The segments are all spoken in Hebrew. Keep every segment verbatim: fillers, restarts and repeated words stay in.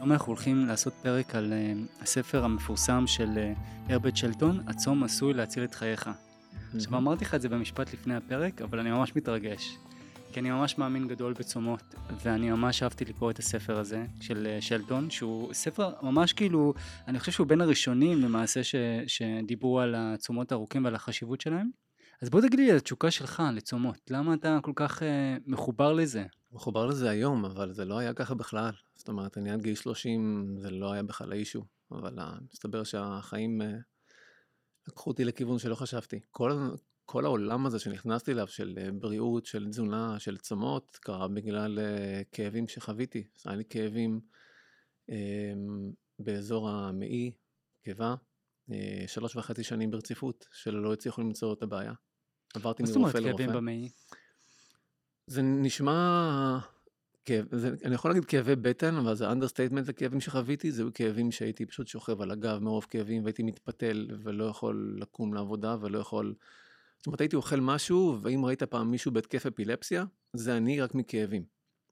היום אנחנו הולכים לעשות פרק על uh, הספר המפורסם של uh, הרברט שלטון, הצום עשוי להציל את חייך. עכשיו אמרתי לך את זה במשפט לפני הפרק, אבל אני ממש מתרגש, כי אני ממש מאמין גדול בצומות, ואני ממש אהבתי לקרוא את הספר הזה של uh, שלטון, שהוא ספר ממש כאילו, אני חושב שהוא בין הראשונים למעשה ש, שדיברו על הצומות הארוכים ועל החשיבות שלהם. אז בוא תגיד לי על התשוקה שלך לצומות, למה אתה כל כך uh, מחובר לזה? מחובר לזה היום, אבל זה לא היה ככה בכלל. זאת אומרת, אני עד גיל שלושים, זה לא היה בכלל האישו, אבל uh, מסתבר שהחיים uh, לקחו אותי לכיוון שלא חשבתי. כל, כל העולם הזה שנכנסתי אליו, של uh, בריאות, של תזונה, של צומות, קרה בגלל uh, כאבים שחוויתי. היה לי כאבים um, באזור המעי, קיבה, uh, שלוש וחצי שנים ברציפות, שלא הצליחו למצוא את הבעיה. עברתי מה זאת מרופא אומרת לרופא. כאבים במעי? זה נשמע, כאב, זה, אני יכול להגיד כאבי בטן, אבל זה אנדרסטייטמנט לכאבים שחוויתי, זה כאבים שהייתי פשוט שוכב על הגב מרוב כאבים, והייתי מתפתל ולא יכול לקום לעבודה ולא יכול, זאת אומרת הייתי אוכל משהו, ואם ראית פעם מישהו בהתקף אפילפסיה, זה אני רק מכאבים.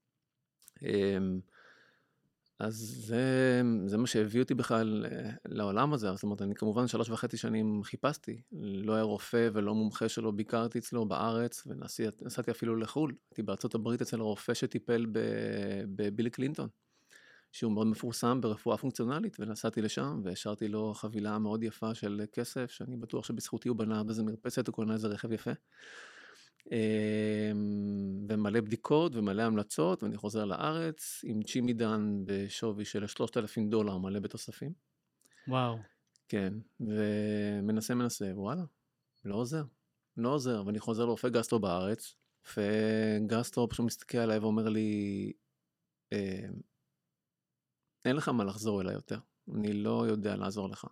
אז זה, זה מה שהביא אותי בכלל לעולם הזה, זאת אומרת, אני כמובן שלוש וחצי שנים חיפשתי, לא היה רופא ולא מומחה שלו, ביקרתי אצלו בארץ, ונסעתי אפילו לחול, הייתי בארצות הברית אצל הרופא שטיפל בבילי קלינטון, שהוא מאוד מפורסם ברפואה פונקציונלית, ונסעתי לשם, והשארתי לו חבילה מאוד יפה של כסף, שאני בטוח שבזכותי הוא בנה באיזה מרפסת, הוא קונה איזה רכב יפה, ומלא בדיקות ומלא המלצות, ואני חוזר לארץ עם צ'ימידן בשווי של שלושת אלפים דולר מלא בתוספים. וואו. כן, ומנסה מנסה, וואלה, לא עוזר, לא עוזר, ואני חוזר לרופא גסטרו בארץ, וגסטרו פשוט מסתכל עליי ואומר לי, אין לך מה לחזור אליי יותר, אני לא יודע לעזור לך.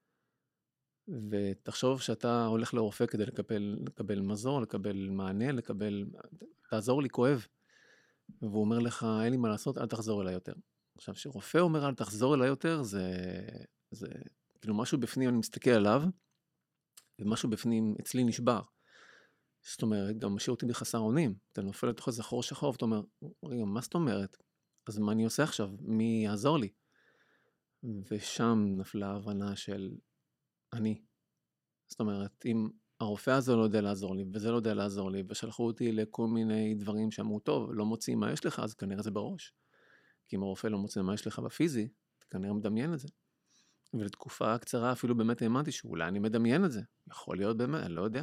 ותחשוב שאתה הולך לרופא כדי לקבל, לקבל מזור, לקבל מענה, לקבל, תעזור לי, כואב. והוא אומר לך, אין לי מה לעשות, אל תחזור אליי יותר. עכשיו, שרופא אומר, אל תחזור אליי יותר, זה, זה, כאילו משהו בפנים, אני מסתכל עליו, ומשהו בפנים אצלי נשבר. זאת אומרת, גם משאיר אותי בחסר אונים. אתה נופל לתוך איזה חור שחור, ואתה אומר, רגע, מה זאת אומרת? אז מה אני עושה עכשיו? מי יעזור לי? ושם נפלה ההבנה של אני. זאת אומרת, אם הרופא הזה לא יודע לעזור לי, וזה לא יודע לעזור לי, ושלחו אותי לכל מיני דברים שאמרו, טוב, לא מוצאים מה יש לך, אז כנראה זה בראש. כי אם הרופא לא מוצא מה יש לך בפיזי, אתה כנראה מדמיין את זה. ולתקופה קצרה אפילו באמת האמנתי שאולי אני מדמיין את זה. יכול להיות באמת, אני לא יודע.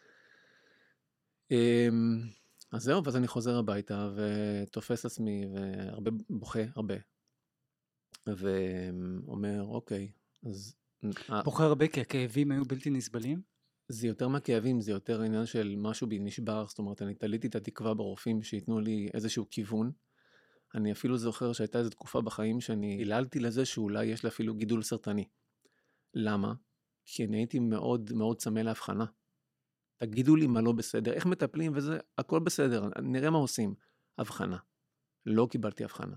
אז זהו, ואז אני חוזר הביתה, ותופס עצמי, והרבה בוכה, הרבה. ואומר, אוקיי, אז בוחר הרבה כי הכאבים היו בלתי נסבלים? זה יותר מהכאבים, זה יותר עניין של משהו בי נשבר, זאת אומרת, אני תליתי את התקווה ברופאים שיתנו לי איזשהו כיוון. אני אפילו זוכר שהייתה איזו תקופה בחיים שאני היללתי לזה שאולי יש לה אפילו גידול סרטני. למה? כי אני הייתי מאוד מאוד צמא להבחנה. תגידו לי מה לא בסדר, איך מטפלים וזה, הכל בסדר, נראה מה עושים. הבחנה. לא קיבלתי הבחנה.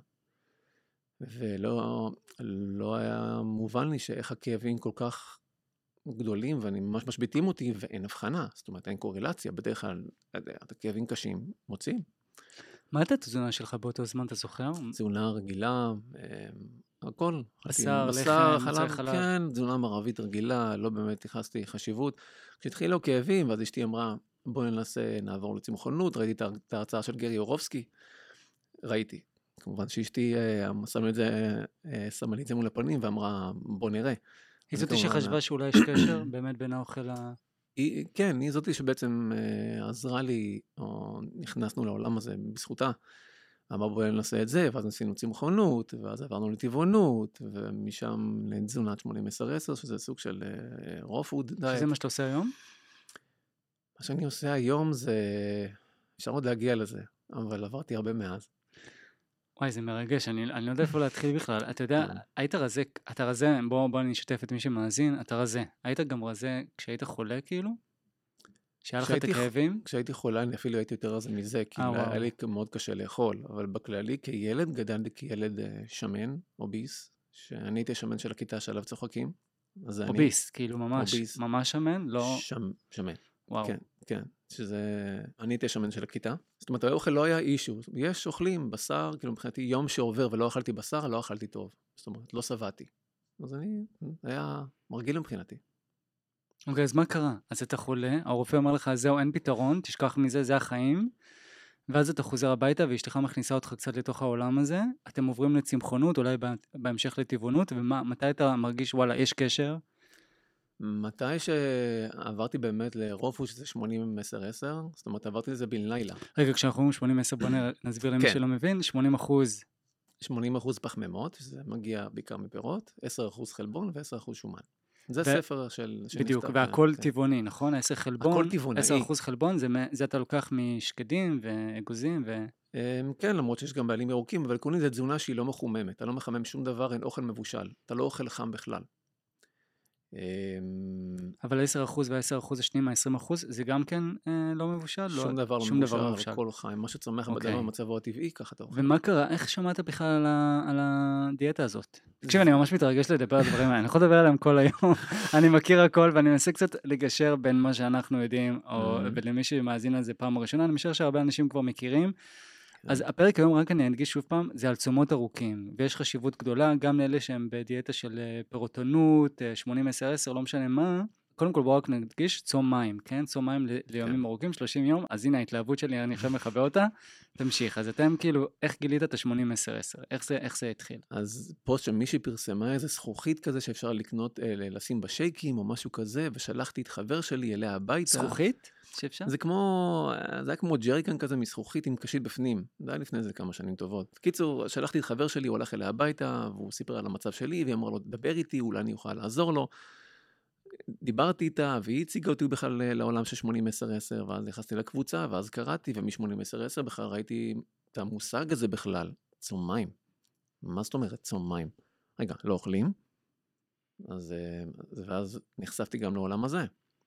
ולא לא היה מובן לי שאיך הכאבים כל כך גדולים, ואני ממש משביטים אותי, ואין הבחנה. זאת אומרת, אין קורלציה. בדרך כלל, הכאבים קשים מוצאים. מה הייתה התזונה שלך באותו זמן, אתה זוכר? תזונה רגילה, הכל. בשר, בשר, לחם, מוצרי חלב. כן, תזונה מערבית רגילה, לא באמת ייחסתי חשיבות. כשהתחילו כאבים, ואז אשתי אמרה, בואי ננסה, נעבור לצמחונות, ראיתי את ההרצאה של גרי אורובסקי, ראיתי. כמובן שאשתי שמה לי את זה מול הפנים, ואמרה, בוא נראה. היא זאתי שחשבה שאולי יש קשר באמת בין האוכל ה... היא, כן, היא זאתי שבעצם אה, עזרה לי, או נכנסנו לעולם הזה בזכותה. אמר בואי ננסה את זה, ואז ניסינו צמחונות, ואז עברנו לטבעונות, ומשם לתזונת שמונים עשר עשר, שזה סוג של raw food diet. שזה מה שאתה עושה היום? מה שאני עושה היום זה, אפשר עוד להגיע לזה, אבל עברתי הרבה מאז. וואי, זה מרגש, אני, אני לא יודע איפה להתחיל בכלל. אתה יודע, היית רזה, אתה רזה, בוא, בוא נשתף את מי שמאזין, אתה רזה. היית גם רזה כשהיית חולה כאילו? שהיה לך את הכאבים? כשהייתי חולה, אני אפילו הייתי יותר רזה מזה, כי היה לי מאוד קשה לאכול, אבל בכללי, כילד, גדלתי כילד שמן, אוביס, שאני הייתי השמן של הכיתה שעליו צוחקים. אוביס, כאילו ממש, ממש שמן? לא... שמן. וואו. כן, כן, שזה, אני הייתי השמן של הכיתה. זאת אומרת, האוכל לא היה אישו. יש אוכלים בשר, כאילו מבחינתי יום שעובר ולא אכלתי בשר, לא אכלתי טוב. זאת אומרת, לא שבעתי. אז אני, היה מרגיל מבחינתי. אוקיי, אז מה קרה? אז אתה חולה, הרופא אומר לך, זהו, אין פתרון, תשכח מזה, זה החיים, ואז אתה חוזר הביתה ואשתך מכניסה אותך קצת לתוך העולם הזה, אתם עוברים לצמחונות, אולי בהמשך לטבעונות, ומתי אתה מרגיש, וואלה, יש קשר? מתי שעברתי באמת לרופו, שזה שמונים עשר עשר, זאת אומרת, עברתי לזה בן לילה. רגע, כשאנחנו אומרים שמונים עשר, בוא נסביר למי כן. שלא מבין, שמונים אחוז. שמונים אחוז פחמימות, שזה מגיע בעיקר מפירות, עשרה אחוז חלבון ו-עשרה אחוז שומן. זה ו- ספר של... בדיוק, שנכתב, והכל כן. טבעוני, נכון? עשר חלבון, הכל טבעוני. עשרה אחוז חלבון, זה, מ- זה אתה לוקח משקדים ואגוזים ו... אמ, כן, למרות שיש גם בעלים ירוקים, אבל עקרונית זה תזונה שהיא לא מחוממת, אתה לא מחמם שום דבר, אין אוכל מבושל, אתה לא אוכל חם בכלל. אמ, אבל עשרה אחוז וה-עשרה אחוז השניים, ה-עשרים אחוז, זה גם כן אה, לא מבושל? שום לא, דבר לא שום דבר לא מבושל, הכל חיים, מה שצומח אוקיי. בדבר במצבו הטבעי, ככה אתה אוכל. ומה קרה? איך שמעת בכלל על, ה- על הדיאטה הזאת? תקשיב, אני ממש מתרגש לדבר על הדברים האלה, אני יכול לדבר עליהם כל היום, אני מכיר הכל ואני מנסה קצת לגשר בין מה שאנחנו יודעים, או, Mhm. ולמי שמאזין על זה פעם ראשונה, אני משער שהרבה אנשים כבר מכירים. אז הפרק היום, רק אני אדגיש שוב פעם, זה על צומות ארוכים, ויש חשיבות גדולה גם לאלה שהם בדיאטה של אה, פירוטונות, אה, שמונים עשר עשר, לא משנה מה. קודם כל בואו רק נדגיש, צום מים, כן? צום מים ל- ליומים ארוכים, שלושים יום, אז הנה ההתלהבות שלי, אני עכשיו מכבה אותה, תמשיך. אז אתם כאילו, איך גילית את ה-שמונים עשר עשר? איך זה, איך זה התחיל? אז פוסט שמישהי פרסמה איזה זכוכית כזה שאפשר לקנות, אה, לשים בשייקים או משהו כזה, ושלחתי את חבר שלי אליה הביתה. זכוכית? שאפשר? זה כמו, זה היה כמו ג'ריקן כזה מזכוכית עם קשית בפנים. זה היה לפני זה כמה שנים טובות. קיצור, שלחתי את חבר שלי, הוא הלך אליה הביתה, והוא סיפר על המצב שלי, והיא אמרה לו, דבר איתי, אולי אני אוכל לעזור לו. דיברתי איתה, והיא הציגה אותי בכלל לעולם של שמונים עשר עשר, ואז נכנסתי לקבוצה, ואז קראתי, ומ-שמונים עשר עשר בכלל ראיתי את המושג הזה בכלל, צום מים. מה זאת אומרת צום מים? רגע, לא אוכלים? אז, ואז נחשפתי גם לעולם הזה.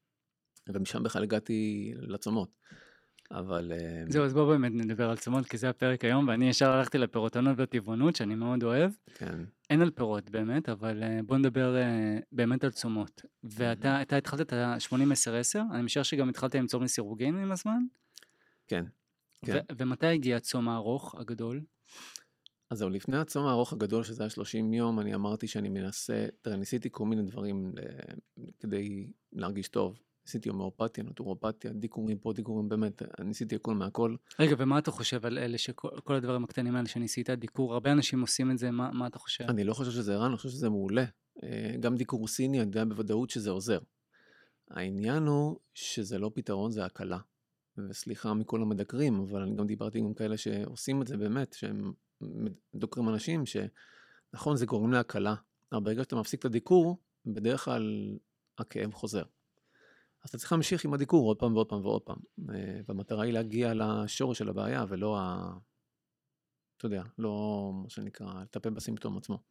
ומשם בכלל הגעתי לצומות. אבל... זהו, אז בוא באמת נדבר על צומות, כי זה הפרק היום, ואני ישר הלכתי לפירוטונות וטבעונות, שאני מאוד אוהב. כן. אין על פירות באמת, אבל uh, בוא נדבר uh, באמת על צומות. ואתה אתה התחלת את ה-שמונים עשר עשר, אני משער שגם התחלת עם צום לסירוגין עם הזמן? כן. כן. ו- ומתי הגיע הצום הארוך, הגדול? אז זהו, לפני הצום הארוך הגדול, שזה היה שלושים יום, אני אמרתי שאני מנסה, תראה, ניסיתי כל מיני דברים ל- כדי להרגיש טוב. ניסיתי הומאופתיה, נטורופתיה, דיקורים פה, דיקורים, באמת, ניסיתי הכל מהכל. רגע, ומה אתה חושב על אלה, שכל כל הדברים הקטנים האלה שניסית, דיקור, הרבה אנשים עושים את זה, מה, מה אתה חושב? אני לא חושב שזה רע, אני חושב שזה מעולה. אה, גם דיקור סיני, אני יודע בוודאות שזה עוזר. העניין הוא שזה לא פתרון, זה הקלה. וסליחה מכל המדקרים, אבל אני גם דיברתי עם כאלה שעושים את זה באמת, שהם דוקרים אנשים, שנכון, זה גורם להקלה. אבל ברגע שאתה מפסיק את הדיקור, בדרך כלל הכאב חוזר. אז אתה צריך להמשיך עם הדיקור עוד פעם ועוד פעם ועוד פעם. והמטרה היא להגיע לשורש של הבעיה, ולא ה... אתה יודע, לא מה שנקרא, לטפל בסימפטום עצמו.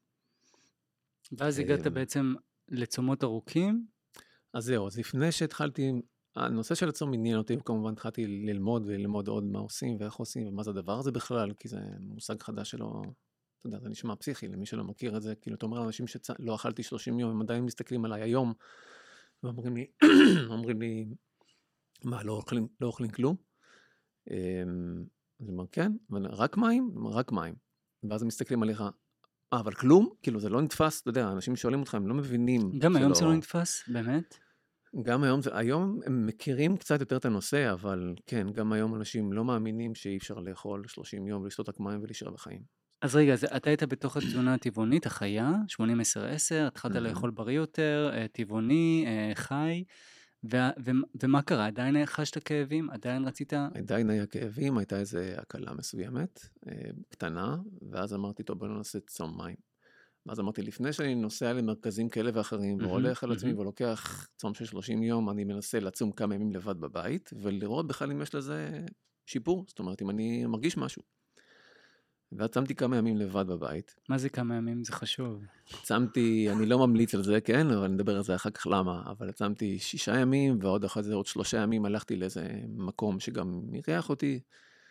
ואז הגעת בעצם לצומות ארוכים? אז זהו, אז לפני שהתחלתי, הנושא של הצום עניין אותי, וכמובן התחלתי ללמוד וללמוד עוד מה עושים ואיך עושים, ומה זה הדבר הזה בכלל, כי זה מושג חדש שלא, אתה יודע, זה נשמע פסיכי, למי שלא מכיר את זה, כאילו, אתה אומר לאנשים שלא אכלתי שלושים יום, הם עדיין מסתכלים עליי היום, ואומרים לי, אומרים לי, מה, לא אוכלים, לא אוכלים כלום? אז אני אומר, כן, רק מים? רק מים. ואז הם מסתכלים עליך, אה, אבל כלום? כאילו, זה לא נתפס, אתה יודע, אנשים שואלים אותך, הם לא מבינים. גם היום זה לא נתפס, באמת? גם היום, היום הם מכירים קצת יותר את הנושא, אבל כן, גם היום אנשים לא מאמינים שאי אפשר לאכול שלושים יום ולשתות רק מים ולהישאר בחיים. אז רגע, אז אתה היית בתוך התזונה הטבעונית, החיה, שמונים עשר עשר, התחלת לאכול בריא יותר, טבעוני, חי, ו- ו- ומה קרה? עדיין חשת כאבים? עדיין רצית? עדיין היה כאבים, הייתה איזו הקלה מסוימת, קטנה, ואז אמרתי, טוב, בוא נעשה צום מים. ואז אמרתי, לפני שאני נוסע למרכזים כאלה ואחרים, והולך על עצמי ולוקח צום של שלושים יום, אני מנסה לצום כמה ימים לבד בבית, ולראות בכלל אם יש לזה שיפור, זאת אומרת, אם אני מרגיש משהו. ואז צמתי כמה ימים לבד בבית. מה זה כמה ימים? זה חשוב. צמתי, אני לא ממליץ על זה, כן, אבל נדבר על זה אחר כך למה, אבל צמתי שישה ימים, ועוד אחרי זה עוד שלושה ימים הלכתי לאיזה מקום שגם אירח אותי,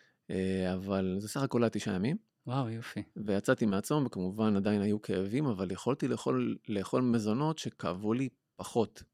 אבל זה סך הכל היה תשעה ימים. וואו, יופי. ויצאתי מהצום, וכמובן עדיין היו כאבים, אבל יכולתי לאכול, לאכול מזונות שכאבו לי פחות.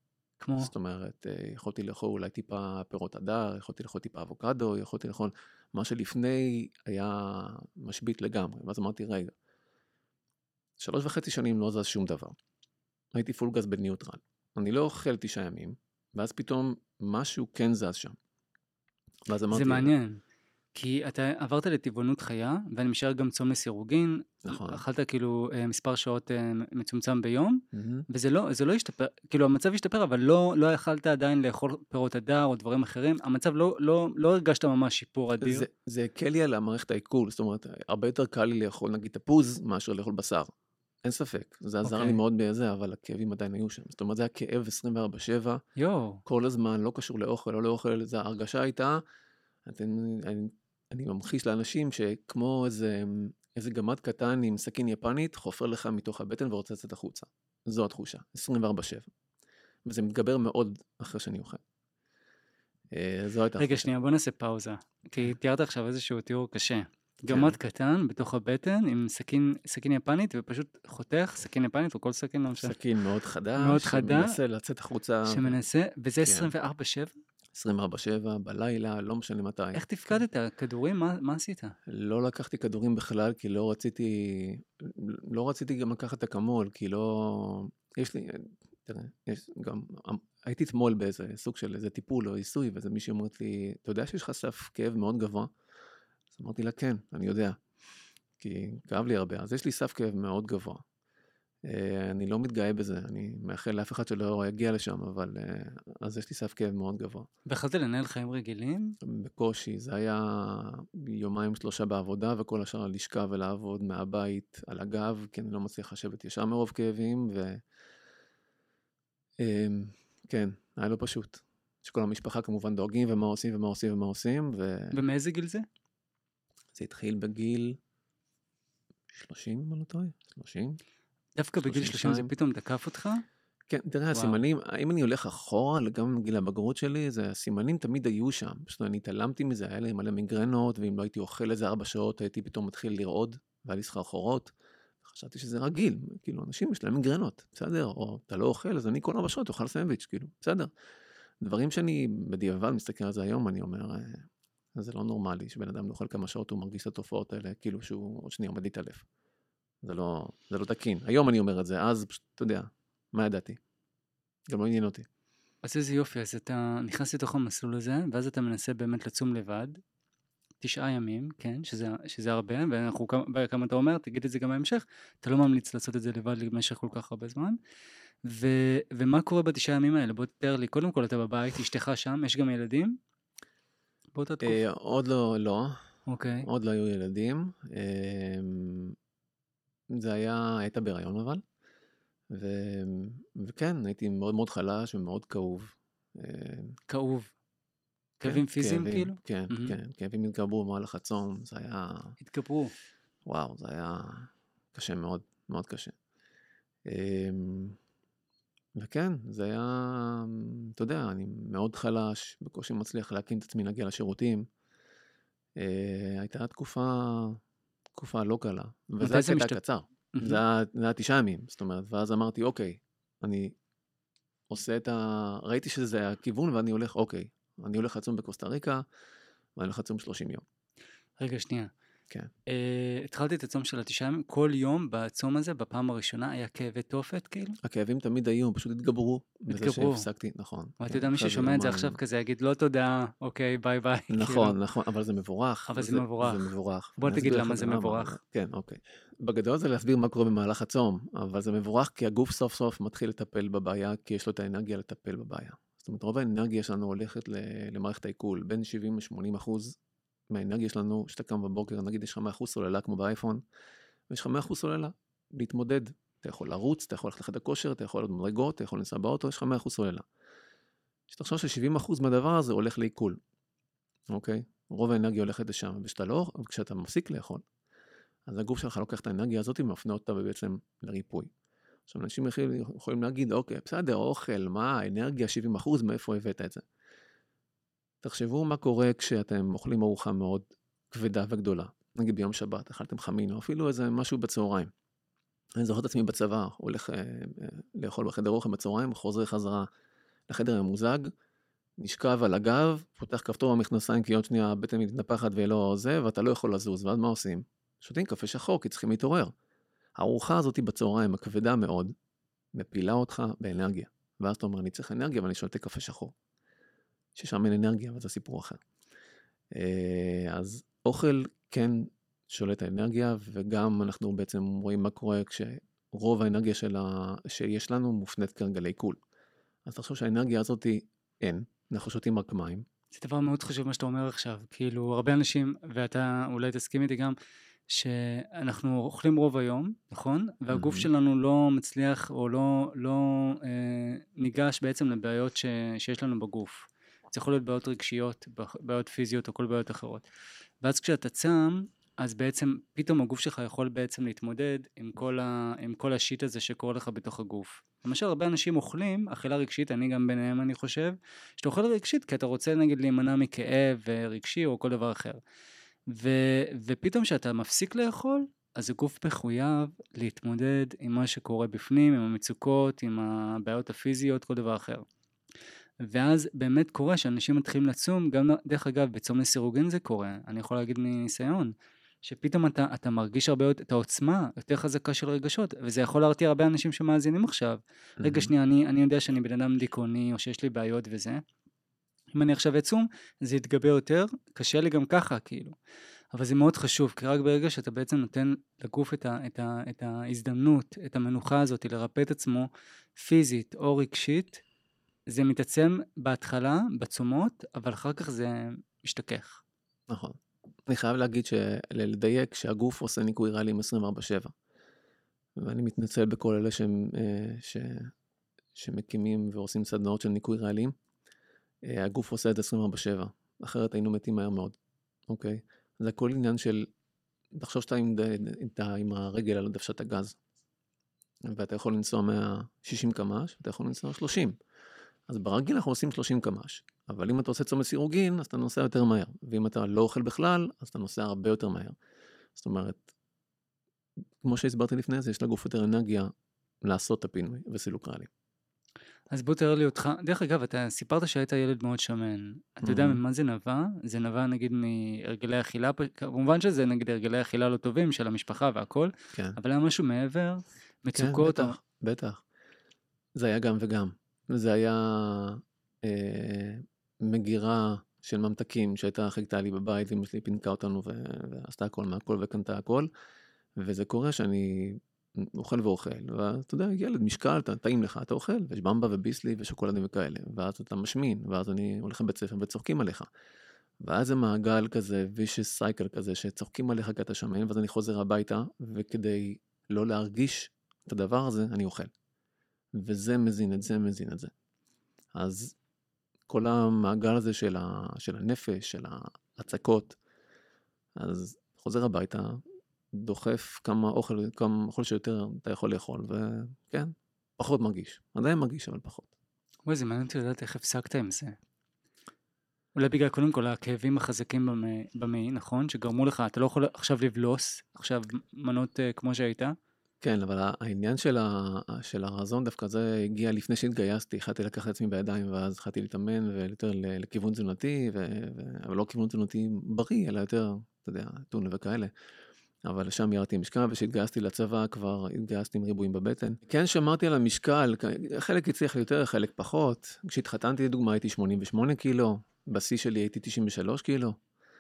כמו? זאת אומרת, יכולתי לאכול אולי טיפה פירות הדר, יכולתי לאכול טיפה אבוקדו, יכולתי לאכול מה שלפני היה משבית לגמרי. ואז אמרתי, רגע, שלוש וחצי שנים לא זז שום דבר. הייתי פול גז בניוטרל. אני לא אוכל תשעה ימים, ואז פתאום משהו כן זז שם. ואז אמרתי... זה מעניין, כי אתה עברת לטבעונות חיה, ואני משאר גם צום לסירוגין, נכון. אכלת כאילו מספר שעות מצומצם ביום, Mm-hmm. וזה לא, זה לא השתפר, כאילו המצב השתפר, אבל לא, לא יכלת עדיין לאכול פירות הדר או דברים אחרים, המצב לא, לא, לא הרגשת ממש שיפור אדיר. זה, זה הקל לי על המערכת העיכול, זאת אומרת, הרבה יותר קל לי לאכול נגיד תפוז, מאשר לאכול בשר. אין ספק, זה עזר אוקיי. לי מאוד בזה, אבל הכאבים עדיין היו שם. זאת אומרת, זה היה כאב עשרים וארבע שבע, יו. כל הזמן, לא קשור לאוכל, לא לאוכל, זה ההרגשה הייתה, אני, אני, אני ממחיש לאנשים שכמו איזה, איזה גמד קטן עם סכין יפנית, חופר לך מתוך הבטן ורוצה לצאת החוצה. זו התחושה, עשרים וארבע שבע. וזה מתגבר מאוד אחרי שאני אוכל. זו הייתה רגע, שנייה, בוא נעשה פאוזה. כי תיארת עכשיו איזשהו תיאור קשה. גמד קטן בתוך הבטן עם סכין, סכין יפנית, ופשוט חותך סכין יפנית או כל סכין, לא משנה. סכין מאוד חדה, מאוד חדה, שמנסה לצאת החוצה. שמנסה, וזה עשרים וארבע שבע? עשרים וארבע שבע, בלילה, לא משנה מתי. איך תפקדת? כדורים? מה, מה עשית? לא לקחתי כדורים בכלל, כי לא רציתי, לא רציתי גם לקחת אקמול, כי לא, יש לי, תראה, יש גם, הייתי אתמול באיזה סוג של איזה טיפול או עיסוי, וזה מישהי אומרת לי, אתה יודע שיש לך סף כאב מאוד גבוה? אז אמרתי לה, כן, אני יודע, כי כאב לי הרבה, אז יש לי סף כאב מאוד גבוה. אני לא מתגאה בזה, אני מאחל לאף אחד שלא יגיע לשם, אבל אז יש לי סף כאב מאוד גבוה. והחלטת לנהל חיים רגילים? בקושי, זה היה יומיים שלושה בעבודה, וכל השאר לשכב ולעבוד מהבית על הגב, כי אני לא מצליח לשבת ישר מרוב כאבים, ו... כן, היה לא פשוט. שכל המשפחה כמובן דואגים, ומה עושים ומה עושים ומה עושים, ו... ומאיזה גיל זה? זה התחיל בגיל שלושים, אם אני לא טועה, שלושים. דווקא בגיל שלושים זה פתאום דקף אותך? כן, תראה, הסימנים, אם אני הולך אחורה, גם בגיל הבגרות שלי, זה הסימנים תמיד היו שם. פשוט אני התעלמתי מזה, היה לי מלא מיגרנות, ואם לא הייתי אוכל איזה ארבע שעות, הייתי פתאום מתחיל לרעוד, והיה לי סחרחורות. חשבתי שזה רגיל, כאילו, אנשים יש להם מיגרנות, בסדר? או אתה לא אוכל, אז אני כל ארבע שעות אוכל סנדוויץ', כאילו, בסדר. דברים שאני בדיעבד מסתכל על זה היום, אני אומר, זה לא נורמלי, שבן אדם אוכל כמה שעות, הוא מרגיש את התופעות האלה, כאילו שהוא עוד שנייה עומד להתעלף. זה לא, זה לא תקין. היום אני אומר את זה, אז פשוט, אתה יודע, מה ידעתי? גם לא עניין אותי. אז איזה יופי, אז אתה נכנס לתוך המסלול הזה, ואז אתה מנסה באמת לצום לבד, תשעה ימים, כן, שזה, שזה הרבה, ואנחנו, כמה אתה אומר, תגיד את זה גם בהמשך, אתה לא ממליץ לעשות את זה לבד למשך כל כך הרבה זמן, ו, ומה קורה בתשעה ימים האלה? בוא תתאר לי, קודם כל אתה בבית, אשתך שם, יש גם ילדים? באותה תקופה? אה, עוד לא, לא. אוקיי. עוד לא היו ילדים. אה, זה היה, הייתה בהיריון אבל. ו... וכן, הייתי מאוד מאוד חלש ומאוד כאוב. כאוב. כאבים פיזיים כאילו? כן, כן, כאבים התגברו במהלך הצום, זה היה... התגברו. וואו, זה היה קשה מאוד, מאוד קשה. וכן, זה היה, אתה יודע, אני מאוד חלש, בקושי מצליח להקים את עצמי להגיע לשירותים. הייתה תקופה, תקופה לא קלה, וזה היה קטע קצר. זה היה תשעה ימים, זאת אומרת, ואז אמרתי, אוקיי, אני עושה את ה... ראיתי שזה הכיוון, ואני הולך, אוקיי, אני הולך לצום בקוסטה ריקה, ואני הולך לצום שלושים יום. רגע, שנייה. כן. התחלתי את הצום של התשעה ימים, כל יום בצום הזה, בפעם הראשונה, היה כאבי תופת, כאילו? הכאבים תמיד היו, פשוט התגברו. התגברו. בזה שהפסקתי, נכון. ואתה יודע, מי ששומע את זה עכשיו כזה, יגיד, לא תודה, אוקיי, ביי ביי. נכון, נכון, אבל זה מבורך. אבל זה מבורך. זה מבורך. בוא תגיד למה זה מבורך. כן, אוקיי. בגדול זה להסביר מה קורה במהלך הצום, אבל זה מבורך כי הגוף סוף סוף מתחיל לטפל בבעיה, כי יש לו את האנרגיה לטפל בבעיה. זאת אומרת, רוב האנרגיה שלנו הולכת למערכת העיכול, בין שבעים ל-שמונים אחוז מהאנרגיה שלנו, שאתה קם בבוקר, נגיד יש לך מאה אחוז סוללה כמו באייפון, ויש לך מאה אחוז סוללה להתמודד. אתה יכול לרוץ, אתה יכול ללכת לחדר כושר, אתה יכול לעלות מדרגות, אתה יכול לנסוע באוטו, יש לך מאה אחוז סוללה. שתחשוב ש-שבעים אחוז מהדבר הזה הולך לעיכול. אוקיי? רוב האנרגיה הולכת לשם, ושאתה לא, כשאתה מפסיק לאכול, אז הגוף שלך לוקח את האנרגיה הזאת ומפנה אותה בעצם לריפוי. עכשיו, אנשים יכולים להגיד, אוקיי, בסדר, אוכל, מה, האנרגיה, שבעים אחוז, מאיפה הבאת את זה? תחשבו מה קורה כשאתם אוכלים ארוחה מאוד כבדה וגדולה. נגיד ביום שבת, אכלתם חמין, או אפילו איזה משהו בצהריים. אני זוכר את עצמי בצבא, הולך אה, אה, לאכול בחדר אוכל בצהריים, חוזר חזרה לחדר הממוזג, נשכב על הגב, פותח כפתור במכנסיים, כי עוד שנייה הבטן מתנפחת ולא זה, ואתה לא יכול לזוז, ואז מה עושים? שותים קפה שחור, כי צריכים להתעורר. הארוחה הזאת בצהריים, הכבדה מאוד, מפילה אותך באנרגיה. ואז אתה אומר, אני צריך אנרגיה, ואני שותה קפה שחור. ששם אין אנרגיה, אבל זה סיפור אחר. אז אוכל כן שולט האנרגיה, וגם אנחנו בעצם רואים מה קורה כשרוב האנרגיה שלה, שיש לנו מופנית כרגע לעיכול. אז תחשוב שהאנרגיה הזאת אין, אנחנו שותים רק מים. זה דבר מאוד חשוב מה שאתה אומר עכשיו, כאילו הרבה אנשים, ואתה אולי תסכים איתי גם, שאנחנו אוכלים רוב היום, נכון? והגוף Mhm. שלנו לא מצליח או לא, לא אה, ניגש בעצם לבעיות ש, שיש לנו בגוף. זה יכול להיות בעיות רגשיות, בעיות פיזיות או כל בעיות אחרות. ואז כשאתה צם, אז בעצם פתאום הגוף שלך יכול בעצם להתמודד עם כל, ה, עם כל השיט הזה שקורה לך בתוך הגוף. למשל, הרבה אנשים אוכלים, אכילה רגשית, אני גם ביניהם אני חושב, שאתה אוכל רגשית כי אתה רוצה נגיד להימנע מכאב רגשי או כל דבר אחר. ו, ופתאום שאתה מפסיק לאכול, אז הגוף מחויב להתמודד עם מה שקורה בפנים, עם המצוקות, עם הבעיות הפיזיות, כל דבר אחר. ואז באמת קורה שאנשים מתחילים לצום, גם דרך אגב בצום לסירוגין זה קורה, אני יכול להגיד מניסיון, שפתאום אתה, אתה מרגיש הרבה יותר, את העוצמה יותר חזקה של רגשות, וזה יכול להרתיע הרבה אנשים שמאזינים עכשיו. רגע Mhm. שנייה, אני, אני יודע שאני בן אדם דיכאוני, או שיש לי בעיות וזה, אם אני עכשיו אצום, זה יתגבר יותר, קשה לי גם ככה, כאילו. אבל זה מאוד חשוב, כי רק ברגע שאתה בעצם נותן לגוף את, ה, את, ה, את ההזדמנות, את המנוחה הזאת, לרפא את עצמו פיזית או רגשית, זה מתעצם בהתחלה, בצומות, אבל אחר כך זה משתכח. נכון. אני חייב להגיד שלדייק שהגוף עושה ניקוי רעלים עשרים וארבע שבע. ואני מתנצל בכל אלה שהם, אה, ש, שמקימים ועושים סדנאות של ניקוי רעלים. אה, הגוף עושה את עשרים וארבע שבע, אחרת היינו מתים מהר מאוד. אוקיי? זה הכל עניין של, תחשוב שאתה עם, עם, עם הרגל על דוושת הגז, ואתה יכול לנסוע מאה ושישים קמ"ש, ואתה יכול לנסוע שלושים. אז ברגיל אנחנו עושים שלושים קמ"ש, אבל אם אתה עושה צום לסירוגין, אז אתה נוסע יותר מהר, ואם אתה לא אוכל בכלל, אז אתה נוסע הרבה יותר מהר. זאת אומרת, כמו שהסברתי לפני זה, יש לגוף יותר אנרגיה לעשות את הפינוי וסילוק רעלים. אז בוא תראה לי אותך, דרך אגב, אתה סיפרת שהיית ילד מאוד שמן, אתה יודע ממה זה נבע? זה נבע נגיד מהרגלי אכילה, כמובן שזה נגיד הרגלי אכילה לא טובים של המשפחה והכל, כן. אבל היה משהו מעבר, כן, מצוקות, או... בטח, בטח. זה היה גם וגם. זה היה אה, מגירה של ממתקים שהייתה חיכתה לי בבית, אמא שלי פינקה אותנו ו... ועשתה הכל מהכל וקנתה הכל, וזה קורה שאני אוכל ואוכל, ואתה יודע, ילד, משקל, אתה טעים לך, אתה אוכל, ויש במבה וביסלי ושוקולדים וכאלה, ואז אתה משמין, ואז אני הולך לבית ספר וצוחקים עליך. ואז זה מעגל כזה, vicious cycle כזה, שצוחקים עליך כי אתה שמן, ואז אני חוזר הביתה, וכדי לא להרגיש את הדבר הזה, אני אוכל. וזה מזין את זה, מזין את זה. אז כל המעגל הזה של, ה, של הנפש, של ההצקות, אז חוזר הביתה, דוחף כמה אוכל, כמה אוכל שיותר אתה יכול לאכול, וכן, פחות מרגיש. עדיין מרגיש, אבל פחות. וואי, זה מעניין אותי לדעת איך הפסקת עם זה. אולי בגלל קודם כל הכאבים החזקים במעי, במעי, נכון? שגרמו לך, אתה לא יכול עכשיו לבלוס, עכשיו מנות uh, כמו שהייתה? כן, אבל העניין של, ה, של הרזון דווקא זה הגיע לפני שהתגייסתי, החלטתי לקחת את עצמי בידיים, ואז התחלתי להתאמן ויותר לכיוון תזונתי, ו, ו, אבל לא כיוון תזונתי בריא, אלא יותר, אתה יודע, טונה וכאלה. אבל שם ירדתי משקל, ושהתגייסתי לצבא כבר התגייסתי עם ריבועים בבטן. כן, שמרתי על המשקל, חלק הצליח יותר, חלק פחות. כשהתחתנתי לדוגמה הייתי שמונים ושמונה קילו, בשיא שלי הייתי תשעים ושלוש קילו.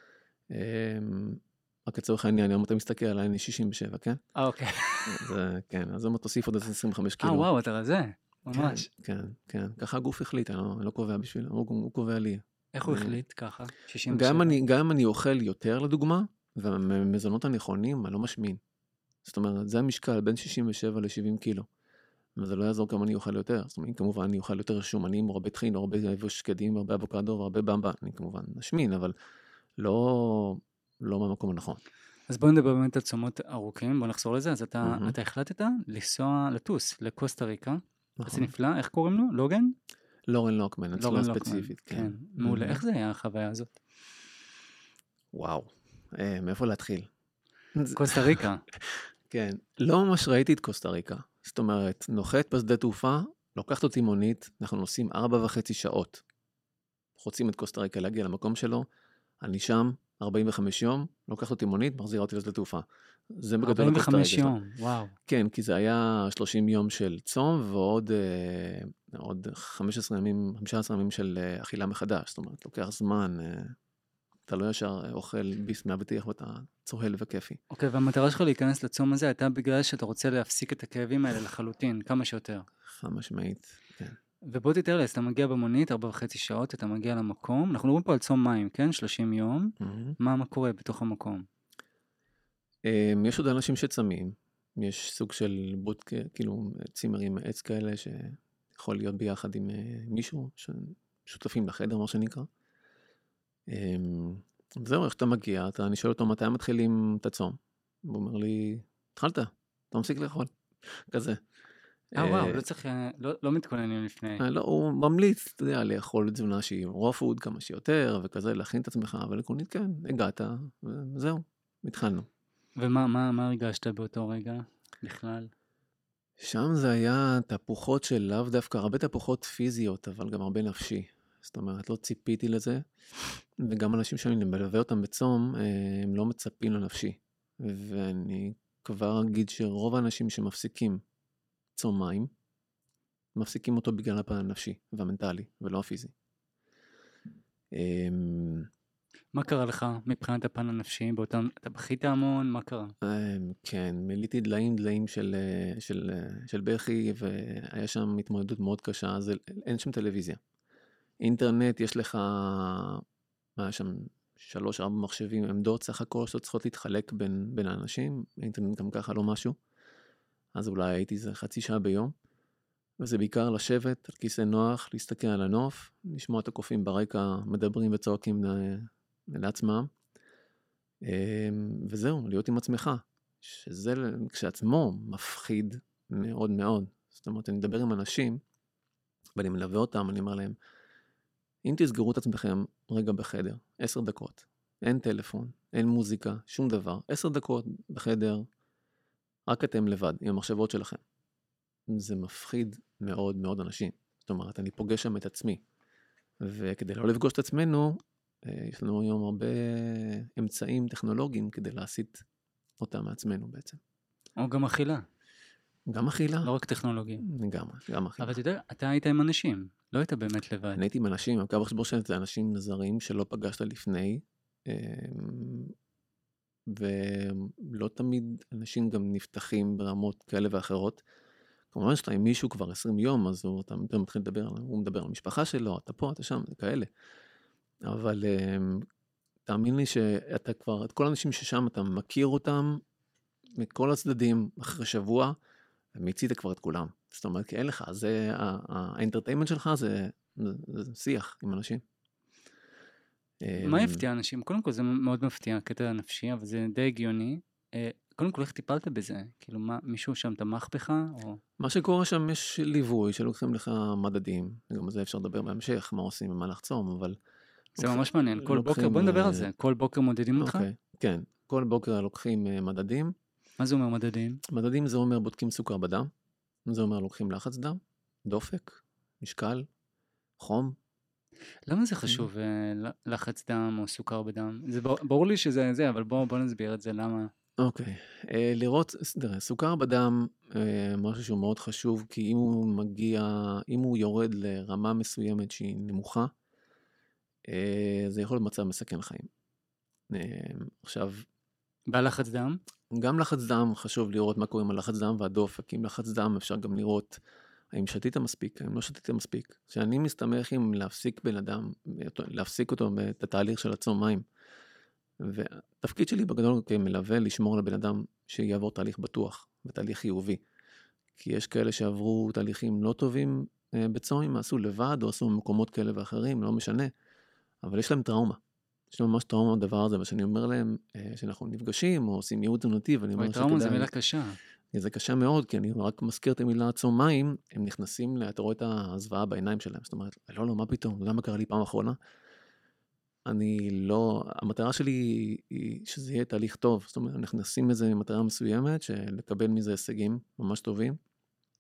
רק לצורך העניין, היום אתה מסתכל עליי, אני שישים ושבע, כן? אה, אוקיי. אז כן, אז זאת תוסיף עוד עשרים וחמש קילו. אה, וואו, אתה רזה, ממש. כן, כן, ככה הגוף החליט, אני לא קובע בשביל, הוא קובע לי. איך הוא החליט ככה? שישים גם ושבע? גם אם אני אוכל יותר לדוגמה, והמזונות הנכונים, אני לא משמין. זאת אומרת, זה המשקל בין שישים ושבע ל-שבעים קילו. וזה לא יעזור כמה אני אוכל יותר. זאת אומרת, כמובן אני אוכל יותר שומנים, או הרבה טחין, או הרבה שקדים, הרבה אבוקדו, והרבה במבה. אני כמובן משמין, אבל לא, לא מהמקום הנכון. אז בואו נדבר באמת על צומות ארוכים, בואו נחזור לזה. אז אתה, Mhm. אתה החלטת לנסוע, לטוס, לקוסטה ריקה. נכון. זה נפלא, איך קוראים לו? לוגן? לורן לוקמן, אצלו לורן ספציפית. לוקמן, כן. כן. מעולה. Mhm. איך זה היה החוויה הזאת? וואו, אה, מאיפה להתחיל? קוסטה ריקה. כן, לא ממש ראיתי את קוסטה ריקה. זאת אומרת, נוחת בשדה תעופה, לוקחת אותי מונית, אנחנו נוסעים ארבע וחצי שעות. חוצים את קוסטה ריקה להגיע למקום שלו, אני שם, ארבעים וחמישה יום, לוקחת אותי מונית, מחזירה אותי לשדה תעופה. זה בגדול ארבעים הקוסטה ריקה וחמישה שלה. יום, וואו. כן, כי זה היה שלושים יום של צום, ועוד אה, עוד חמישה עשר ימים, חמישה עשר ימים של אה, אכילה מחדש. זאת אומרת, לוקח זמן, אה, אתה לא ישר אוכל ביס מהבטיח ואתה צוהל וכיפי. אוקיי, והמטרה שלך להיכנס לצום הזה הייתה בגלל שאתה רוצה להפסיק את הכאבים האלה לחלוטין, כמה שיותר. חד משמעית, כן. ובוא תתאר לי, אז אתה מגיע במונית, ארבע וחצי שעות, אתה מגיע למקום, אנחנו מדברים פה על צום מים, כן? שלושים יום, Mm-hmm. מה, מה קורה בתוך המקום? יש עוד אנשים שצמים, יש סוג של בוטקה, כאילו צימרים עץ כאלה שיכול להיות ביחד עם מישהו, שותפים לחדר מה שנקרא. וזהו, איך שאתה מגיע, אתה נשאל אותו מתי מתחילים את הצום. הוא אומר לי, התחלת, אתה מפסיק לאכול, כזה. אה וואו, לא צריך, לא, לא מתכוננים לפני. לא, הוא ממליץ, אתה יודע, לאכול תזונה שהיא raw food כמה שיותר, וכזה, להכין את עצמך, אבל עקרונית כן, הגעת, וזהו, התחלנו. ומה, מה, מה הרגשת באותו רגע בכלל? שם זה היה תפוחות של לאו דווקא, הרבה תפוחות פיזיות, אבל גם הרבה נפשי. זאת אומרת, לא ציפיתי לזה, וגם אנשים שאני מלווה אותם בצום, הם לא מצפים לנפשי. ואני כבר אגיד שרוב האנשים שמפסיקים צום מים, מפסיקים אותו בגלל הפן הנפשי והמנטלי, ולא הפיזי. מה קרה לך מבחינת הפן הנפשי? באותם, אתה בכית המון, מה קרה? כן, מילאתי דליים דליים של, של, של בכי, והיה שם התמודדות מאוד קשה, אז אין שם טלוויזיה. אינטרנט, יש לך, היה שם שלוש, ארבע מחשבים, עמדות סך הכל, שצריכות להתחלק בין, בין האנשים, אינטרנט גם ככה לא משהו, אז אולי הייתי זה חצי שעה ביום, וזה בעיקר לשבת על כיסא נוח, להסתכל על הנוף, לשמוע את הקופים ברקע, מדברים וצועקים לעצמם, וזהו, להיות עם עצמך, שזה כשעצמו מפחיד מאוד מאוד. זאת אומרת, אני מדבר עם אנשים, ואני מלווה אותם, אני אומר להם, אם תסגרו את עצמכם רגע בחדר, עשר דקות, אין טלפון, אין מוזיקה, שום דבר, עשר דקות בחדר, רק אתם לבד, עם המחשבות שלכם. זה מפחיד מאוד מאוד אנשים. זאת אומרת, אני פוגש שם את עצמי, וכדי לא לפגוש את עצמנו, יש לנו היום הרבה אמצעים טכנולוגיים כדי להסיט אותם מעצמנו בעצם. או גם אכילה. גם אכילה. לא רק טכנולוגיים. גם, גם אכילה. אבל אתה יודע, אתה היית עם אנשים, לא היית באמת לבד. אני הייתי עם אנשים, אבל קו חשבון שזה אנשים זרים שלא פגשת לפני, ולא תמיד אנשים גם נפתחים ברמות כאלה ואחרות. כמובן שאתה עם מישהו כבר עשרים יום, אז הוא, אתה מתחיל לדבר, הוא מדבר על המשפחה שלו, אתה פה, אתה שם, זה כאלה. אבל תאמין לי שאתה כבר, את כל האנשים ששם, אתה מכיר אותם מכל הצדדים אחרי שבוע, ומיצית כבר את כולם. זאת אומרת, כי אין לך, זה, האנטרטיימנט שלך זה, זה שיח עם אנשים. מה יפתיע אנשים? קודם כל זה מאוד מפתיע, הקטע הנפשי, אבל זה די הגיוני. קודם כל, איך טיפלת בזה? כאילו, מה, מישהו שם תמך בך? או... מה שקורה שם, יש ליווי שלוקחים לך מדדים, גם על זה אפשר לדבר בהמשך, מה עושים ומה לחצום, אבל... זה ממש מעניין, כל בוקר, בוא נדבר על זה, כל בוקר מודדים אותך? אוקיי, כן, כל בוקר לוקחים מדדים. מה זה אומר מדדים? מדדים זה אומר בודקים סוכר בדם, זה אומר לוקחים לחץ דם, דופק, משקל, חום. למה זה חשוב, לחץ דם או סוכר בדם? זה ברור לי שזה זה, אבל בוא נסביר את זה, למה... אוקיי, לראות, סוכר בדם, משהו שהוא מאוד חשוב, כי אם הוא מגיע, אם הוא יורד לרמה מסוימת שהיא נמוכה, זה יכול להיות מצב מסכן חיים. עכשיו... בלחץ דם? גם לחץ דם, חשוב לראות מה קורה עם הלחץ דם והדופק. עם לחץ דם אפשר גם לראות האם שתית מספיק, האם לא שתית מספיק. כשאני מסתמך עם להפסיק בן אדם, להפסיק אותו את התהליך של הצום מים, והתפקיד שלי בגדול כמלווה לשמור לבן אדם שיעבור תהליך בטוח, ותהליך חיובי. כי יש כאלה שעברו תהליכים לא טובים בצום, עשו לבד או עשו במקומות כאלה ואחרים, לא משנה, אבל יש להם טראומה. יש להם ממש טראומה בדבר הזה, ושאני אומר להם שאנחנו נפגשים או עושים ייעוץ תזונתי, ואני אומר שכדאי... טראומה זה מילה קשה. זה קשה מאוד, כי אני רק מזכיר את המילה צום מים, הם נכנסים, אתה רואה את הזוועה בעיניים שלהם, זאת אומרת, לא, לא, מה פתאום, למה קרה לי פעם אחרונה? אני לא, המטרה שלי היא שזה יהיה תהליך טוב, זאת אומרת, אנחנו נשים את זה ממטרה מסוימת, שלקבל מזה הישגים ממש טובים,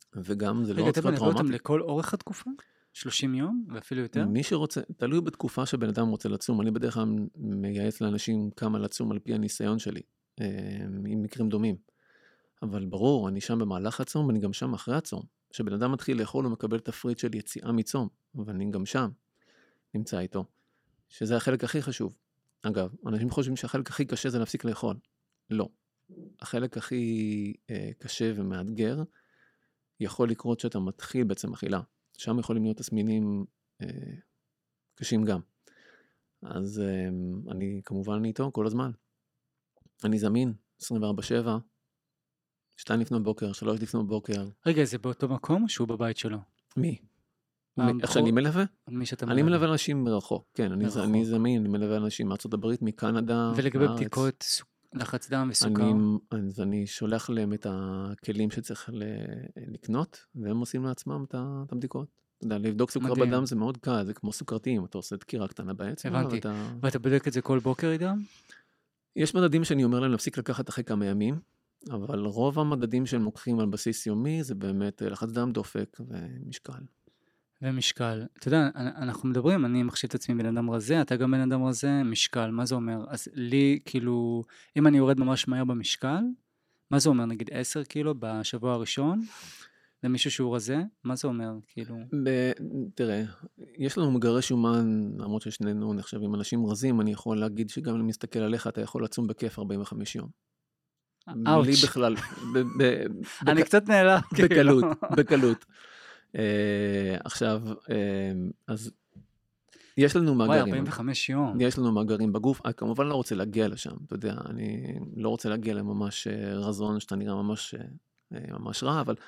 וגם זה לא רגע, צריך אתה להיות מלווה אותם טראומטי. לכל אורך התקופה? שלושים יום ואפילו יותר? מי שרוצה, תלוי בתקופה שבן אדם רוצה לצום. אני בדרך כלל מייעץ לאנשים כמה לצום על פי הניסיון שלי, אה, עם מקרים דומים. אבל ברור, אני שם במהלך הצום, ואני גם שם אחרי הצום. כשבן אדם מתחיל לאכול, הוא מקבל תפריט של יציאה מצום, ואני גם שם נמצא איתו, שזה החלק הכי חשוב. אגב, אנשים חושבים שהחלק הכי קשה זה להפסיק לאכול. לא. החלק הכי אה, קשה ומאתגר יכול לקרות שאתה מתחיל בעצם אכילה. שם יכולים להיות תסמינים אה, קשים גם. אז אה, אני כמובן איתו כל הזמן. אני זמין, עשרים וארבע שבע, שתיים לפנות בוקר, שלוש לפנות בוקר. רגע, זה באותו מקום או שהוא בבית שלו? מי? הבחור- איך שאני מלווה? מי שאתה אני מלווה אנשים מרחוק, כן, אני, מרחוק. אני זמין, אני מלווה אנשים מארצות הברית, מקנדה, ולגבי מהארץ. בדיקות סוכ- לחץ דם וסוכר? אני, אז אני שולח להם את הכלים שצריך ל, לקנות, והם עושים לעצמם את, ה- את הבדיקות. אתה יודע, לבדוק סוכר מדהים. בדם זה מאוד קל, זה כמו סוכרתיים, אתה עושה דקירה קטנה בעצם. הבנתי. ואתה... ואתה בודק את זה כל בוקר איתם? יש מדדים שאני אומר להם להפסיק לקחת אחרי כמה ימים, אבל רוב המדדים שהם לוקחים על בסיס יומי, זה באמת לחץ דם, דופק ומשקל. ומשקל. אתה יודע, אנחנו מדברים, אני מחשיב את עצמי בן אדם רזה, אתה גם בן אדם רזה, משקל, מה זה אומר? אז לי, כאילו, אם אני יורד ממש מהר במשקל, מה זה אומר? נגיד עשר קילו בשבוע הראשון, למישהו שהוא רזה, מה זה אומר? כאילו, ב... תראה, יש לנו מגרי שומן, למרות ששנינו נחשבים אנשים רזים, אני יכול להגיד שגם אם אני מסתכל עליך, אתה יכול לצום בכיף ארבעים וחמישה יום. אאוץ'. לי בכלל, ב... ב... אני בק... קצת נעלב, כאילו. בקלות, בקלות. Uh, עכשיו, uh, אז יש לנו וואי, מאגרים. ארבעים וחמישה יום. יש לנו מאגרים בגוף, אני כמובן לא רוצה להגיע לשם, אתה יודע, אני לא רוצה להגיע לממש רזון, שאתה נראה ממש, ממש רע, אבל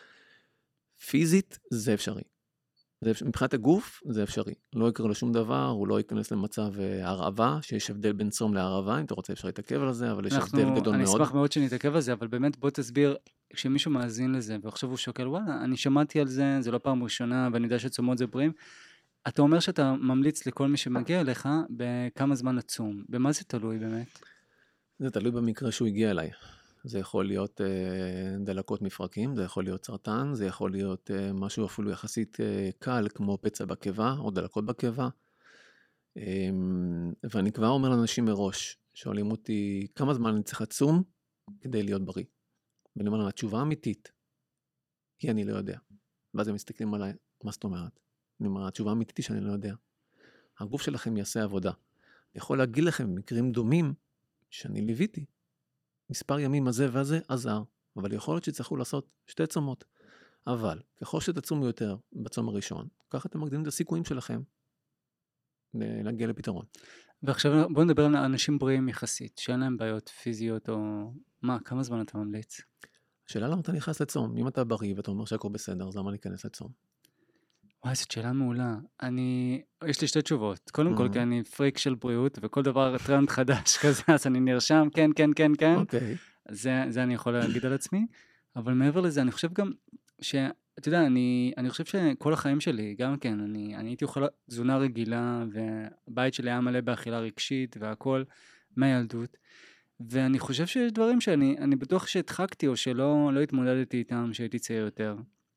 פיזית זה אפשרי. זה אפשר, מבחינת הגוף זה אפשרי. לא יקרה לו שום דבר, הוא לא ייכנס למצב הרעבה, שיש הבדל בין צום להרעבה, אם אתה רוצה אפשר להתעכב על זה, אבל יש אנחנו, הבדל גדול אני מאוד. אני אשמח מאוד שנתעכב על זה, אבל באמת בוא תסביר, כשמישהו מאזין לזה, ועכשיו הוא שוקל, וואלה, אני שמעתי על זה, זה לא פעם ראשונה, ואני יודע שצומות זה בריאים, אתה אומר שאתה ממליץ לכל מי שמגיע אליך, בכמה זמן לצום. במה זה תלוי באמת? זה תלוי במקרה שהוא הגיע אליי. זה יכול להיות אה, דלקות מפרקים, זה יכול להיות סרטן, זה יכול להיות אה, משהו אפילו יחסית אה, קל, כמו פצע בקיבה או דלקות בקיבה. אה, ואני כבר אומר לאנשים מראש, שואלים אותי כמה זמן אני צריך לצום כדי להיות בריא. ואני אומר להם, התשובה האמיתית היא אני לא יודע. ואז הם מסתכלים עליי, מה זאת אומרת? אני אומר, התשובה האמיתית היא שאני לא יודע. הגוף שלכם יעשה עבודה. אני יכול להגיד לכם מקרים דומים שאני ליוויתי. מספר ימים הזה והזה עזר, אבל יכול להיות שצריכו לעשות שתי צומות. אבל ככל שתצומו יותר בצום הראשון, ככה אתם מגדילים את הסיכויים שלכם להגיע לפתרון. ועכשיו בואו נדבר על אנשים בריאים יחסית, שאין להם בעיות פיזיות או... מה, כמה זמן אתה ממליץ? השאלה למה אתה נכנס לצום? אם אתה בריא ואתה אומר שהכל בסדר, אז למה להיכנס לצום? וואי, זאת שאלה מעולה. אני... יש לי שתי תשובות. קודם כל, כי אני פריק של בריאות, וכל דבר טרנד חדש כזה, אז אני נרשם, כן, כן, כן, כן. אוקיי. זה, זה אני יכול להגיד על עצמי. אבל מעבר לזה, אני חושב גם ש... אתה יודע, אני, אני חושב שכל החיים שלי, גם כן, אני, אני הייתי אוכל תזונה רגילה, והבית שלי היה מלא באכילה רגשית, והכל מהילדות. ואני חושב שיש דברים שאני אני בטוח שהדחקתי, או שלא לא התמודדתי איתם, שהייתי צעיר יותר.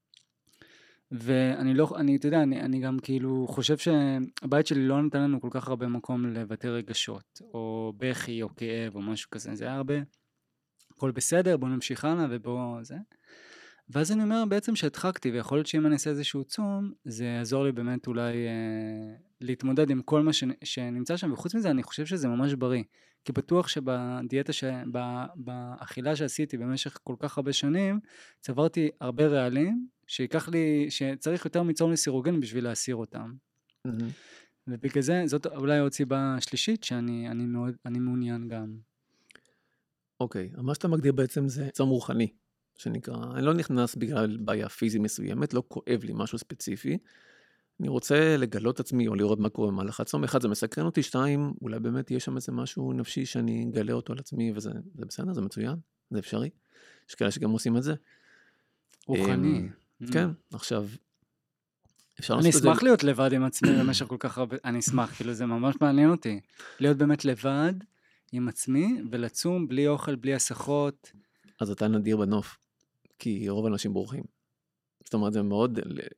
ואני לא, אני, אתה יודע, אני, אני גם כאילו חושב שהבית שלי לא נתן לנו כל כך הרבה מקום לבטא רגשות, או בכי, או כאב, או משהו כזה. זה היה הרבה, הכל בסדר, בוא נמשיך הלאה, ובוא זה. ואז אני אומר בעצם שהדחקתי, ויכול להיות שאם אני אעשה איזשהו צום, זה יעזור לי באמת אולי אה, להתמודד עם כל מה ש, שנמצא שם, וחוץ מזה אני חושב שזה ממש בריא. כי בטוח שבדיאטה, ש... באכילה שעשיתי במשך כל כך הרבה שנים, צברתי הרבה רעלים, שיקח לי, שצריך יותר מצום לסירוגן בשביל להסיר אותם. Mm-hmm. ובגלל זה, זאת אולי עוד סיבה שלישית, שאני אני מאוד, אני מעוניין גם. אוקיי, מה שאתה מגדיר בעצם זה צום רוחני, שנקרא, אני לא נכנס בגלל בעיה פיזית מסוימת, לא כואב לי משהו ספציפי, אני רוצה לגלות עצמי או לראות מה קורה במהלך הצום. אחד, זה מסקרן אותי, שתיים, אולי באמת יש שם איזה משהו נפשי שאני אגלה אותו על עצמי, וזה זה בסדר, זה מצוין, זה אפשרי. יש כאלה שגם עושים את זה. רוחני. כן, עכשיו, אפשר אני לעשות את זה. אשמח להיות לבד עם עצמי במשך כל כך הרבה, אני אשמח, כאילו זה ממש מעניין אותי. להיות באמת לבד עם עצמי, ולצום בלי אוכל, בלי הסחות. אז אתה נדיר בנוף, כי רוב האנשים בורחים. זאת אומרת, זה מאוד,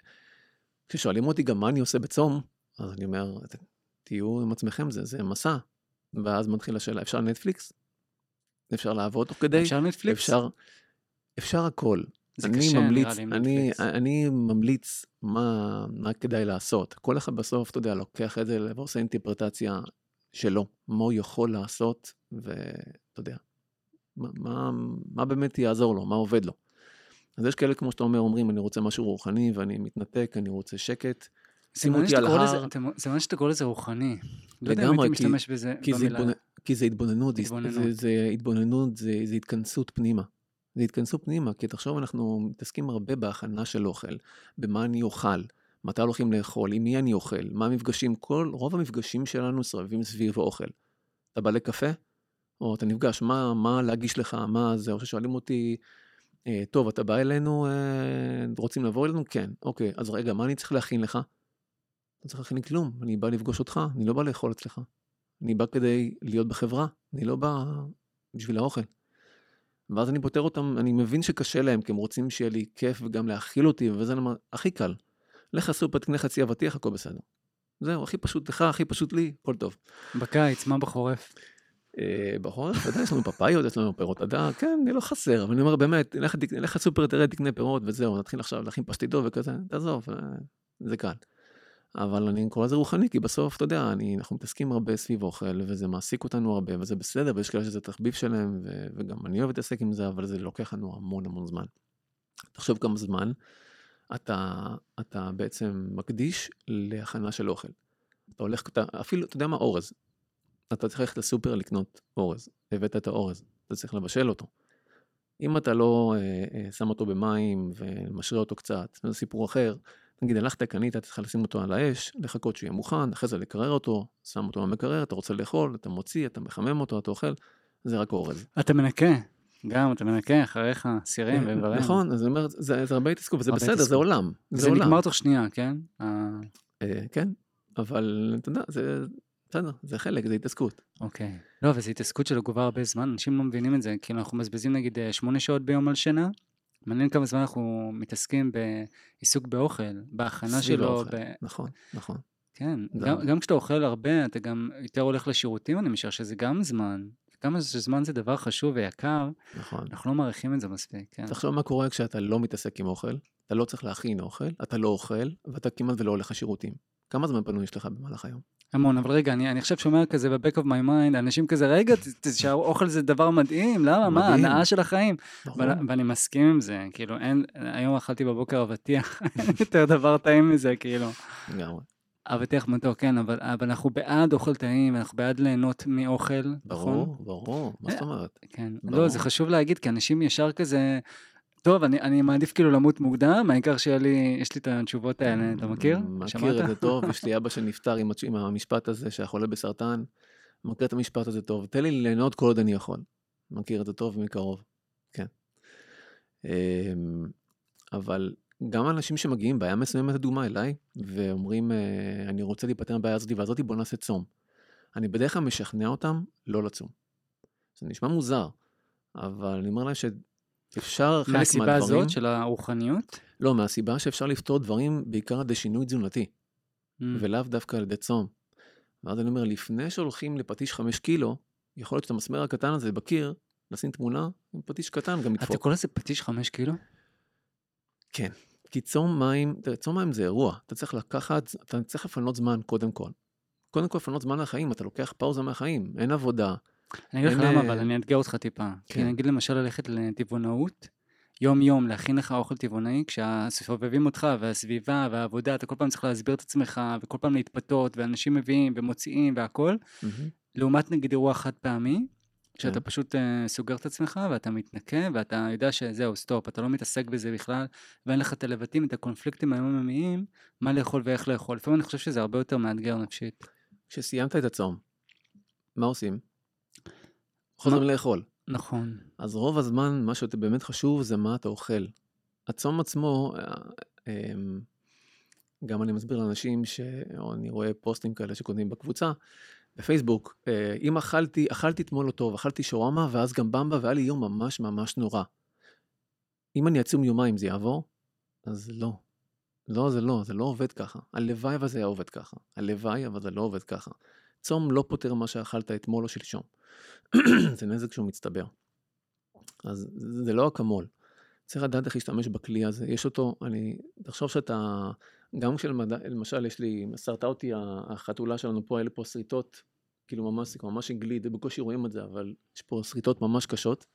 כששואלים אותי גם מה אני עושה בצום, אז אני אומר, תהיו עם עצמכם, זה, זה מסע. ואז מתחיל השאלה, אפשר נטפליקס? אפשר לעבוד תוך כדי? אפשר נטפליקס? אפשר, אפשר הכל. זה אני קשה, ממליץ, נראה לי, עם אני, נטפליקס. אני ממליץ מה, מה כדאי לעשות. כל אחד בסוף, אתה יודע, לוקח את זה ועושה אינטרפרטציה שלו, מה הוא יכול לעשות, ואתה יודע, מה, מה, מה באמת יעזור לו, מה עובד לו. אז יש כאלה, כמו שאתה אומר, אומרים, אני רוצה משהו רוחני, ואני מתנתק, אני רוצה שקט, שימו אותי על הר. זה מעניין שאתה קורא לזה רוחני. לא יודע אם לגמרי, הייתי כי- משתמש בזה כי זה, במילה. התבונ... כי זה התבוננות, זה, התבוננות. זה, זה התבוננות, זה, זה התכנסות פנימה. זה התכנסות פנימה, כי תחשוב, אנחנו מתעסקים הרבה בהכנה של אוכל, במה אני אוכל, מתי הולכים לאכול, עם מי אני אוכל, מה המפגשים, כל, רוב המפגשים שלנו סביבים סביב האוכל. אתה בא לקפה, או אתה נפגש, מה, מה להגיש לך, מה זה, או ששואלים אותי, אה, טוב, אתה בא אלינו, אה, רוצים לבוא אלינו? כן, אוקיי, אז רגע, מה אני צריך להכין לך? לא צריך להכין לי כלום, אני בא לפגוש אותך, אני לא בא לאכול אצלך. אני בא כדי להיות בחברה, אני לא בא בשביל האוכל. ואז אני פותר אותם, אני מבין שקשה להם, כי הם רוצים שיהיה לי כיף וגם להאכיל אותי, וזה למה, הכי קל. לך סופר, תקנה חצי אבטיח, הכל בסדר. זהו, הכי פשוט לך, הכי פשוט לי, הכל טוב. בקיץ, מה בחורף? אה, בחורף, אתה יודע, יש לנו פפאיות, יש לנו פירות אדר, כן, אני לא חסר, אבל אני אומר, באמת, לך, לך סופר, תראה, תקנה פירות, וזהו, נתחיל עכשיו להכין פשטידו וכזה, תעזוב, אה, זה קל. אבל אני קורא לזה רוחני, כי בסוף, אתה יודע, אני, אנחנו מתעסקים הרבה סביב אוכל, וזה מעסיק אותנו הרבה, וזה בסדר, ויש כאלה שזה תחביב שלהם, ו- וגם אני אוהב להתעסק עם זה, אבל זה לוקח לנו המון המון זמן. תחשוב כמה זמן אתה, אתה בעצם מקדיש להכנה של אוכל. אתה הולך, אתה, אפילו, אתה יודע מה, אורז. אתה צריך ללכת לסופר לקנות אורז. הבאת את האורז, אתה צריך לבשל אותו. אם אתה לא אה, אה, שם אותו במים ומשרה אותו קצת, זה סיפור אחר. נגיד, הלכת, קנית, אתה צריך לשים אותו על האש, לחכות שהוא יהיה מוכן, אחרי זה לקרר אותו, שם אותו במקרר, אתה רוצה לאכול, אתה מוציא, אתה מחמם אותו, אתה אוכל, זה רק אורז. אתה מנקה, גם אתה מנקה אחריך סירים ודברים. נכון, אז אני אומר, זה, זה הרבה התעסקות, וזה הרבה בסדר, התעסקות. זה עולם. זה עולם. נגמר תוך שנייה, כן? אה, אה, כן, אבל אתה יודע, זה בסדר, זה חלק, זה התעסקות. אוקיי. לא, אבל זו התעסקות שלו גובה הרבה זמן, אנשים לא מבינים את זה, כאילו אנחנו מבזבזים נגיד אה, שמונה שעות ביום על שינה, מעניין כמה זמן אנחנו מתעסקים בעיסוק באוכל, בהכנה סביב שלו. האוכל. ב... נכון, נכון. כן, גם. גם, גם כשאתה אוכל הרבה, אתה גם יותר הולך לשירותים, אני משער שזה גם זמן. כמה שזמן זה דבר חשוב ויקר, נכון. אנחנו לא מעריכים את זה מספיק, כן. תחשוב מה קורה כשאתה לא מתעסק עם אוכל, אתה לא צריך להכין אוכל, אתה לא אוכל, ואתה כמעט ולא הולך לשירותים. כמה זמן פנוי יש לך במהלך היום? המון, אבל רגע, אני, אני עכשיו שומע כזה ב-back of my mind, אנשים כזה, רגע, ת- ת- שהאוכל זה דבר מדהים, למה, מה, מדהים. הנאה של החיים. נכון. ואני, ואני מסכים עם זה, כאילו, אין, היום אכלתי בבוקר אבטיח, אין יותר דבר טעים מזה, כאילו. לגמרי. אבטיח מתוק, כן, אבל, אבל אנחנו בעד אוכל טעים, אנחנו בעד ליהנות מאוכל, נכון? ברור, ברור, מה זאת אומרת? כן, ברור. לא, זה חשוב להגיד, כי אנשים ישר כזה, טוב, אני, אני מעדיף כאילו למות מוקדם, העיקר שיהיה לי, יש לי את התשובות האלה, אתה מכיר? מכיר שמעת? את זה טוב, יש לי אבא שנפטר עם, הצ- עם המשפט הזה שהחולה בסרטן, מכיר את המשפט הזה טוב, תן לי ליהנות כל עוד אני יכול. מכיר את זה טוב מקרוב, כן. אמ, אבל גם אנשים שמגיעים, בעיה מסוימת לדוגמה אליי, ואומרים, אה, אני רוצה להיפטר מהבעיה הזאת, והזאת בוא נעשה צום. אני בדרך כלל משכנע אותם לא לצום. זה נשמע מוזר, אבל אני אומר להם שאפשר חלק מהסיבה מהדברים... הזאת של הרוחניות? לא, מהסיבה שאפשר לפתור דברים בעיקר עד שינוי תזונתי, Mm. ולאו דווקא על ידי צום. ואז אני אומר, לפני שהולכים לפטיש חמש קילו, יכול להיות שאת המסמר הקטן הזה בקיר, לשים תמונה עם פטיש קטן גם אתה ידפוק. קורא לזה פטיש חמש קילו? כן, כי צום מים, תראה, צום מים זה אירוע, אתה צריך לקחת, אתה צריך לפנות זמן קודם כל. קודם כל לפנות זמן מהחיים, אתה לוקח פאוזה מהחיים, אין עבודה. אני אגיד לך אין, למה, אה, אבל אני אתגר אותך טיפה. כי כן. נגיד למשל ללכת לטבעונאות, יום יום להכין לך אוכל טבעונאי, כשסובבים אותך והסביבה והעבודה, אתה כל פעם צריך להסביר את עצמך, וכל פעם להתפתות, ואנשים מביאים ומוציאים והכל, מהמם. לעומת נגיד אירוע חד פעמי, כשאתה כן. פשוט uh, סוגר את עצמך, ואתה מתנקה, ואתה יודע שזהו, סטופ, אתה לא מתעסק בזה בכלל, ואין לך את הלבטים, את הקונפליקטים היומיומיים, מה לאכול ואיך לאכול. לפעמים אני חושב שזה הרבה יותר מאתגר נפשית. כשסיימת את הצום, מה עושים? חוזרים לאכול. נכון. אז רוב הזמן, מה שבאמת חשוב זה מה אתה אוכל. הצום עצמו, אה, אה, גם אני מסביר לאנשים, ש... או אני רואה פוסטים כאלה שכותבים בקבוצה, בפייסבוק, אה, אם אכלתי, אכלתי אתמול לא טוב, אכלתי שווארמה, ואז גם במבה, והיה לי יום ממש ממש נורא. אם אני אצום יומיים זה יעבור? אז לא. לא, זה לא, זה לא עובד ככה. הלוואי וזה היה עובד ככה. הלוואי, אבל זה לא עובד ככה. צום לא פותר מה שאכלת אתמול או שלשום. זה נזק שהוא מצטבר. אז זה לא אקמול. צריך לדעת איך להשתמש בכלי הזה. יש אותו, אני, תחשוב שאתה, גם כשלמשל יש לי, סרטה אותי החתולה שלנו פה, אלה פה שריטות, כאילו ממש, ממש גליד, בקושי רואים את זה, אבל יש פה שריטות ממש קשות,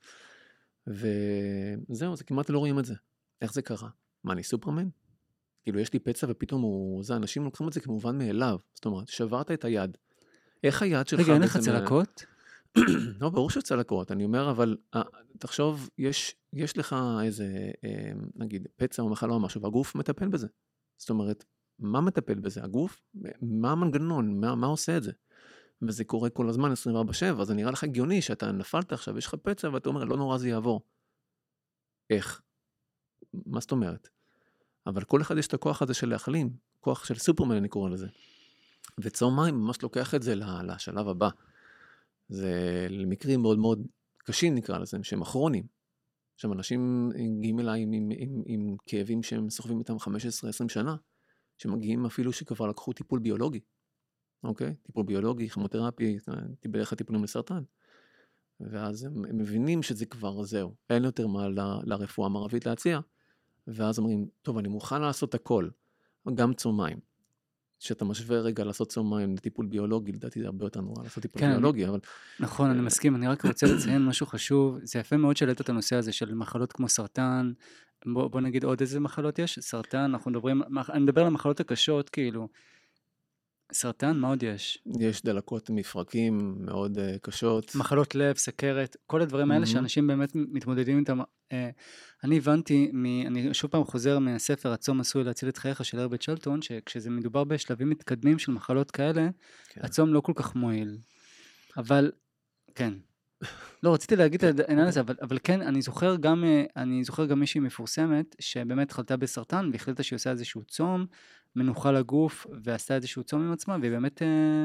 וזהו, זה כמעט לא רואים את זה. איך זה קרה? מה, אני סופרמן? כאילו יש לי פצע ופתאום הוא, זה, אנשים לוקחים את זה כמובן מאליו, זאת אומרת, שברת את היד. איך היד שלך... רגע, אין לך צלקות? לא, ברור שצלקות, אני אומר, אבל תחשוב, יש, יש לך איזה, נגיד, פצע או מחלה או משהו, והגוף מטפל בזה. זאת אומרת, מה מטפל בזה? הגוף? מה המנגנון? מה, מה עושה את זה? וזה קורה כל הזמן, עשרים וארבע שבע, אז זה נראה לך הגיוני שאתה נפלת עכשיו, יש לך פצע, ואתה אומר, לא נורא זה יעבור. איך? מה זאת אומרת? אבל כל אחד יש את הכוח הזה של להחלים, כוח של סופרמן אני קורא לזה. וצום מים ממש לוקח את זה לשלב הבא. זה למקרים מאוד מאוד קשים נקרא לזה, שהם הכרוניים. עכשיו אנשים מגיעים אליי עם, עם, עם, עם כאבים שהם סוחבים איתם חמש עשרה עשרים שנה, שמגיעים אפילו שכבר לקחו טיפול ביולוגי. אוקיי? טיפול ביולוגי, כימותרפי, טיפול איך הטיפולים לסרטן. ואז הם, הם מבינים שזה כבר זהו. אין יותר מה ל, לרפואה המערבית להציע. ואז אומרים, טוב, אני מוכן לעשות הכל, גם צום מים. שאתה משווה רגע לעשות צום מים לטיפול ביולוגי, לדעתי זה הרבה יותר נורא לעשות טיפול כן, ביולוגי, אני, אבל... נכון, אני מסכים, אני רק רוצה לציין משהו חשוב, זה יפה מאוד שלעת את הנושא הזה של מחלות כמו סרטן, בוא, בוא נגיד עוד איזה מחלות יש, סרטן, אנחנו מדברים, אני מדבר על המחלות הקשות, כאילו, סרטן, מה עוד יש? יש דלקות מפרקים מאוד uh, קשות. מחלות לב, סכרת, כל הדברים האלה שאנשים באמת מתמודדים איתם. אני הבנתי, אני שוב פעם חוזר מהספר הצום עשוי להציל את חייך של הרברט שלטון, שכשזה מדובר בשלבים מתקדמים של מחלות כאלה, כן. הצום לא כל כך מועיל. אבל, כן. לא, רציתי להגיד את העניין הזה, אבל, אבל כן, אני זוכר גם, אני זוכר גם מישהי מפורסמת, שבאמת חלתה בסרטן, והחליטה שהיא עושה איזשהו צום, מנוחה לגוף, ועשתה איזשהו צום עם עצמה, והיא באמת,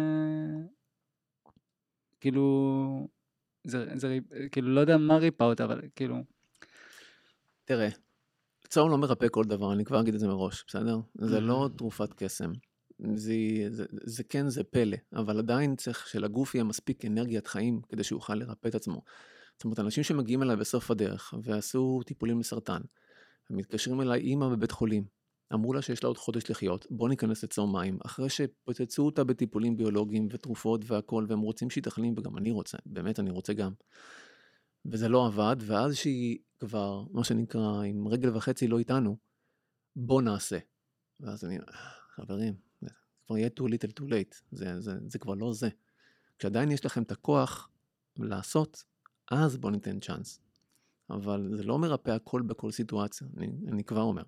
כאילו, זה, זה, כאילו, לא יודע מה ריפה אותה, אבל כאילו... תראה, צום לא מרפא כל דבר, אני כבר אגיד את זה מראש, בסדר? זה לא תרופת קסם. זה, זה, זה כן, זה פלא, אבל עדיין צריך שלגוף יהיה מספיק אנרגיית חיים, כדי שהוא יוכל לרפא את עצמו. זאת אומרת, אנשים שמגיעים אליי בסוף הדרך, ועשו טיפולים לסרטן, הם מתקשרים אליי אימא בבית חולים, אמרו לה שיש לה עוד חודש לחיות, בוא ניכנס לצום מים, אחרי שפוצצו אותה בטיפולים ביולוגיים ותרופות והכל, והם רוצים שהיא תחלים, וגם אני רוצה, באמת אני רוצה גם. וזה לא עבד, ואז שהיא כבר, מה שנקרא, עם רגל וחצי לא איתנו, בוא נעשה. ואז אני, חברים, זה כבר יהיה too little too late, זה, זה, זה כבר לא זה. כשעדיין יש לכם את הכוח לעשות, אז בוא ניתן צ'אנס. אבל זה לא מרפא הכל בכל סיטואציה, אני, אני כבר אומר.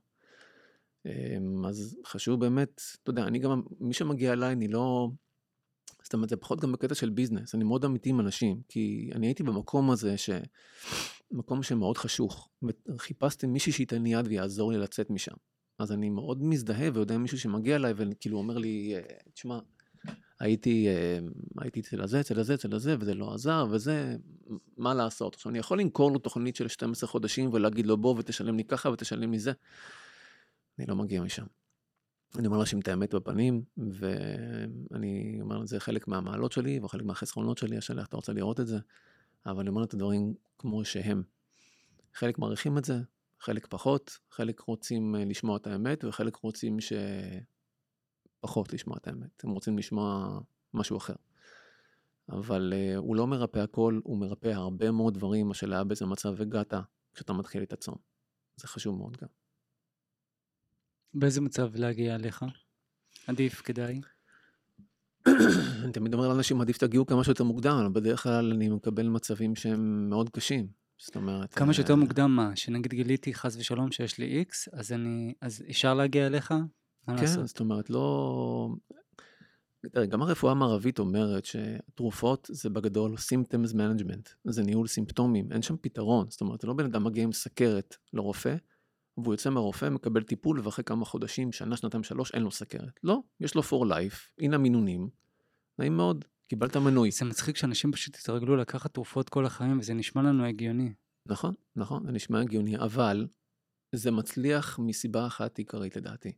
אז חשוב באמת, אתה יודע, אני גם, מי שמגיע אליי, אני לא, זאת אומרת, זה פחות גם בקטע של ביזנס, אני מאוד אמיתי עם אנשים, כי אני הייתי במקום הזה, ש... מקום שמאוד חשוך, וחיפשתי מישהי שייתן לי יד ויעזור לי לצאת משם. אז אני מאוד מזדהה ויודע מישהו שמגיע אליי, וכאילו אומר לי, תשמע, הייתי, הייתי אצל הזה, אצל הזה, אצל הזה, וזה לא עזר, וזה, מה לעשות? עכשיו, אני יכול למכור לו תוכנית של שנים עשר חודשים, ולהגיד לו, בוא ותשלם לי ככה, ותשלם לי זה. אני לא מגיע משם. אני אומר לאנשים את האמת בפנים, ואני אומר, זה חלק מהמעלות שלי, וחלק מהחסרונות שלי, השאלה איך אתה רוצה לראות את זה, אבל אני אומר את הדברים כמו שהם. חלק מעריכים את זה, חלק פחות, חלק רוצים לשמוע את האמת, וחלק רוצים שפחות לשמוע את האמת. הם רוצים לשמוע משהו אחר. אבל uh, הוא לא מרפא הכל, הוא מרפא הרבה מאוד דברים, השאלה באיזה מצב הגעת כשאתה מתחיל את הצום. זה חשוב מאוד גם. באיזה מצב להגיע אליך? עדיף, כדאי? אני תמיד אומר לאנשים, עדיף תגיעו כמה שיותר מוקדם, אבל בדרך כלל אני מקבל מצבים שהם מאוד קשים. זאת אומרת... כמה שיותר מוקדם מה? שנגיד גיליתי חס ושלום שיש לי איקס, אז אני... אז אפשר להגיע אליך? כן, זאת אומרת, לא... גם הרפואה המערבית אומרת שתרופות זה בגדול symptoms management, זה ניהול סימפטומים, אין שם פתרון. זאת אומרת, זה לא בן אדם מגיע עם סכרת לרופא, והוא יוצא מהרופא, מקבל טיפול, ואחרי כמה חודשים, שנה, שנתיים, שלוש, אין לו סכרת. לא, יש לו for life, הנה המינונים, נעים מאוד, קיבלת מנוי. זה מצחיק שאנשים פשוט התרגלו לקחת תרופות כל החיים, וזה נשמע לנו הגיוני. נכון, נכון, זה נשמע הגיוני, אבל זה מצליח מסיבה אחת עיקרית לדעתי.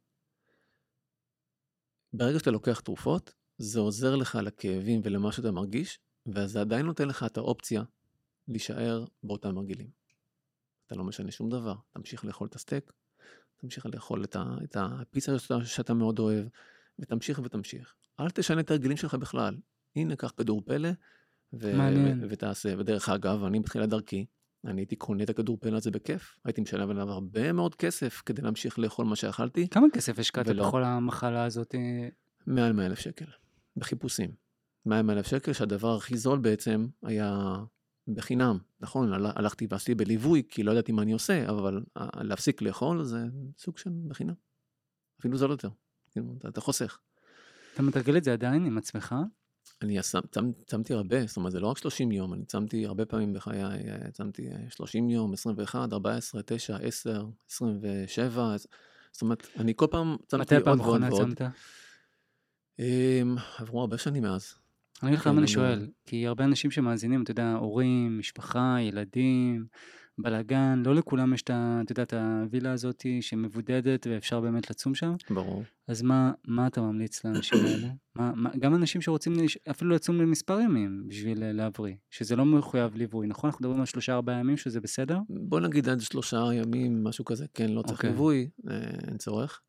ברגע שאתה לוקח תרופות, זה עוזר לך לכאבים ולמה שאתה מרגיש, ואז זה עדיין נותן לך את האופציה להישאר באותם הרגילים. אתה לא משנה שום דבר, תמשיך לאכול את הסטייק, תמשיך לאכול את, ה, את הפיצה שאתה, שאתה מאוד אוהב, ותמשיך ותמשיך. אל תשנה את הרגילים שלך בכלל. הנה, קח כדור פלא, ו- ו- ותעשה. ודרך אגב, אני בתחילת דרכי, אני הייתי קונה את הכדור פלא הזה בכיף, הייתי משלם עליו הרבה מאוד כסף כדי להמשיך לאכול מה שאכלתי. כמה כסף השקעת בכל המחלה הזאת? מעל מאה אלף שקל, בחיפושים. מעל אלף שקל, שהדבר הכי זול בעצם היה בחינם. נכון, הלכתי ועשיתי בליווי, כי לא ידעתי מה אני עושה, אבל להפסיק לאכול זה סוג של בחינם. אפילו זול יותר, אתה חוסך. אתה מתרגל את זה עדיין עם עצמך? אני צמתי הרבה, זאת אומרת, זה לא רק שלושים יום, אני צמתי הרבה פעמים בחיי, צמתי שלושים יום, עשרים ואחת, ארבע עשרה, תשע, עשר, עשרים ושבע, זאת אומרת, אני כל פעם צמתי עוד ועוד ועוד. מתי פעם אחרונה צמת? עברו הרבה שנים מאז. אני אגיד לך למה אני שואל, כי הרבה אנשים שמאזינים, אתה יודע, הורים, משפחה, ילדים, בלגן, לא לכולם יש את הווילה הזאת שמבודדת ואפשר באמת לצום שם. ברור. אז מה, מה אתה ממליץ לאנשים האלה? מה, מה, גם אנשים שרוצים אפילו לצום למספר ימים בשביל להבריא, שזה לא מחויב ליווי, נכון? אנחנו מדברים על שלושה ארבעה ימים שזה בסדר? בוא נגיד עד שלושה ימים, משהו כזה, כן, לא צריך ליווי, אין צורך.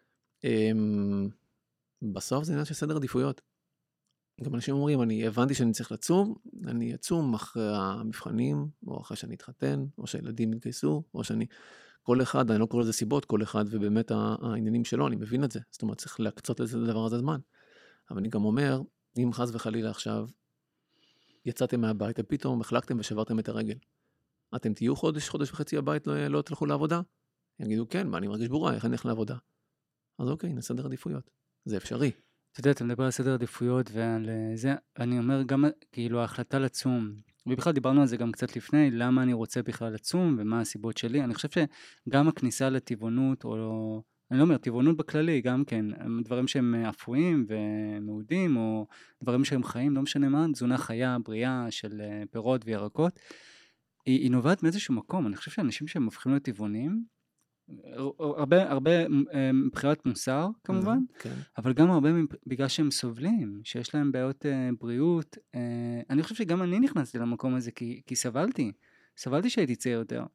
בסוף זה עניין של סדר עדיפויות. גם אנשים אומרים, אני הבנתי שאני צריך לצום, אני אצום אחרי המבחנים, או אחרי שאני אתחתן, או שהילדים יתגייסו, או שאני, כל אחד, אני לא קורא לזה סיבות, כל אחד ובאמת העניינים שלו, אני מבין את זה. זאת אומרת, צריך להקצות לזה לדבר הזה זמן. אבל אני גם אומר, אם חס וחלילה עכשיו, יצאתם מהבית, ופתאום החלקתם ושברתם את הרגל. אתם תהיו חודש, חודש וחצי הבית, לא, לא תלכו לעבודה? יגידו, כן, מה, אני מרגיש בורה, איך אני הולך לעבודה? אז אוקיי, נסדר עדיפויות. זה אפשרי. אתה יודע, אתה מדבר על סדר עדיפויות ועל זה, אני אומר גם, כאילו, ההחלטה לצום, ובכלל דיברנו על זה גם קצת לפני, למה אני רוצה בכלל לצום ומה הסיבות שלי. אני חושב שגם הכניסה לטבעונות, או אני לא אומר, טבעונות בכללי, גם כן, דברים שהם אפויים ומעודים, או דברים שהם חיים, לא משנה מה, תזונה חיה, בריאה של פירות וירקות, היא, היא נובעת מאיזשהו מקום. אני חושב שאנשים שהם הופכים להיות טבעונים, הרבה, הרבה מבחינת מוסר כמובן, כן. אבל גם הרבה בגלל שהם סובלים, שיש להם בעיות בריאות. אני חושב שגם אני נכנסתי למקום הזה כי, כי סבלתי, סבלתי שהייתי צעיר יותר.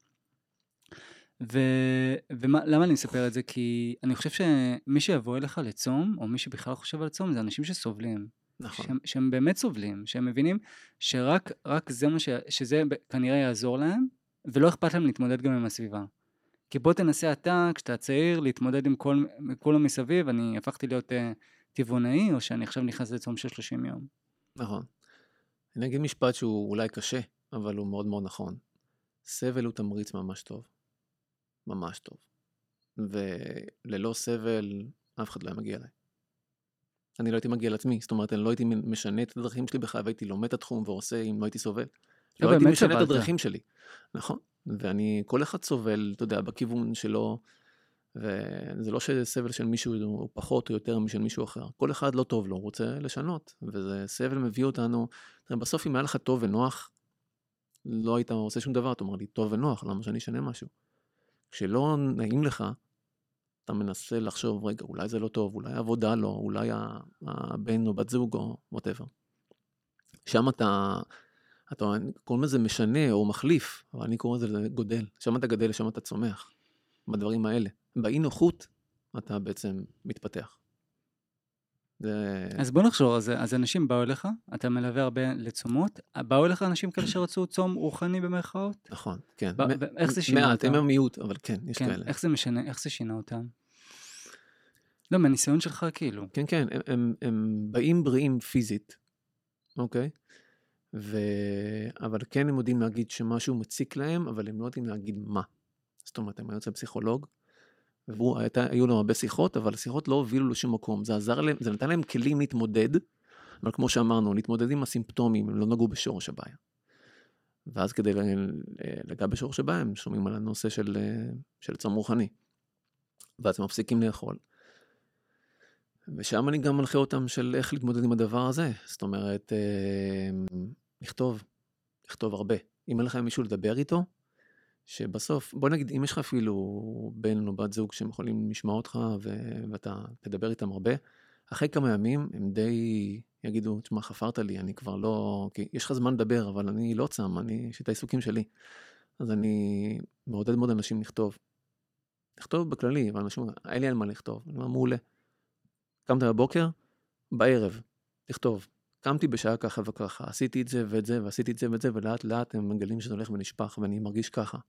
ו, ולמה אני מספר את זה? כי אני חושב שמי שיבוא אליך לצום, או מי שבכלל חושב על צום, זה אנשים שסובלים. נכון. שהם, שהם באמת סובלים, שהם מבינים שרק רק זה מה ש, שזה כנראה יעזור להם, ולא אכפת להם להתמודד גם עם הסביבה. כי בוא תנסה אתה, כשאתה צעיר, להתמודד עם כל, כולם מסביב, אני הפכתי להיות uh, טבעונאי, או שאני עכשיו נכנס לצום של שלושים יום. נכון. אני אגיד משפט שהוא אולי קשה, אבל הוא מאוד מאוד נכון. סבל הוא תמריץ ממש טוב. ממש טוב. וללא סבל, אף אחד לא היה מגיע אליי. אני לא הייתי מגיע לעצמי, זאת אומרת, אני לא הייתי משנה את הדרכים שלי בכלל, והייתי לומד את התחום ועושה אם לא הייתי סובל. לא הייתי משנה את הדרכים שלי. נכון. ואני, כל אחד סובל, אתה יודע, בכיוון שלו, וזה לא שסבל של מישהו הוא פחות או יותר משל מישהו אחר. כל אחד לא טוב לו, הוא רוצה לשנות, וזה סבל מביא אותנו, בסוף אם היה לך טוב ונוח, לא היית עושה שום דבר, אתה אומר לי, טוב ונוח, למה שאני אשנה משהו? כשלא נעים לך, אתה מנסה לחשוב, רגע, אולי זה לא טוב, אולי העבודה לא, אולי הבן או בת זוג או whatever. שם אתה... אתה קוראים לזה משנה או מחליף, אבל אני קורא לזה גודל. שם אתה גדל, שם אתה צומח. בדברים האלה. באי נוחות, אתה בעצם מתפתח. זה... אז בוא נחשוב, אז, אז אנשים באו אליך, אתה מלווה הרבה לצומות, באו אליך אנשים כאלה שרצו צום רוחני במרכאות? נכון, כן. בא, מ- איך זה שינה מעט, אותם? הם המיעוט, אבל כן, יש כן, כאלה. איך זה משנה, איך זה שינה אותם? לא, מהניסיון שלך כאילו. כן, כן, הם, הם, הם באים בריאים פיזית, אוקיי? ו... אבל כן הם יודעים להגיד שמשהו מציק להם, אבל הם לא יודעים להגיד מה. זאת אומרת, הם היו אצל פסיכולוג, והיו לו הרבה שיחות, אבל השיחות לא הובילו לשום מקום. זה עזר להם, זה נתן להם כלים להתמודד, אבל כמו שאמרנו, להתמודד עם הסימפטומים, הם לא נגעו בשורש הבעיה. ואז כדי לגע בשורש הבעיה, הם שומעים על הנושא של, של צום רוחני. ואז הם מפסיקים לאכול. ושם אני גם מלכה אותם של איך להתמודד עם הדבר הזה. זאת אומרת, לכתוב, לכתוב הרבה. אם אין לך מישהו לדבר איתו, שבסוף, בוא נגיד, אם יש לך אפילו בן או בת זוג שהם יכולים לשמוע אותך, ו- ואתה תדבר איתם הרבה, אחרי כמה ימים הם די יגידו, תשמע, חפרת לי, אני כבר לא, כי יש לך זמן לדבר, אבל אני לא צם, אני, יש את העיסוקים שלי. אז אני מעודד מאוד אנשים לכתוב. לכתוב בכללי, אבל אנשים, אין לי על מה לכתוב, אני אומר, מעולה. קמת בבוקר, בערב, לכתוב. קמתי בשעה ככה וככה, עשיתי את זה ואת זה, ועשיתי את זה ואת זה, ולאט לאט הם מגלים שזה הולך ונשפך, ואני מרגיש ככה.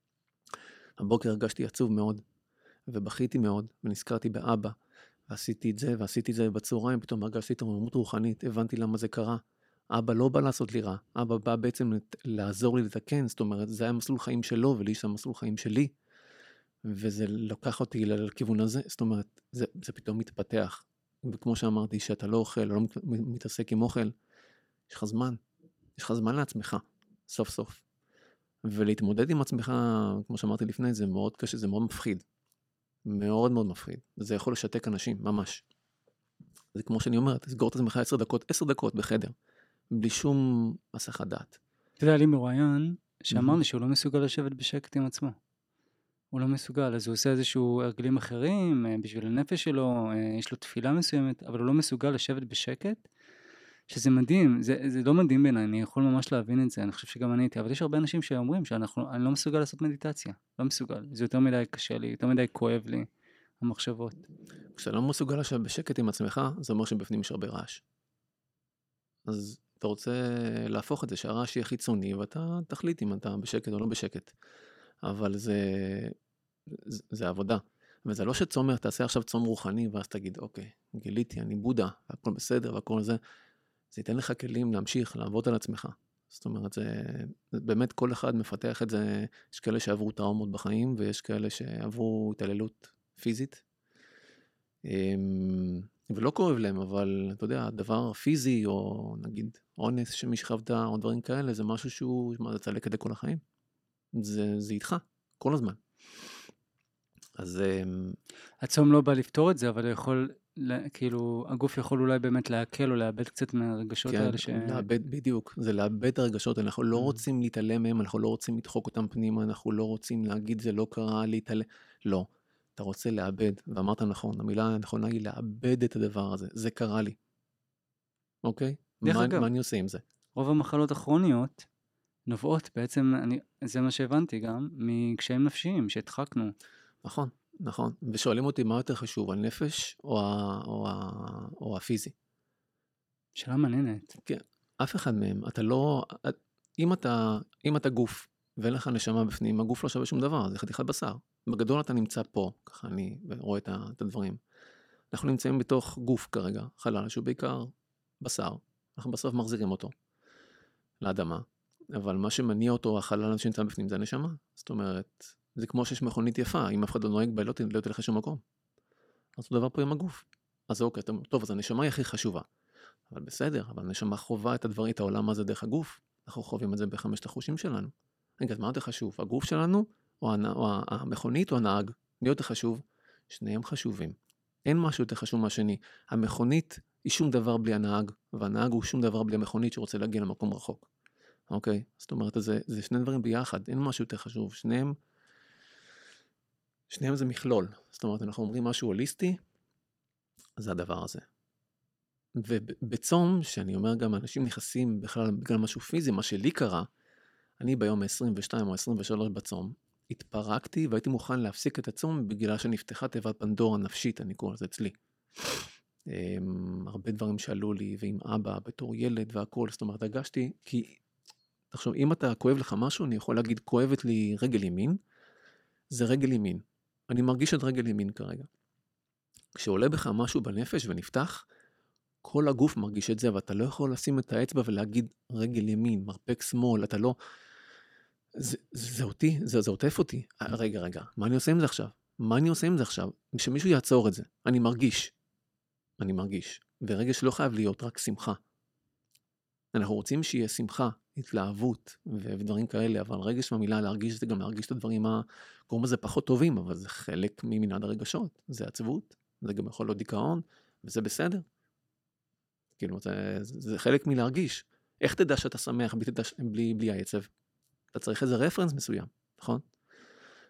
הבוקר הרגשתי עצוב מאוד, ובכיתי מאוד, ונזכרתי באבא, ועשיתי את זה, ועשיתי את זה בצהריים, פתאום הרגשתי התרוממות רוחנית, הבנתי למה זה קרה. אבא לא בא לעשות לי רע, אבא בא בעצם לעזור לי לתקן, זאת אומרת, זה היה מסלול חיים שלו, ולי יש מסלול חיים שלי, וזה לקח אותי לכיוון הזה, זאת אומרת, זה, זה פתאום מתפתח. וכמו שאמרתי, שאתה לא אוכל, או לא מתעסק עם אוכל, יש לך זמן, יש לך זמן לעצמך, סוף סוף. ולהתמודד עם עצמך, כמו שאמרתי לפני, זה מאוד קשה, זה מאוד מפחיד. מאוד מאוד מפחיד. זה יכול לשתק אנשים, ממש. זה כמו שאני אומר, תסגור את עצמך עשר דקות, עשר דקות בחדר, בלי שום הסחת דעת. אתה יודע, לי מרואיין שאמר לי שהוא לא מסוגל לשבת בשקט עם עצמו. הוא לא מסוגל, אז הוא עושה איזשהו הרגלים אחרים בשביל הנפש שלו, יש לו תפילה מסוימת, אבל הוא לא מסוגל לשבת בשקט, שזה מדהים, זה, זה לא מדהים בעיניי, אני יכול ממש להבין את זה, אני חושב שגם אני הייתי, אבל יש הרבה אנשים שאומרים שאני לא מסוגל לעשות מדיטציה, לא מסוגל, זה יותר מדי קשה לי, יותר מדי כואב לי, המחשבות. כשאתה לא מסוגל לשבת בשקט עם עצמך, זה אומר שבפנים יש הרבה רעש. אז אתה רוצה להפוך את זה, שהרעש יהיה חיצוני, ואתה תחליט אם אתה בשקט או לא בשקט. אבל זה, זה, זה עבודה. וזה לא שצומר, תעשה עכשיו צום רוחני, ואז תגיד, אוקיי, גיליתי, אני בודה, והכל בסדר, והכל זה. זה ייתן לך כלים להמשיך, לעבוד על עצמך. זאת אומרת, זה, זה באמת כל אחד מפתח את זה, יש כאלה שעברו טראומות בחיים, ויש כאלה שעברו התעללות פיזית. ולא כואב להם, אבל אתה יודע, הדבר פיזי, או נגיד אונס שמי שחוותה, או דברים כאלה, זה משהו שהוא, מה, זה צלק כדי כל החיים. זה, זה איתך, כל הזמן. אז הצום לא בא לפתור את זה, אבל יכול, כאילו, הגוף יכול אולי באמת להקל או לאבד קצת מהרגשות כן, האלה ש... לאבד, בדיוק, זה לאבד את הרגשות, אנחנו לא רוצים להתעלם מהם, אנחנו לא רוצים לדחוק אותם פנימה, אנחנו לא רוצים להגיד זה לא קרה, להתעלם, לא. אתה רוצה לאבד, ואמרת נכון, המילה הנכונה היא לאבד את הדבר הזה, זה קרה לי. אוקיי? מה, אגב, מה אני עושה עם זה? רוב המחלות הכרוניות נובעות בעצם, אני, זה מה שהבנתי גם, מקשיים נפשיים שהדחקנו. נכון, נכון. ושואלים אותי מה יותר חשוב, הנפש או, ה, או, ה, או הפיזי? שאלה מעניינת. כן, אף אחד מהם, אתה לא, אם אתה, אם אתה גוף, ואין לך נשמה בפנים, הגוף לא שווה שום דבר, זה חתיכת בשר. בגדול אתה נמצא פה, ככה אני רואה את הדברים. אנחנו נמצאים בתוך גוף כרגע, חלל, שהוא בעיקר בשר. אנחנו בסוף מחזירים אותו לאדמה, אבל מה שמניע אותו, החלל שנמצא בפנים, זה הנשמה. זאת אומרת, זה כמו שיש מכונית יפה, אם אף אחד לא נוהג בה, לא, לא תלך לשום מקום. אז אותו דבר פה עם הגוף. אז אוקיי, טוב, אז הנשמה היא הכי חשובה. אבל בסדר, אבל הנשמה חובה את הדברים, את העולם הזה דרך הגוף. אנחנו חווים את זה בחמשת החושים שלנו. רגע, אז מה יותר חשוב? הגוף שלנו, או, הנ... או המכונית או הנהג? מי יותר חשוב? שניהם חשובים. אין משהו יותר חשוב מהשני. המכונית היא שום דבר בלי הנהג, והנהג הוא שום דבר בלי המכונית שרוצה להגיע למקום רחוק. אוקיי? זאת אומרת, זה, זה שני דברים ביחד, אין משהו יותר חשוב. שניהם, שניהם זה מכלול. זאת אומרת, אנחנו אומרים משהו הוליסטי, זה הדבר הזה. ובצום, שאני אומר גם, אנשים נכנסים בכלל בגלל משהו פיזי, מה שלי קרה, אני ביום עשרים ושתיים או עשרים ושלוש בצום, התפרקתי והייתי מוכן להפסיק את הצום בגלל שנפתחה תיבת פנדורה נפשית, אני קורא לזה אצלי. הרבה דברים שעלו לי, ועם אבא, בתור ילד והכל, זאת אומרת, הרגשתי, כי, תחשוב, אם אתה כואב לך משהו, אני יכול להגיד, כואבת לי רגל ימין, זה רגל ימין. אני מרגיש את רגל ימין כרגע. כשעולה בך משהו בנפש ונפתח, כל הגוף מרגיש את זה, ואתה לא יכול לשים את האצבע ולהגיד רגל ימין, מרפק שמאל, אתה לא... זה, זה אותי, זה, זה עוטף אותי. רגע, רגע, מה אני עושה עם זה עכשיו? מה אני עושה עם זה עכשיו? שמישהו יעצור את זה. אני מרגיש. אני מרגיש. ורגע שלא חייב להיות רק שמחה. אנחנו רוצים שיהיה שמחה, התלהבות ודברים כאלה, אבל רגש מהמילה להרגיש זה גם להרגיש את הדברים הקוראים לזה פחות טובים, אבל זה חלק ממנעד הרגשות. זה עצבות, זה גם יכול להיות דיכאון, וזה בסדר. כאילו, זה, זה חלק מלהרגיש. איך תדע שאתה שמח בלי, בלי, בלי העצב? אתה צריך איזה רפרנס מסוים, נכון?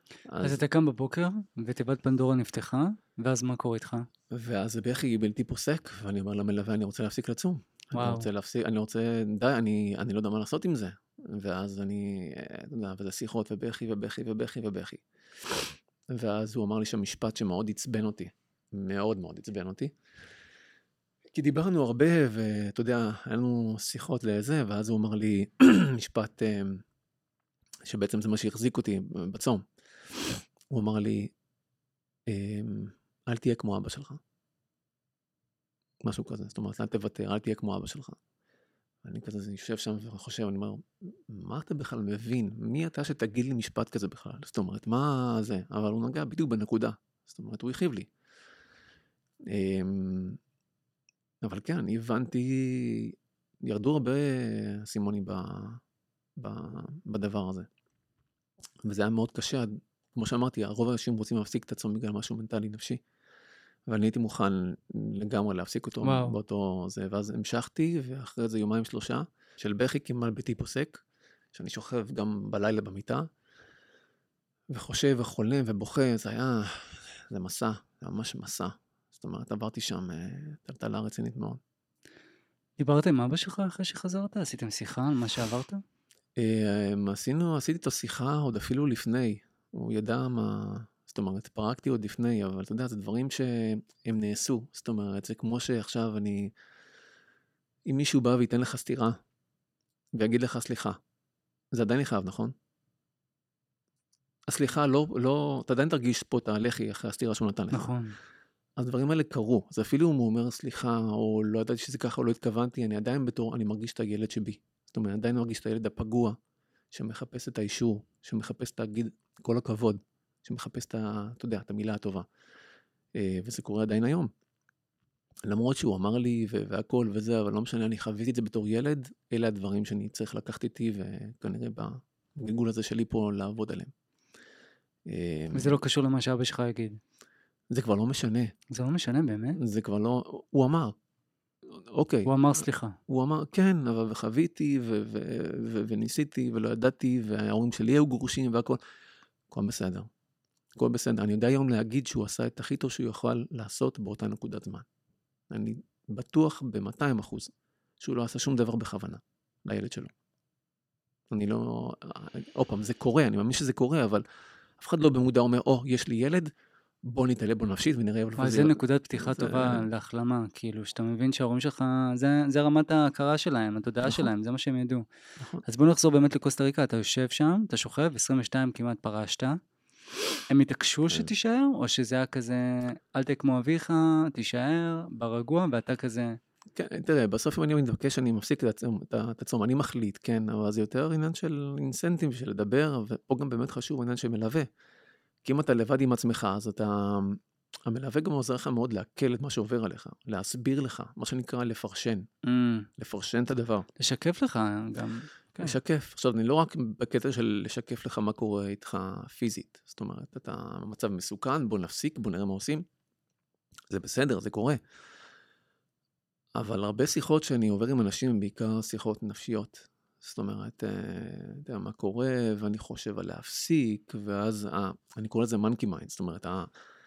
אז אתה קם בבוקר, ותיבת פנדורה נפתחה, ואז מה קורה איתך? ואז בכי בלתי פוסק, ואני אומר למלווה, אני רוצה להפסיק לצום. אני וואו. רוצה להפסיק, אני רוצה, די, אני, אני לא יודע מה לעשות עם זה. ואז אני, אתה יודע, וזה שיחות ובכי ובכי ובכי ובכי. ואז הוא אמר לי שהמשפט שמאוד עצבן אותי, מאוד מאוד עצבן אותי. כי דיברנו הרבה, ואתה יודע, היה לנו שיחות לזה, ואז הוא אמר לי משפט שבעצם זה מה שהחזיק אותי בצום. הוא אמר לי, אל תהיה כמו אבא שלך. משהו כזה, זאת אומרת, אל תוותר, אל תהיה כמו אבא שלך. אני כזה יושב שם וחושב, אני אומר, מה אתה בכלל מבין? מי אתה שתגיד לי משפט כזה בכלל? זאת אומרת, מה זה? אבל הוא נגע בדיוק בנקודה. זאת אומרת, הוא הכיב לי. אבל כן, אני הבנתי, ירדו הרבה סימונים ב, ב, בדבר הזה. וזה היה מאוד קשה, כמו שאמרתי, הרוב האנשים רוצים להפסיק את עצמם בגלל משהו מנטלי נפשי. ואני הייתי מוכן לגמרי להפסיק אותו וואו. באותו זה, ואז המשכתי, ואחרי זה יומיים שלושה, של בכי כמעט בלתי פוסק, שאני שוכב גם בלילה במיטה, וחושב וחולם ובוכה, זה היה, זה מסע, זה ממש מסע. זאת אומרת, עברתי שם טלטלה רצינית מאוד. דיברת עם אבא שלך אחרי שחזרת? עשיתם שיחה על מה שעברת? עשינו, עשיתי איתו שיחה עוד אפילו לפני, הוא ידע מה, זאת אומרת, פרקתי עוד לפני, אבל אתה יודע, זה דברים שהם נעשו, זאת אומרת, זה כמו שעכשיו אני, אם מישהו בא וייתן לך סתירה, ויגיד לך סליחה, זה עדיין נכאב, נכון? הסליחה, לא, לא, אתה עדיין תרגיש פה את הלחי אחרי הסתירה שהוא נתן לך. נכון. אז דברים האלה קרו, אז אפילו אם הוא אומר סליחה, או לא ידעתי שזה ככה, או לא התכוונתי, אני עדיין בתור, אני מרגיש את הילד שבי. זאת אומרת, עדיין מרגיש את הילד הפגוע, שמחפש את האישור, שמחפש את להגיד כל הכבוד, שמחפש את, אתה יודע, את המילה הטובה. וזה קורה עדיין היום. למרות שהוא אמר לי והכל וזה, אבל לא משנה, אני חוויתי את זה בתור ילד, אלה הדברים שאני צריך לקחת איתי, וכנראה בגלגול הזה שלי פה לעבוד עליהם. וזה לא קשור למה שאבא שלך יגיד. זה כבר לא משנה. זה לא משנה באמת? זה כבר לא, הוא אמר. אוקיי. הוא אמר סליחה. הוא אמר, כן, אבל חוויתי ו- ו- ו- וניסיתי ולא ידעתי, וההורים שלי היו גרושים והכל. הכל בסדר. הכל בסדר. אני יודע היום להגיד שהוא עשה את הכי טוב שהוא יכול לעשות באותה נקודת זמן. אני בטוח ב-מאתיים אחוז שהוא לא עשה שום דבר בכוונה לילד שלו. אני לא, עוד פעם, זה קורה, אני מאמין שזה קורה, אבל אף אחד לא במודע אומר, או, יש לי ילד, בוא נתעלה בו נפשית ונראה... אבל זה נקודת פתיחה טובה להחלמה, כאילו, שאתה מבין שההורים שלך, זה רמת ההכרה שלהם, התודעה שלהם, זה מה שהם ידעו. אז בוא נחזור באמת לקוסטה ריקה, אתה יושב שם, אתה שוכב, עשרים ושתיים כמעט פרשת, הם התעקשו שתישאר, או שזה היה כזה, אל תהיה כמו אביך, תישאר, ברגוע, ואתה כזה... כן, תראה, בסוף אם אני מתבקש, אני מפסיק את עצום, אני מחליט, כן, אבל זה יותר עניין של אינסנטיב, של לדבר, ופה גם באמת חשוב עניין של מלווה. כי אם אתה לבד עם עצמך, אז אתה, המלווה גם עוזר לך מאוד להקל את מה שעובר עליך, להסביר לך, מה שנקרא לפרשן, mm. לפרשן את הדבר. לשקף לך גם. כן. לשקף. עכשיו, אני לא רק בקטע של לשקף לך מה קורה איתך פיזית, זאת אומרת, אתה מצב מסוכן, בוא נפסיק, בוא נראה מה עושים. זה בסדר, זה קורה. אבל הרבה שיחות שאני עובר עם אנשים, הם בעיקר שיחות נפשיות. זאת אומרת, אתה יודע מה קורה, ואני חושב על להפסיק, ואז, אה, אני קורא לזה monkey mind, זאת אומרת, אה,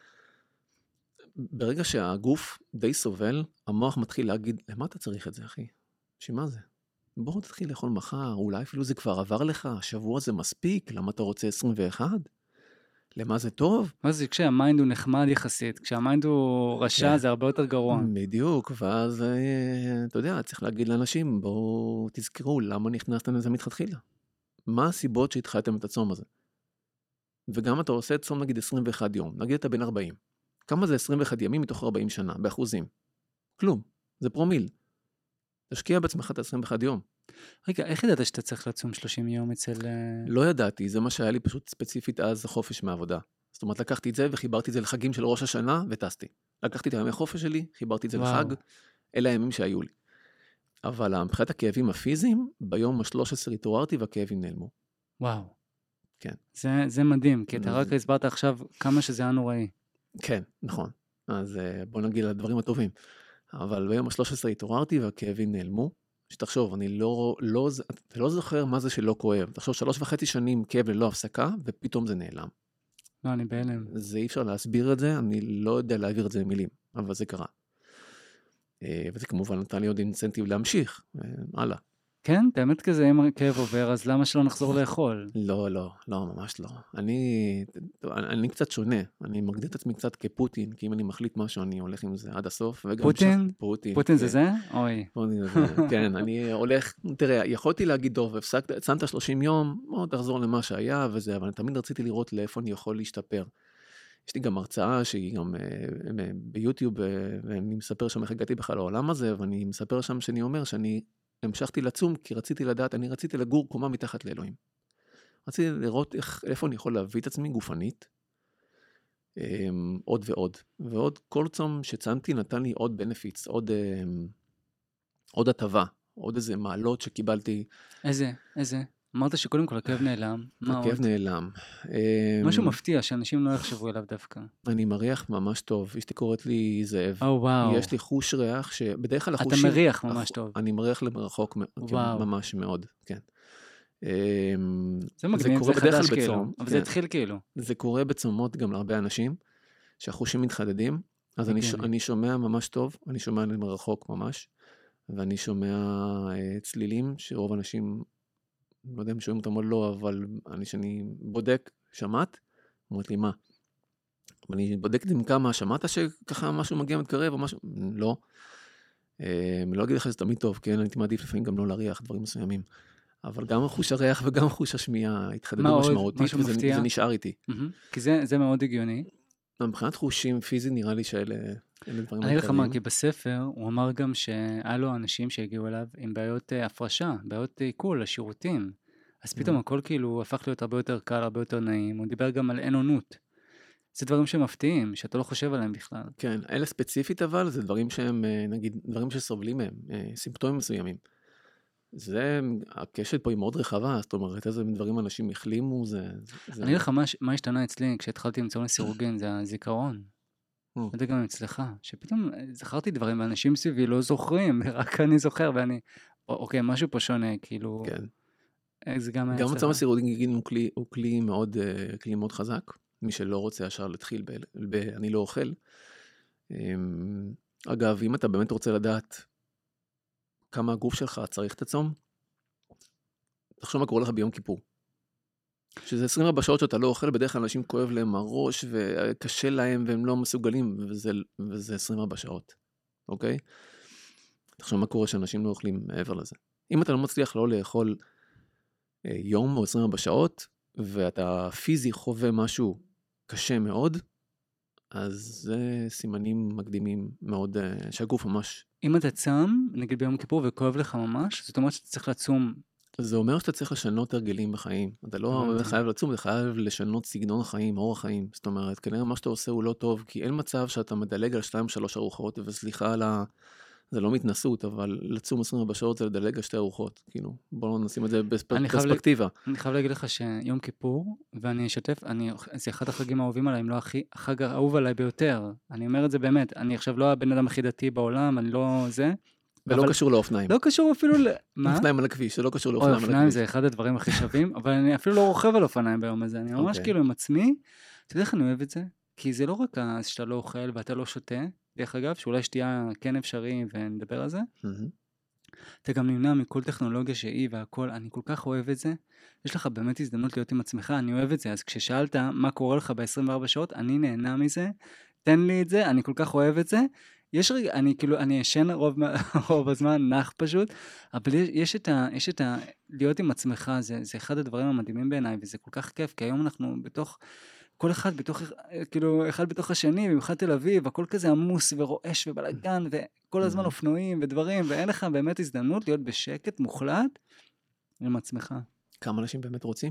ברגע שהגוף די סובל, המוח מתחיל להגיד, למה אתה צריך את זה, אחי? שמה זה? בואו תתחיל לאכול מחר, אולי אפילו זה כבר עבר לך, השבוע זה מספיק, למה אתה רוצה עשרים ואחת? למה זה טוב? מה זה כשהמיינד הוא נחמד יחסית, כשהמיינד הוא רשע זה הרבה יותר גרוע. בדיוק, ואז אתה יודע, צריך להגיד לאנשים, בואו תזכרו למה נכנסתם לזה מתחתחילה. מה הסיבות שהתחלתם את הצום הזה? וגם אתה עושה את צום נגיד עשרים ואחד יום, נגיד אתה בן ארבעים. כמה זה עשרים ואחד ימים מתוך ארבעים שנה, באחוזים? כלום, זה פרומיל. תשקיע בעצמך את עשרים ואחד יום. רגע, איך ידעת שאתה צריך לצום שלושים יום אצל... לא ידעתי, זה מה שהיה לי פשוט ספציפית אז החופש מהעבודה. זאת אומרת, לקחתי את זה וחיברתי את זה לחגים של ראש השנה וטסתי. לקחתי את הימי החופש שלי, חיברתי את זה לחג, אלה הימים שהיו לי. אבל מבחינת הכאבים הפיזיים, ביום ה-שלוש עשרה התעוררתי והכאבים נעלמו. וואו. כן. זה, זה מדהים, כי אתה רק הסברת עכשיו כמה שזה היה נוראי. כן, נכון. אז בוא נגיד על הדברים הטובים. אבל ביום ה-שלוש עשרה התעוררתי והכאבים נעלמו. שתחשוב, אני לא, לא, אתה לא זוכר מה זה שלא כואב. תחשוב, שלוש וחצי שנים כאב ללא הפסקה, ופתאום זה נעלם. לא, אני בהלם. זה אי אפשר להסביר את זה, אני לא יודע להעביר את זה במילים, אבל זה קרה. וזה כמובן נתן לי עוד אינסנטיב להמשיך, הלאה. כן? באמת כזה, אם הכאב עובר, אז למה שלא נחזור לאכול? לא, לא, לא, ממש לא. אני, אני קצת שונה, אני מגדיר את עצמי קצת כפוטין, כי אם אני מחליט משהו, אני הולך עם זה עד הסוף. פוטין? פוטין. פוטין זה זה? אוי. פוטין זה זה, כן, אני הולך, תראה, יכולתי להגיד, טוב, הפסקת, צמת שלושים יום, בוא תחזור למה שהיה וזה, אבל תמיד רציתי לראות לאיפה אני יכול להשתפר. יש לי גם הרצאה שהיא גם ביוטיוב, ואני מספר שם איך הגעתי בכלל לעולם הזה, ואני מספר שם שאני אומר שאני המשכתי לצום, כי רציתי לדעת, אני רציתי לגור קומה מתחת לאלוהים. רציתי לראות איך, איפה אני יכול להביא את עצמי גופנית, עוד ועוד. ועוד כל צום שצמתי נתן לי עוד בנפיץ, עוד, עוד הטבה, עוד איזה מעלות שקיבלתי. איזה, איזה? אמרת שקודם כל הכאב נעלם. הכאב נעלם. משהו מפתיע שאנשים לא יחשבו אליו דווקא. אני מריח ממש טוב. אשתי קוראת לי זאב. או וואו. יש לי חוש ריח שבדרך כלל החושים... אתה מריח ממש טוב. אני מריח למרחוק ממש מאוד, כן. זה מגניב, זה חדש כאילו. אבל זה התחיל כאילו. זה קורה בצומות גם להרבה אנשים, שהחושים מתחדדים. אז אני שומע ממש טוב, אני שומע למרחוק ממש, ואני שומע צלילים שרוב אנשים... לא יודע אם שומעים אותם או לא, אבל אני שאני בודק, שמעת? אומרת לי, מה? אני בודק את זה עם כמה, שמעת שככה משהו מגיע מתקרב או משהו? לא. אני לא אגיד לך שזה תמיד טוב, כן? אני מעדיף לפעמים גם לא להריח דברים מסוימים. אבל גם חוש הריח וגם חוש השמיעה התחדדו משמעותית, וזה נשאר איתי. כי זה מאוד הגיוני. מבחינת חושים פיזיים נראה לי שאלה דברים העיקריים. אני לך מה, כי בספר הוא אמר גם שהיה לו אנשים שהגיעו אליו עם בעיות הפרשה, בעיות עיכול, השירותים. אז פתאום הכל כאילו הפך להיות הרבה יותר קל, הרבה יותר נעים. הוא דיבר גם על אין-אונות. זה דברים שמפתיעים, שאתה לא חושב עליהם בכלל. כן, אלה ספציפית אבל, זה דברים שהם, נגיד, דברים שסובלים מהם, סימפטומים מסוימים. זה, הקשת פה היא מאוד רחבה, זאת אומרת, איזה דברים אנשים החלימו, זה... אני לך מה השתנה אצלי, כשהתחלתי למצוא לסירוגין, זה הזיכרון. זה גם אצלך, שפתאום זכרתי דברים, ואנשים סביבי לא זוכרים, רק אני זוכר, ואני, אוקיי, משהו פה שונה, כאילו... כן. זה גם היה גם מצב הסירוגין הוא כלי, הוא כלי מאוד, כלי מאוד חזק, מי שלא רוצה ישר להתחיל ב, ב, אני לא אוכל. אגב, אם אתה באמת רוצה לדעת כמה הגוף שלך צריך את הצום, תחשוב מה קורה לך ביום כיפור. שזה עשרים וארבע שעות שאתה לא אוכל, בדרך כלל אנשים כואב להם הראש וקשה להם והם לא מסוגלים, וזה, וזה עשרים וארבע שעות, אוקיי? תחשוב מה קורה שאנשים לא אוכלים מעבר לזה. אם אתה לא מצליח לא לאכול יום או עשרים וארבע שעות, ואתה פיזי חווה משהו קשה מאוד, אז זה סימנים מקדימים מאוד, שהגוף ממש... אם אתה צם, נגיד ביום כיפור, וכואב לך ממש, זאת אומרת שאתה צריך לצום. זה אומר שאתה צריך לשנות הרגלים בחיים. אתה לא חייב לצום, אתה חייב לשנות סגנון חיים, אורח חיים. זאת אומרת, כנראה מה שאתה עושה הוא לא טוב, כי אין מצב שאתה מדלג על שתיים, שלוש ארוחות, וסליחה על ה... זה לא מתנסות, אבל לצום עשרים וארבע שעות זה לדלג על שתי ארוחות. כאילו, בואו נשים את זה בפרספקטיבה. אני חייב להגיד לך שיום כיפור, ואני אשתף, זה אחד החגים האהובים עליי, אם לא החג האהוב עליי ביותר. אני אומר את זה באמת, אני עכשיו לא הבן אדם הכי דתי בעולם, אני לא זה. ולא קשור לאופניים. לא קשור אפילו ל... מה? אופניים על הכביש, זה לא קשור לאופניים על הכביש. אופניים זה אחד הדברים הכי שווים, אבל אני אפילו לא רוכב על אופניים ביום הזה, אני ממש כאילו עם עצמי, אתה יודע איך אני אוהב את זה? כי זה לא רק שאתה לא אוכל ואתה לא שותה, דרך אגב, שאולי שתייה כן אפשרי ונדבר על זה, אתה גם נמנע מכל טכנולוגיה שהיא והכל, אני כל כך אוהב את זה, יש לך באמת הזדמנות להיות עם עצמך, אני אוהב את זה, אז כששאלת מה קורה לך ב-עשרים וארבע שעות, אני נהנה מזה, תן לי את זה, אני כל כך אוהב את זה, יש רגע, אני כאילו, אני ישן רוב, רוב הזמן, נח פשוט, אבל יש את ה, יש את ה, להיות עם עצמך, זה, זה אחד הדברים המדהימים בעיניי, וזה כל כך כיף, כי היום אנחנו בתוך, כל אחד בתוך, כאילו, אחד בתוך השני, במיוחד תל אביב, הכל כזה עמוס ורועש ובלגן, וכל הזמן אופנועים ודברים, ואין לך באמת הזדמנות להיות בשקט מוחלט עם עצמך. כמה אנשים באמת רוצים?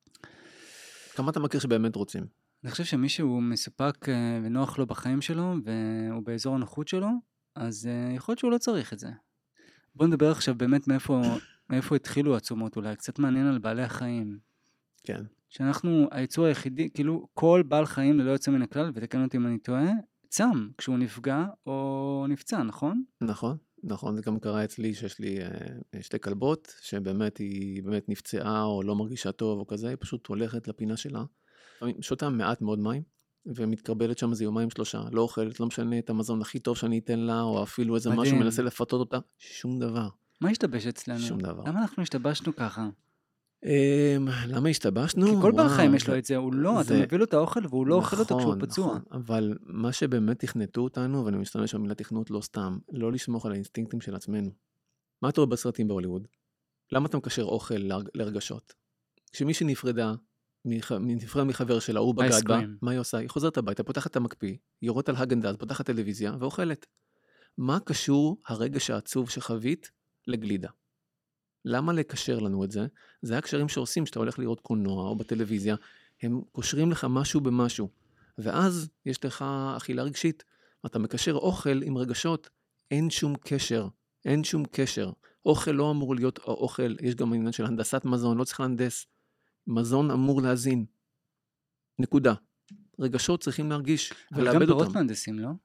כמה אתה מכיר שבאמת רוצים? אני חושב שמישהו מסופק ונוח לו בחיים שלו, והוא באזור הנוחות שלו, אז יכול להיות שהוא לא צריך את זה. בוא נדבר עכשיו באמת מאיפה, מאיפה התחילו הצומות אולי, קצת מעניין על בעלי החיים. כן. שאנחנו, היצור היחידי, כאילו כל בעל חיים ללא יוצא מן הכלל, ותקן אותי אם אני טועה, צם כשהוא נפגע או נפצע, נכון? נכון, נכון, זה גם קרה אצלי שיש לי אה, שתי כלבות, שבאמת היא באמת נפצעה או לא מרגישה טוב או כזה, היא פשוט הולכת לפינה שלה, לפעמים שותה מעט מאוד מים, ומתקרבלת שם איזה יומיים שלושה, לא אוכלת, לא משנה את המזון הכי טוב שאני אתן לה, או אפילו איזה משהו מדהים. מנסה לפתות אותה, שום דבר, מה השתבש אצלנו? שום דבר. למה אנחנו השתבשנו ככה? אמ, למה השתבשנו? כי כל בעל וואו, חיים יש זה- לו את זה, הוא לא, אתה זה- מביא לו את האוכל והוא לא אוכל אותו כשהוא נכון, פצוע. נכון, אבל מה שבאמת תכנתו אותנו, ואני משתמש במילה תכנות לא סתם, לא לסמוך על האינסטינקטים של עצמנו. מה אתה רואה בסרטים בהוליווד? למה אתה מקשר אוכל להרג- להרגשות? כשמישהי נפרדה, מח- נפרדה מחבר שלה, הוא בגד בה, אייסקרים. מה היא עושה? היא חוזרת הביתה, פותחת את המקפיא, יורדת על הגנדז, פותחת טלוויזיה ואוכלת. מה קשור הרגש העצוב שחווית לגלידה? למה לקשר לנו את זה? זה הקשרים שעושים שאתה הולך לראות קולנוע או בטלוויזיה, הם קושרים לך משהו במשהו, ואז יש לך אכילה רגשית. אתה מקשר אוכל עם רגשות, אין שום קשר, אין שום קשר. אוכל לא אמור להיות אוכל, יש גם עניין של הנדסת מזון, לא צריך להנדס. מזון אמור להזין. נקודה. רגשות צריכים להרגיש אבל גם ולאבד פירות אותם. מהנדסים, לא?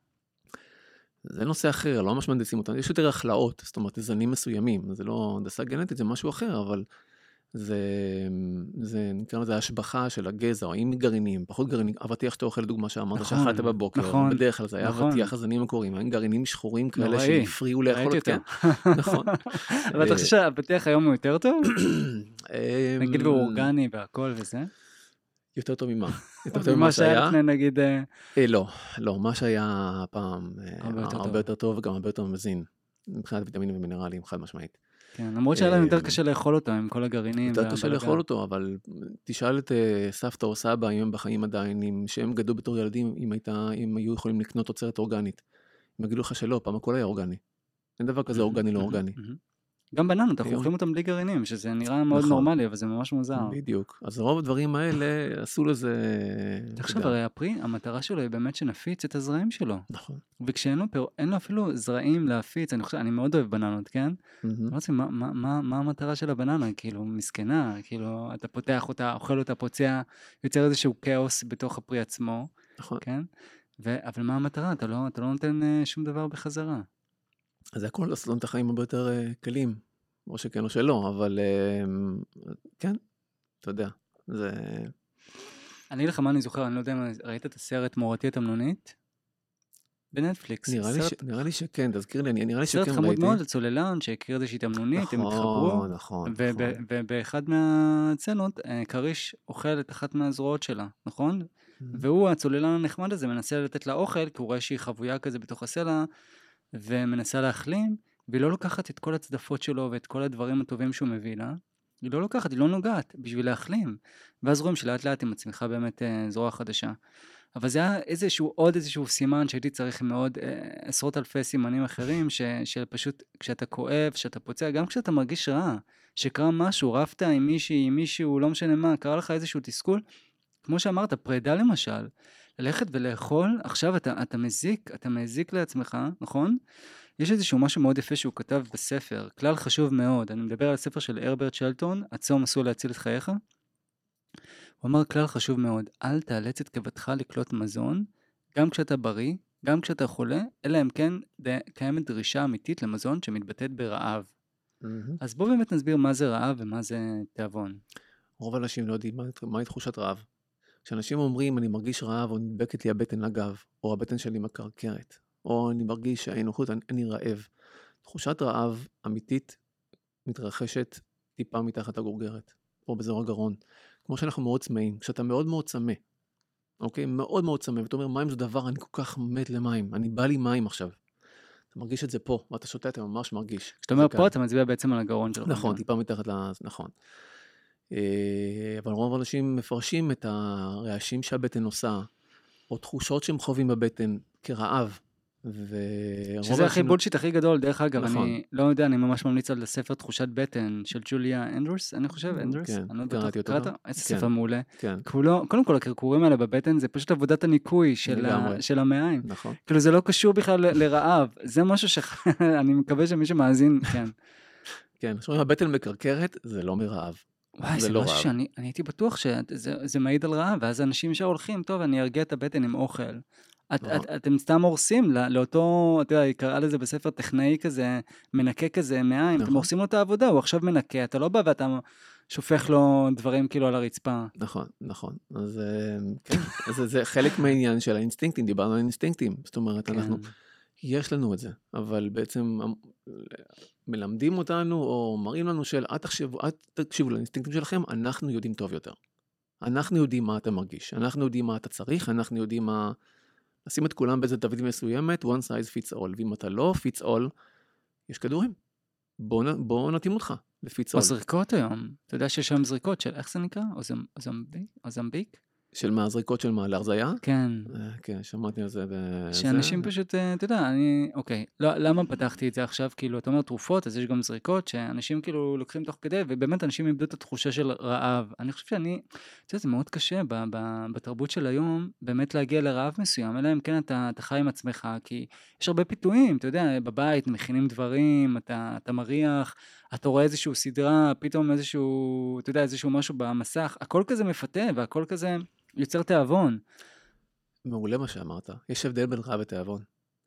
זה נושא אחר, לא ממש מהנדסים אותם. יש יותר הכלאות, זאת אומרת, זנים מסוימים. זה לא הנדסה גנטית, זה משהו אחר, אבל זה, זה נקרא לזה השבחה של הגזע, או עם גרעינים, פחות גרעינים. אבטיח שאתה אוכל, לדוגמה שאמרת, נכון, שאכלת בבוקר, נכון, בדרך כלל זה היה נכון. אבטיח הזנים המקוריים, היה גרעינים שחורים כאלה נוראי. שהפריעו לאכול ראיתי אותם. אותו. נכון. אבל אתה חושב שהפתיח היום הוא יותר טוב? אמ, נגיד הוא אורגני והכל וזה? יותר טוב ממה? יותר טוב ממה ממה שהיה שהיה? לפני נגיד... אה, אה, לא, לא, מה שהיה פעם אה, הרבה יותר הרבה טוב. יותר טוב וגם הרבה יותר מזין, מבחינת ויטמינים ומינרלים, חד משמעית. כן, למרות שהיה להם יותר אה, קשה לאכול אותו עם כל הגרעינים. יותר קשה והבלגן. לאכול אותו, אבל תשאל את אה, סבתא או סבא, אם הם בחיים עדיין, אם שהם גדלו בתור ילדים, אם הייתה, אם היו יכולים לקנות תוצרת אורגנית. הם יגידו לך שלא, פעם הכל היה אורגני. אין דבר כזה אורגני לא אורגני. גם בננות, אנחנו היום- אוכלים אותם בלי גרעינים, שזה נראה מאוד נכון. נורמלי, אבל זה ממש מוזר. בדיוק. אז רוב הדברים האלה עשו לזה... אתה תחשוב, יודע. הרי הפרי, המטרה שלו היא באמת שנפיץ את הזרעים שלו. נכון. וכשאין לו, פיר- אין לו אפילו זרעים להפיץ, אני חושב, אני מאוד אוהב בננות, כן? מהמם. לא יודעת, מה, מה, מה, מה המטרה של הבננה? כאילו, מסכנה, כאילו, אתה פותח אותה, אוכל אותה, פוצע, יוצר איזשהו כאוס בתוך הפרי עצמו, נכון. כן? ו, אבל מה המטרה? אתה לא, אתה לא נותן אה, שום דבר בחזרה. אז זה הכל לעשות לנו את החיים הרבה יותר אה, קלים, או שכן או שלא, אבל אה, כן, אתה יודע, זה... אני אגיד לך מה אני זוכר, אני לא יודע אם ראית את הסרט מורתי התמנונית? בנטפליקס. נראה לי, ש... סרט, נראה לי שכן, תזכיר לי, אני- נראה לי סרט שכן חמוד ראיתי. מאוד, הצוללן שהכיר איזושהי תמנונית, הם התחברו, נכון, נכון, וב- נכון. ובאחד מהצנות, אה, כריש אוכל את אחת מהזרועות שלה, נכון? מהמם. והוא, הצוללן הנחמד הזה, מנסה לתת לה אוכל, כי הוא רואה שהיא חבויה כזה בתוך הסלע, ומנסה להחלים, והיא לא לוקחת את כל הצדפות שלו ואת כל הדברים הטובים שהוא מביא לה, היא לא לוקחת, היא לא נוגעת, בשביל להחלים. ואז רואים שלאט לאט היא מצמיחה באמת אה, זרוע חדשה. אבל זה היה איזשהו, עוד איזשהו סימן שהייתי צריך מאוד, אה, עשרות אלפי סימנים אחרים, ש, שפשוט כשאתה כואב, כשאתה פוצע, גם כשאתה מרגיש רע, שקרה משהו, רבת עם מישהי, עם מישהו, לא משנה מה, קרה לך איזשהו תסכול, כמו שאמרת, פרידה למשל, ללכת ולאכול, עכשיו אתה, אתה מזיק, אתה מזיק לעצמך, נכון? יש איזשהו משהו מאוד יפה שהוא כתב בספר, כלל חשוב מאוד, אני מדבר על הספר של הרברט שלטון, הצום עשוי להציל את חייך. הוא אמר כלל חשוב מאוד, אל תאלץ את קיבתך לקלוט מזון, גם כשאתה בריא, גם כשאתה חולה, אלא אם כן ד- קיימת דרישה אמיתית למזון שמתבטאת ברעב. מהמם. אז בואו באמת נסביר מה זה רעב ומה זה תיאבון. רוב האנשים לא יודעים מה- מהי תחושת רעב. כשאנשים אומרים, אני מרגיש רעב, או נדבקת לי הבטן לגב, או הבטן שלי מקרקרת, או אני מרגיש שהאנוחות, אני, אני רעב. תחושת רעב אמיתית מתרחשת טיפה מתחת הגורגרת, או באזור הגרון. כמו שאנחנו מאוד צמאים, כשאתה מאוד מאוד צמא, אוקיי? מאוד מאוד צמא, ואתה אומר, מים זה דבר, אני כל כך מת למים, אני בא לי מים עכשיו. אתה מרגיש את זה פה, ואתה שותה, אתה ממש מרגיש. כשאתה אומר זה פה, כאן. אתה מצביע בעצם על הגרון שלך. נכון, גם. טיפה מתחת ל... נכון. אה, אבל רוב האנשים מפרשים את הרעשים שהבטן עושה, או תחושות שהם חווים בבטן כרעב. ורוב שזה הכי האנשים- בולשיט הכי גדול, דרך אגב, נכון. אני לא יודע, אני ממש ממליץ על הספר תחושת בטן של ג'וליה אנדרוס, אני חושב, אנדרוס? כן, אני לא בטוח, קראתי אותו קראת? גם. איזה כן. ספר מעולה. כן, כולו, קודם כל הקרקורים האלה בבטן זה פשוט עבודת הניקוי של, ה, לגמרי. של המעיים. נכון. כאילו זה לא קשור בכלל ל- לרעב, זה משהו שאני מקווה שמי שמאזין, כן. כן, עכשיו אם הבטן מקרקרת, זה לא מרעב. וואי, זה זה לא משהו רעב. שאני אני הייתי בטוח שזה מעיד על רעב, ואז אנשים שהולכים, טוב, אני ארגיע את הבטן עם אוכל. את, נכון. את, אתם סתם הורסים לא, לאותו, אתה יודע, היא קראה לזה בספר טכנאי כזה, מנקה כזה מעיים, אתם נכון, הורסים לו את העבודה, הוא עכשיו מנקה, אתה לא בא ואתה שופך לו דברים כאילו על הרצפה. נכון, נכון. אז אה, כן, אז זה חלק מהעניין של האינסטינקטים, דיברנו על אינסטינקטים. זאת אומרת, אנחנו, כן, יש לנו את זה, אבל בעצם אמ, מלמדים אותנו או מראים לנו של, אל תחשבו, אל תקשיבו לאינסטינקטים שלכם, אנחנו יודעים טוב יותר. אנחנו יודעים מה אתה מרגיש, אנחנו יודעים מה אתה צריך, אנחנו יודעים מה... לשים את כולם באיזה תבנית מסוימת, one size fits all, ואם אתה לא fits all, יש כדורים. בוא, נ- בוא נתאים אותך ל-fits או all. זריקות היום, אתה יודע שיש היום זריקות של, איך זה נקרא? אוזמביק? אוזמביק? של מה, הזריקות של מה, להרזיה? כן. אה, כן, שמעתי על זה. בזה. שאנשים פשוט, אה, אתה יודע, אני, אוקיי, לא, למה פתחתי את זה עכשיו? כאילו, אתה אומר תרופות, אז יש גם זריקות, שאנשים כאילו לוקחים תוך כדי, ובאמת אנשים איבדו את התחושה של רעב. אני חושב שאני, אתה יודע, זה מאוד קשה ב, ב, בתרבות של היום, באמת להגיע לרעב מסוים, אלא אם כן אתה, אתה חי עם עצמך, כי יש הרבה פיתויים, אתה יודע, בבית מכינים דברים, אתה, אתה מריח, אתה רואה איזשהו סדרה, פתאום איזשהו, אתה יודע, איזשהו משהו במסך, הכל כזה מפתה, והכל כזה יוצר תיאבון. מעולה מה שאמרת. יש הבדל בין רעב ותיאבון.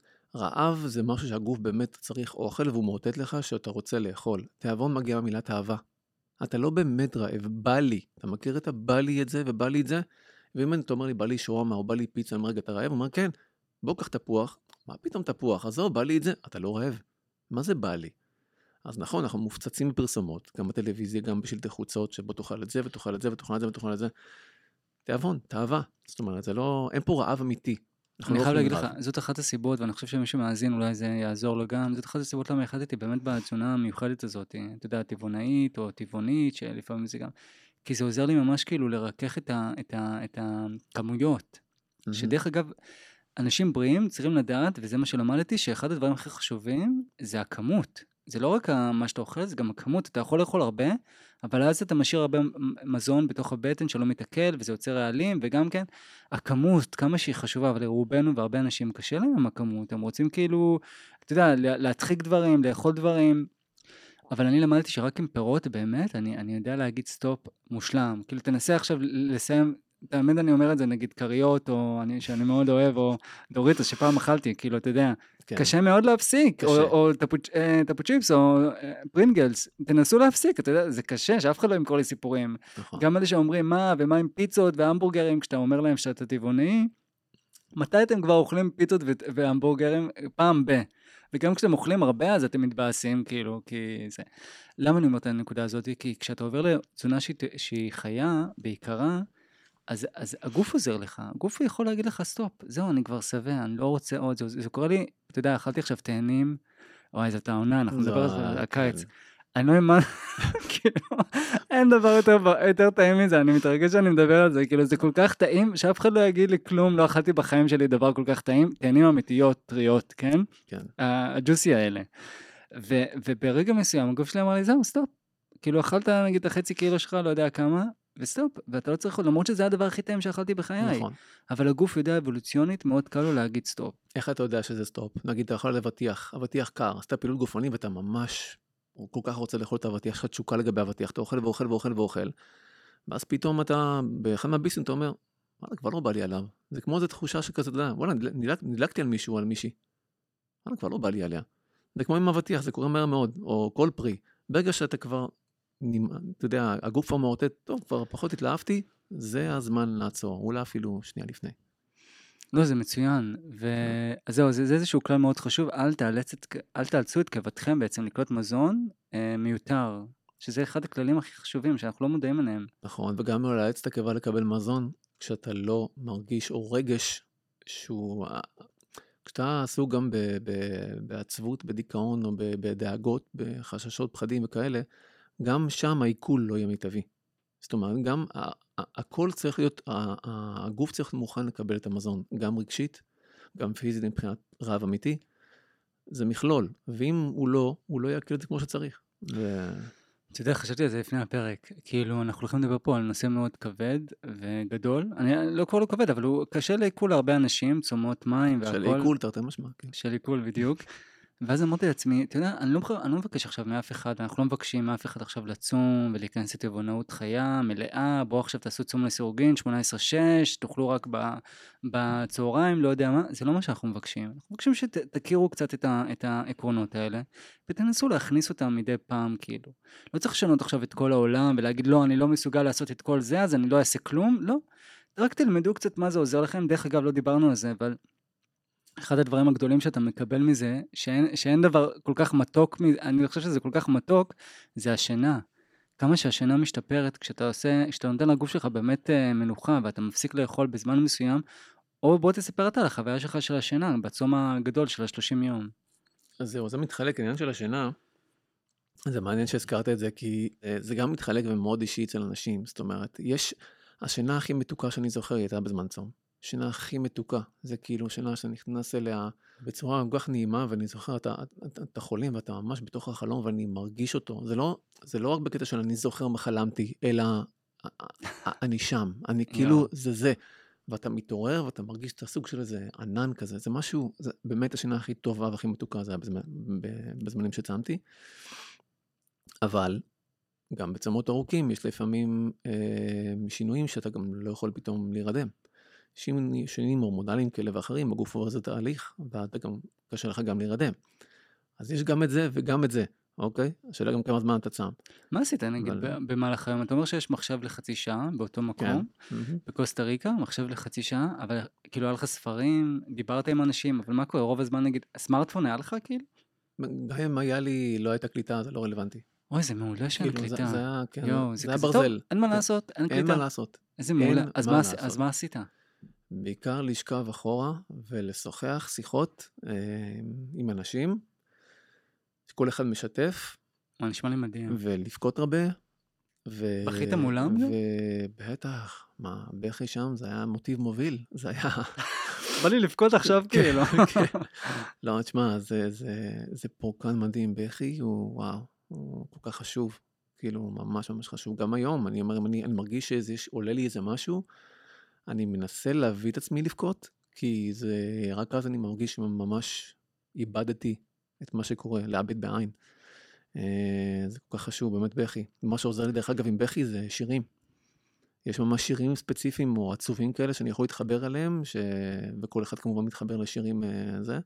רעב זה משהו שהגוף באמת צריך אוכל, והוא מאותת לך שאתה רוצה לאכול. תיאבון מגיע מהמילה תאווה. אתה לא באמת רעב, בא לי. אתה מכיר את הבא לי את זה ובא לי את זה? ואם אתה אומר לי, בא לי שווארמה או בא לי פיצה, אני אומר, רגע, אתה רעב? הוא אומר, כן, בוא קח תפוח. מה פתאום תפוח? עזוב, בא לי את זה. אתה לא רעב. מה זה בא לי? אז נכון, אנחנו מופצצים בפרסומות, גם בטלוויזיה, גם בשלטי חוצות, שבו תאכל את זה ותאכל את זה ותאכל את זה ותאכל את זה. תיאבון, תאווה. זאת אומרת, זה לא, אין פה רעב אמיתי. אנחנו אני לא חייב אוכלים להגיד לך, רעב. זאת אחת הסיבות, ואני חושב שמי שמאזין אולי זה יעזור לו גם, זאת אחת הסיבות למה החלטתי באמת בתזונה המיוחדת הזאת, אתה יודע, טבעונאית או טבעונית, שלפעמים זה גם, כי זה עוזר לי ממש כאילו לרכך את, ה, את, ה, את הכמויות, מהמם. שדרך אגב, אנשים בריאים צריכים לדעת, וזה מה שלמדתי, שאחד הדברים הכי חשובים זה הכמות. זה לא רק ה- מה שאתה אוכל, זה גם הכמות. אתה יכול לאכול הרבה, אבל אז אתה משאיר הרבה מ- מזון בתוך הבטן שלא מתעכל, וזה יוצר רעלים, וגם כן, הכמות, כמה שהיא חשובה, אבל לרובנו והרבה אנשים קשה להם עם הכמות. הם רוצים כאילו, אתה יודע, לה- להדחיק דברים, לאכול דברים, אבל אני למדתי שרק עם פירות באמת, אני, אני יודע להגיד סטופ מושלם. כאילו תנסה עכשיו לסיים, תמיד אני אומר את זה, נגיד קריות, או אני, שאני מאוד אוהב, או דוריטוס שפעם אכלתי, כאילו אתה יודע, כן, קשה מאוד להפסיק, או, קשה. או טפוצ'- אה, טפוצ'יפס, או אה, פרינגלס, תנסו להפסיק, אתה יודע, זה קשה, שאף אחד לא ימכור לי סיפורים. נכון. גם אלה שאומרים מה, ומה עם פיצות והמבורגרים, כשאתה אומר להם שאתה טבעוני, מתי אתם כבר אוכלים פיצות ו- והמבורגרים? פעם ב. וגם כשאתם אוכלים הרבה, אז אתם מתבאסים, כאילו, כי זה... למה אני אומר את הנקודה הזאת? כי כשאתה עובר לתזונה שהיא, שהיא חיה, בעיקרה, אז, אז הגוף עוזר לך. הגוף יכול להגיד לך, סטופ, זהו, אני כבר שבע, אני לא רוצה עוד. זה, זה קורה לי, אתה יודע, אכלתי עכשיו תאנים, וואי, זאת העונה, אנחנו נדבר על זה, לא, זה כן. הקיץ. אני לא האמן, כאילו, אין דבר יותר, יותר טעים מזה, אני מתרגש שאני מדבר על זה, כאילו זה כל כך טעים, שאף אחד לא יגיד לי כלום, לא אכלתי בחיים שלי דבר כל כך טעים, תאנים אמיתיות, טריות, כן? כן. ה- הג'וסי האלה. ו, וברגע מסוים, הגוף שלי אמר לי, זהו, סטופ. כאילו אכלת נגיד את החצי קילו שלך, לא יודע כמה, וסטופ, ואתה לא צריך, למרות שזה הדבר הכי טעים שאכלתי בחיי. נכון. אבל הגוף יודע אבולוציונית, מאוד קל לו להגיד סטופ. איך אתה יודע שזה סטופ? נגיד, אתה יכול לאבטיח, אבטיח קר, עשית פעילות גופנית ואתה ממש, הוא כל כך רוצה לאכול את האבטיח, יש לך תשוקה לגבי האבטיח, אתה אוכל ואוכל ואוכל ואוכל, ואז פתאום אתה, באחד מהביסים אתה אומר, וואלה, כבר לא בא לי עליו. זה כמו איזו תחושה שכזה, אתה יודע, וואלה, נדלק, נדלקתי על מישהו, על מישהי. וואלה, כבר לא בא לי עליה. זה כמו עם אבטיח, זה קורה מהר מאוד, או כל פרי. ברגע שאתה כבר, אתה יודע, הגוף כבר מאותת, טוב, כבר פחות התלהבתי, זה הזמן לעצור, אולי אפילו שנייה לפני. לא, זה מצוין, אז זהו, זה, זה איזשהו כלל מאוד חשוב, אל, תאלץ את, אל תאלצו את קיבתכם בעצם לקלוט מזון אה, מיותר, שזה אחד הכללים הכי חשובים, שאנחנו לא מודעים עליהם. נכון, וגם לא להאלץ את הקיבה לקבל מזון, כשאתה לא מרגיש, או רגש, שהוא, כשאתה עסוק גם ב, ב, בעצבות, בדיכאון, או ב, בדאגות, בחששות, פחדים וכאלה, גם שם העיכול לא יהיה מיטבי. זאת אומרת, גם ה- ה- הכל צריך להיות, ה- ה- הגוף צריך להיות מוכן לקבל את המזון, גם רגשית, גם פיזית מבחינת רעב אמיתי, זה מכלול, ואם הוא לא, הוא לא יקל את זה כמו שצריך. ו... אתה יודע, חשבתי על זה לפני הפרק, כאילו אנחנו הולכים לדבר פה על נושא מאוד כבד וגדול, אני לא קורא לו כבד, אבל הוא קשה לעיכול להרבה אנשים, צומות מים והכל. של עיכול, תרתי משמע, כן. של עיכול בדיוק, ואז אמרתי לעצמי, אתה יודע, אני לא, אני לא מבקש עכשיו מאף אחד, אנחנו לא מבקשים מאף אחד עכשיו לצום ולהיכנס לטבעונאות חיה, מלאה, בואו עכשיו תעשו צום לסירוגין, שמונה עשרה שש, תאכלו רק ב, בצהריים, לא יודע מה, זה לא מה שאנחנו מבקשים. אנחנו מבקשים שתכירו קצת את, ה, את העקרונות האלה, ותנסו להכניס אותם מדי פעם, כאילו. לא צריך לשנות עכשיו את כל העולם, ולהגיד, לא, אני לא מסוגל לעשות את כל זה, אז אני לא אעשה כלום, לא. רק תלמדו קצת מה זה עוזר לכם, דרך אגב לא דיברנו על זה, אבל אחד הדברים הגדולים שאתה מקבל מזה, שאין, שאין דבר כל כך מתוק, אני חושב שזה כל כך מתוק, זה השינה. כמה שהשינה משתפרת כשאתה עושה, כשאתה נותן לגוף שלך באמת מנוחה, ואתה מפסיק לאכול בזמן מסוים, או בוא תספר אתה על החוויה שלך של השינה, בצום הגדול של ה-שלושים יום. אז זהו, זה מתחלק, העניין של השינה, זה מעניין שהזכרת את זה, כי זה גם מתחלק ומאוד אישי אצל אנשים, זאת אומרת, יש, השינה הכי מתוקה שאני זוכר, היא הייתה בזמן צום. שינה הכי מתוקה, זה כאילו שינה שאני נכנס אליה בצורה כל כך נעימה, ואני זוכר, אתה, אתה, אתה חולים ואתה ממש בתוך החלום, ואני מרגיש אותו. זה לא, זה לא רק בקטע של אני זוכר מה חלמתי, אלא אני שם, אני כאילו, זה זה. ואתה מתעורר ואתה מרגיש את הסוג של איזה ענן כזה, זה משהו, זה באמת השינה הכי טובה והכי מתוקה, זה היה בזמנ, בזמנים שצמתי. אבל גם בצמות ארוכים יש לפעמים אה, שינויים שאתה גם לא יכול פתאום להירדם. שינויים הורמונליים כאלה ואחרים, הגוף עובר איזה תהליך, ואתה גם, קשה לך גם להירדם. אז יש גם את זה וגם את זה, אוקיי? השאלה גם כמה זמן אתה צם. מה עשית נגיד אבל... במהלך היום? אתה אומר שיש מחשב לחצי שעה באותו מקום, כן. בקוסטה ריקה, מחשב לחצי שעה, אבל כאילו היה לך ספרים, דיברת עם אנשים, אבל מה קורה? רוב הזמן נגיד, הסמארטפון היה לך כאילו? גם אם היה לי, לא הייתה קליטה, זה לא רלוונטי. אוי, זה מעולה שאין כאילו, קליטה. זה, זה היה, כן, יו, זה, זה היה כזה ברזל. טוב, אין מה לעשות, אין קליטה. אין מה לעשות. איזה מעולה. אז מה, אז מה עשית? בעיקר לשכב אחורה ולשוחח שיחות אה, עם אנשים, שכל אחד משתף. מה, נשמע לי מדהים. ולבכות הרבה. ו... בכית מולם? ובטח, מה, בכי שם זה היה מוטיב מוביל, זה היה... בא לי לבכות עכשיו כאילו. לא, תשמע, זה, זה, זה פורקן מדהים, בכי הוא, וואו, הוא כל כך חשוב, כאילו, ממש ממש חשוב. גם היום, אני אומר, אני, אני מרגיש שעולה לי איזה משהו, אני מנסה להביא את עצמי לבכות, כי זה, רק אז אני מרגיש שממש איבדתי את מה שקורה, לאבד בעין. זה כל כך חשוב, באמת בכי. מה שעוזר לי דרך אגב עם בכי זה שירים. יש ממש שירים ספציפיים או עצובים כאלה שאני יכול להתחבר אליהם, ש... וכל אחד כמובן מתחבר לשירים זה.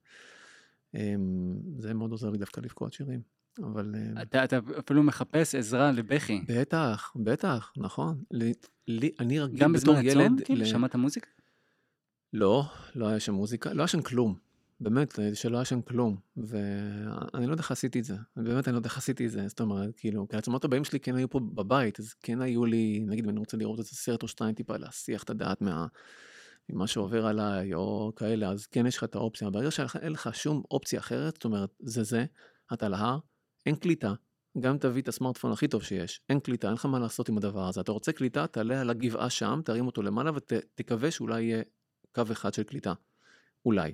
זה מאוד עוזר לי דווקא לבכות שירים. אבל... אתה, אתה אפילו מחפש עזרה לבכי. בטח, בטח, נכון. לי, לי, אני רגיל גם בזמן הצום, כאילו, שמעת מוזיקה? לא, לא היה שם מוזיקה, לא היה שם כלום. באמת, שלא היה שם כלום, ואני לא יודע איך עשיתי את זה, באמת אני לא יודע איך עשיתי את זה, זאת אומרת, כאילו, כי העצמות הבאים שלי כן היו פה בבית, אז כן היו לי, נגיד, אם אני רוצה לראות איזה סרט או שתיים טיפה, להסיח את הדעת מה, ממה שעובר עליי, או כאלה, אז כן יש לך את האופציה, ברגע שאין לך שום אופציה אחרת, זאת אומרת, זה זה, אתה להר, אין קליטה, גם תביא את הסמארטפון הכי טוב שיש, אין קליטה, אין לך מה לעשות עם הדבר הזה, אתה רוצה קליטה, תעלה על הגבעה שם, תרים אותו למעלה, ותקווה שאולי יהיה קו אחד של קליטה, אולי.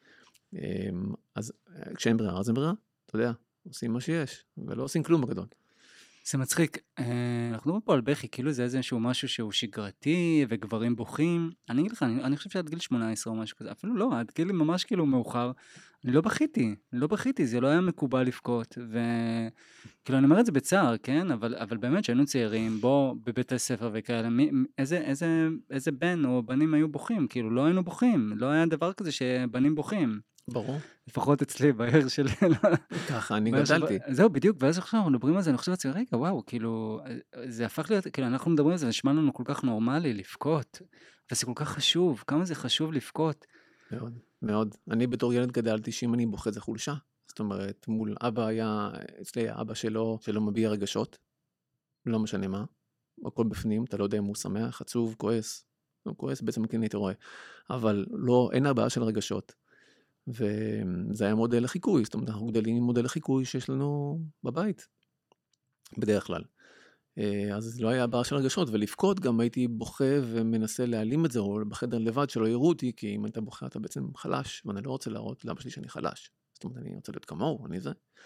אז כשאין ברירה, אז אין ברירה, אתה יודע, עושים מה שיש, ולא עושים כלום בגדול. זה מצחיק, אנחנו מדברים פה על בכי, כאילו זה איזשהו משהו שהוא שגרתי, וגברים בוכים, אני אגיד לך, אני, אני חושב שעד גיל שמונה עשרה או משהו כזה, אפילו לא, עד גיל ממש כאילו מאוחר, אני לא בכיתי, אני לא בכיתי, זה לא היה מקובל לבכות, וכאילו אני אומר את זה בצער, כן, אבל, אבל באמת שהיינו צעירים, בוא בבית הספר וכאלה, מי, איזה, איזה, איזה בן או בנים היו בוכים, כאילו לא היינו בוכים, לא היה דבר כזה שבנים בוכים. ברור. לפחות אצלי, בעיר של... ככה, אני גדלתי. זהו, בדיוק, ואז עכשיו אנחנו מדברים על זה, אני חושב לעצמי, רגע, וואו, כאילו, זה הפך להיות, כאילו, אנחנו מדברים על זה, ונשמע לנו כל כך נורמלי לבכות, וזה כל כך חשוב, כמה זה חשוב לבכות. מאוד, מאוד. אני בתור ילד גדלתי, שאם אני בוכה זה חולשה. זאת אומרת, מול אבא היה, אצלי אבא שלו, שלא מביע רגשות, לא משנה מה, הכל בפנים, אתה לא יודע אם הוא שמח, עצוב, כועס, לא כועס, בעצם כן הייתי רואה, אבל לא, אין הבעיה של רגשות. וזה היה מודל לחיקוי, זאת אומרת, אנחנו גדלים עם מודל לחיקוי שיש לנו בבית, בדרך כלל. אז לא היה בעיה של רגשות, ולבכות גם הייתי בוכה ומנסה להעלים את זה, או בחדר לבד שלא יראו אותי, כי אם אתה בוכה אתה בעצם חלש, ואני לא רוצה להראות לאבא שלי שאני חלש. זאת אומרת, אני רוצה להיות כמוהו, אני זה.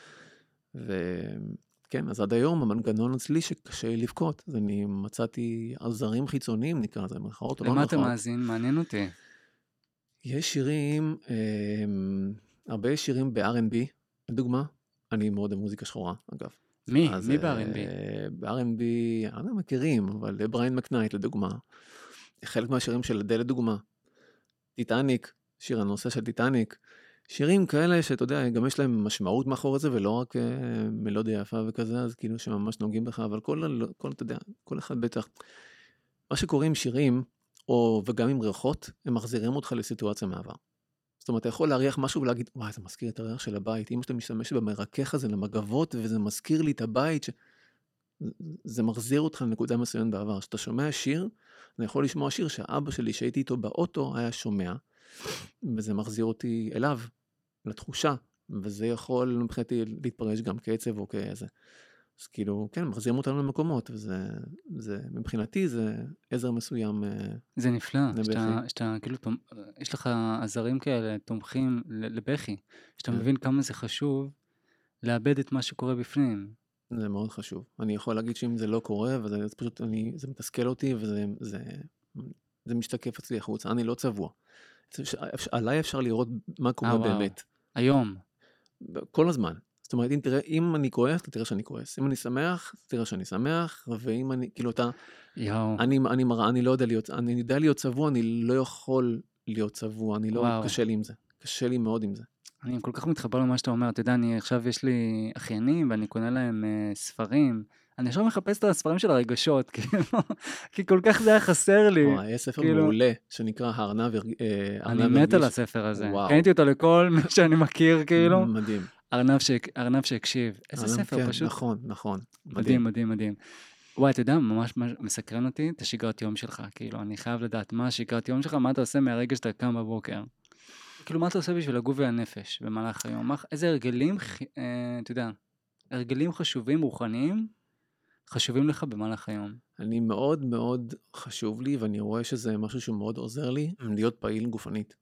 וכן, אז עד היום המנגנון אצלי שקשה לי לבכות, אז אני מצאתי עזרים חיצוניים, נקרא לזה, מרכאות או לא מרכאות. למה אתה מאזין? מעניין אותי. יש שירים, אה, הרבה שירים ב-אר אנד בי, לדוגמה, אני מאוד במוזיקה שחורה, אגב. מי? אז מי ב-אר אנד בי? אה, ב-אר אנד בי, אני לא יודע אם מכירים, אבל בריין מקנייט לדוגמה. חלק מהשירים של אדל לדוגמה. טיטניק, שיר הנושא של טיטניק. שירים כאלה שאתה יודע, גם יש להם משמעות מאחורי זה, ולא רק אה, מלודיה יפה וכזה, אז כאילו שממש נוגעים בך, אבל כל, כל, אתה יודע, כל אחד בטח. מה שקורה עם שירים, או וגם עם ריחות, הם מחזירים אותך לסיטואציה מעבר. זאת אומרת, אתה יכול להריח משהו ולהגיד, וואי, זה מזכיר את הריח של הבית. אם אתה משתמש במרכך הזה למגבות, וזה מזכיר לי את הבית, ש... זה מחזיר אותך לנקודה מסוימת בעבר. כשאתה שומע שיר, אני יכול לשמוע שיר שהאבא שלי, שהייתי איתו באוטו, היה שומע, וזה מחזיר אותי אליו, לתחושה, וזה יכול מבחינתי להתפרש גם כעצב או כאיזה. אז כאילו, כן, מחזירים אותנו למקומות, וזה, זה, מבחינתי זה עזר מסוים. זה נפלא, שאתה, שאתה, כאילו, יש לך עזרים כאלה, תומכים לבכי, שאתה מבין כמה זה חשוב לאבד את מה שקורה בפנים. זה מאוד חשוב. אני יכול להגיד שאם זה לא קורה, וזה פשוט, אני, זה מתסכל אותי, וזה, זה, זה משתקף אצלי החוצה. אני לא צבוע. עליי אפשר לראות מה קורה באמת. היום. כל הזמן. זאת אומרת, אם תראה, אם אני כועס, תראה שאני כועס. אם אני שמח, תראה שאני שמח, ואם אני, כאילו, אתה, אני, אני מראה, אני לא יודע להיות, אני יודע להיות צבוע, אני לא יכול להיות צבוע, אני לא, וואו. קשה לי עם זה. קשה לי מאוד עם זה. אני כל כך מתחבר למה שאתה אומר, אתה יודע, אני עכשיו יש לי אחיינים, ואני קונה להם uh, ספרים, אני עכשיו מחפש את הספרים של הרגשות, כי כל כך זה היה חסר לי. וואי, יש ספר מעולה, שנקרא הארנב הרגיש. אני מת על הספר הזה, קניתי אותו לכל מי שאני מכיר, כאילו. מדהים. ארנב שהקשיב, איזה ספר פשוט. נכון, נכון. מדהים, מדהים, מדהים. וואי, אתה יודע, ממש מסקרן אותי את השגרת יום שלך, כאילו, אני חייב לדעת מה השגרת יום שלך, מה אתה עושה מהרגע שאתה קם בבוקר. כאילו, מה אתה עושה בשביל הגוף והנפש במהלך היום? איזה הרגלים, אתה יודע, הרגלים חשובים, רוחניים, חשובים לך במהלך היום? אני מאוד מאוד חשוב לי, ואני רואה שזה משהו שהוא מאוד עוזר לי, להיות פעיל גופנית.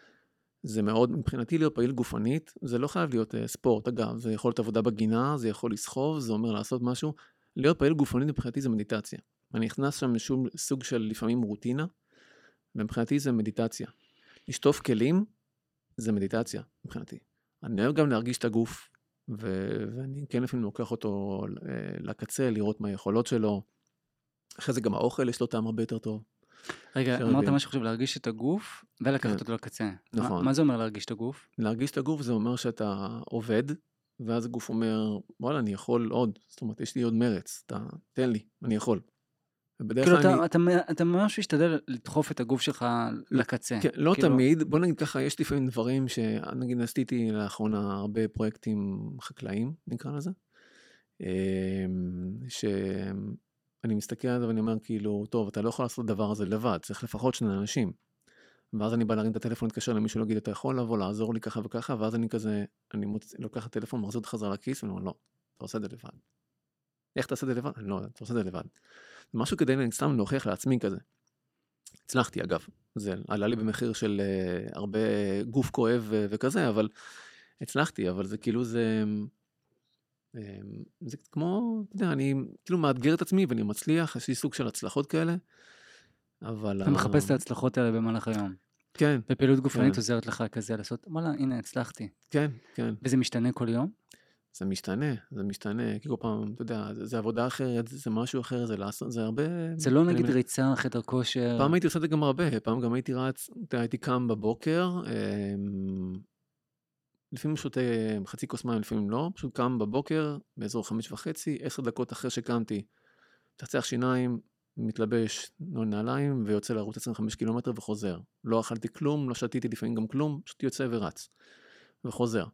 זה מאוד, מבחינתי להיות פעיל גופנית, זה לא חייב להיות uh, ספורט, אגב, זה יכול להיות עבודה בגינה, זה יכול לסחוב, זה אומר לעשות משהו. להיות פעיל גופנית מבחינתי זה מדיטציה. אני נכנס שם לשום סוג של לפעמים רוטינה, ומבחינתי זה מדיטציה. לשטוף כלים, זה מדיטציה מבחינתי. אני אוהב גם להרגיש את הגוף, ו- ואני כן לפעמים לוקח אותו uh, לקצה, לראות מה היכולות שלו. אחרי זה גם האוכל יש לו טעם הרבה יותר טוב. רגע, אמרת משהו חושב, להרגיש את הגוף ולקחת אותו לקצה. נכון. מה זה אומר להרגיש את הגוף? להרגיש את הגוף זה אומר שאתה עובד, ואז הגוף אומר, וואלה, אני יכול עוד, זאת אומרת, יש לי עוד מרץ, תן לי, אני יכול. כאילו אתה ממש משתדל לדחוף את הגוף שלך לקצה. לא תמיד, בוא נגיד ככה, יש לפעמים דברים שנגיד עשיתי לאחרונה הרבה פרויקטים חקלאיים, נקרא לזה, ש... אני מסתכל על זה ואני אומר כאילו, טוב, אתה לא יכול לעשות את הדבר הזה לבד, צריך לפחות שני אנשים. ואז אני בא להרים את הטלפון, להתקשר למישהו, להגיד, אתה יכול לבוא, לעזור לי ככה וככה, ואז אני כזה, אני מוצ... לוקח את הטלפון, מחזיר את חזרה לכיס, ואני אומר, לא, אתה עושה את זה לבד. איך אתה עושה את זה לבד? אני לא, אתה עושה את זה לבד. משהו כדי אני סתם להוכיח לעצמי כזה. הצלחתי, אגב. זה עלה לי במחיר של uh, הרבה גוף כואב ו- וכזה, אבל הצלחתי, אבל זה כאילו זה... זה כמו, אתה יודע, אני כאילו מאתגר את עצמי ואני מצליח, יש לי סוג של הצלחות כאלה, אבל... אתה מחפש את ההצלחות האלה במהלך היום. כן. בפעילות גופנית עוזרת לך כזה לעשות, וואלה, הנה, הצלחתי. כן, כן. וזה משתנה כל יום? זה משתנה, זה משתנה, כי כל פעם, אתה יודע, זה עבודה אחרת, זה משהו אחר, זה לעשות, זה הרבה... זה לא נגיד ריצה, חדר כושר... פעם הייתי עושה את זה גם הרבה, פעם גם הייתי רץ, הייתי קם בבוקר, לפעמים שותה חצי כוס מים, לפעמים לא, פשוט קם בבוקר, באזור חמש וחצי, עשר דקות אחרי שקמתי, תצח שיניים, מתלבש נעליים, ויוצא לרוץ עשרים וחמישה קילומטר וחוזר. לא אכלתי כלום, לא שתיתי לפעמים גם כלום, פשוט יוצא ורץ, וחוזר.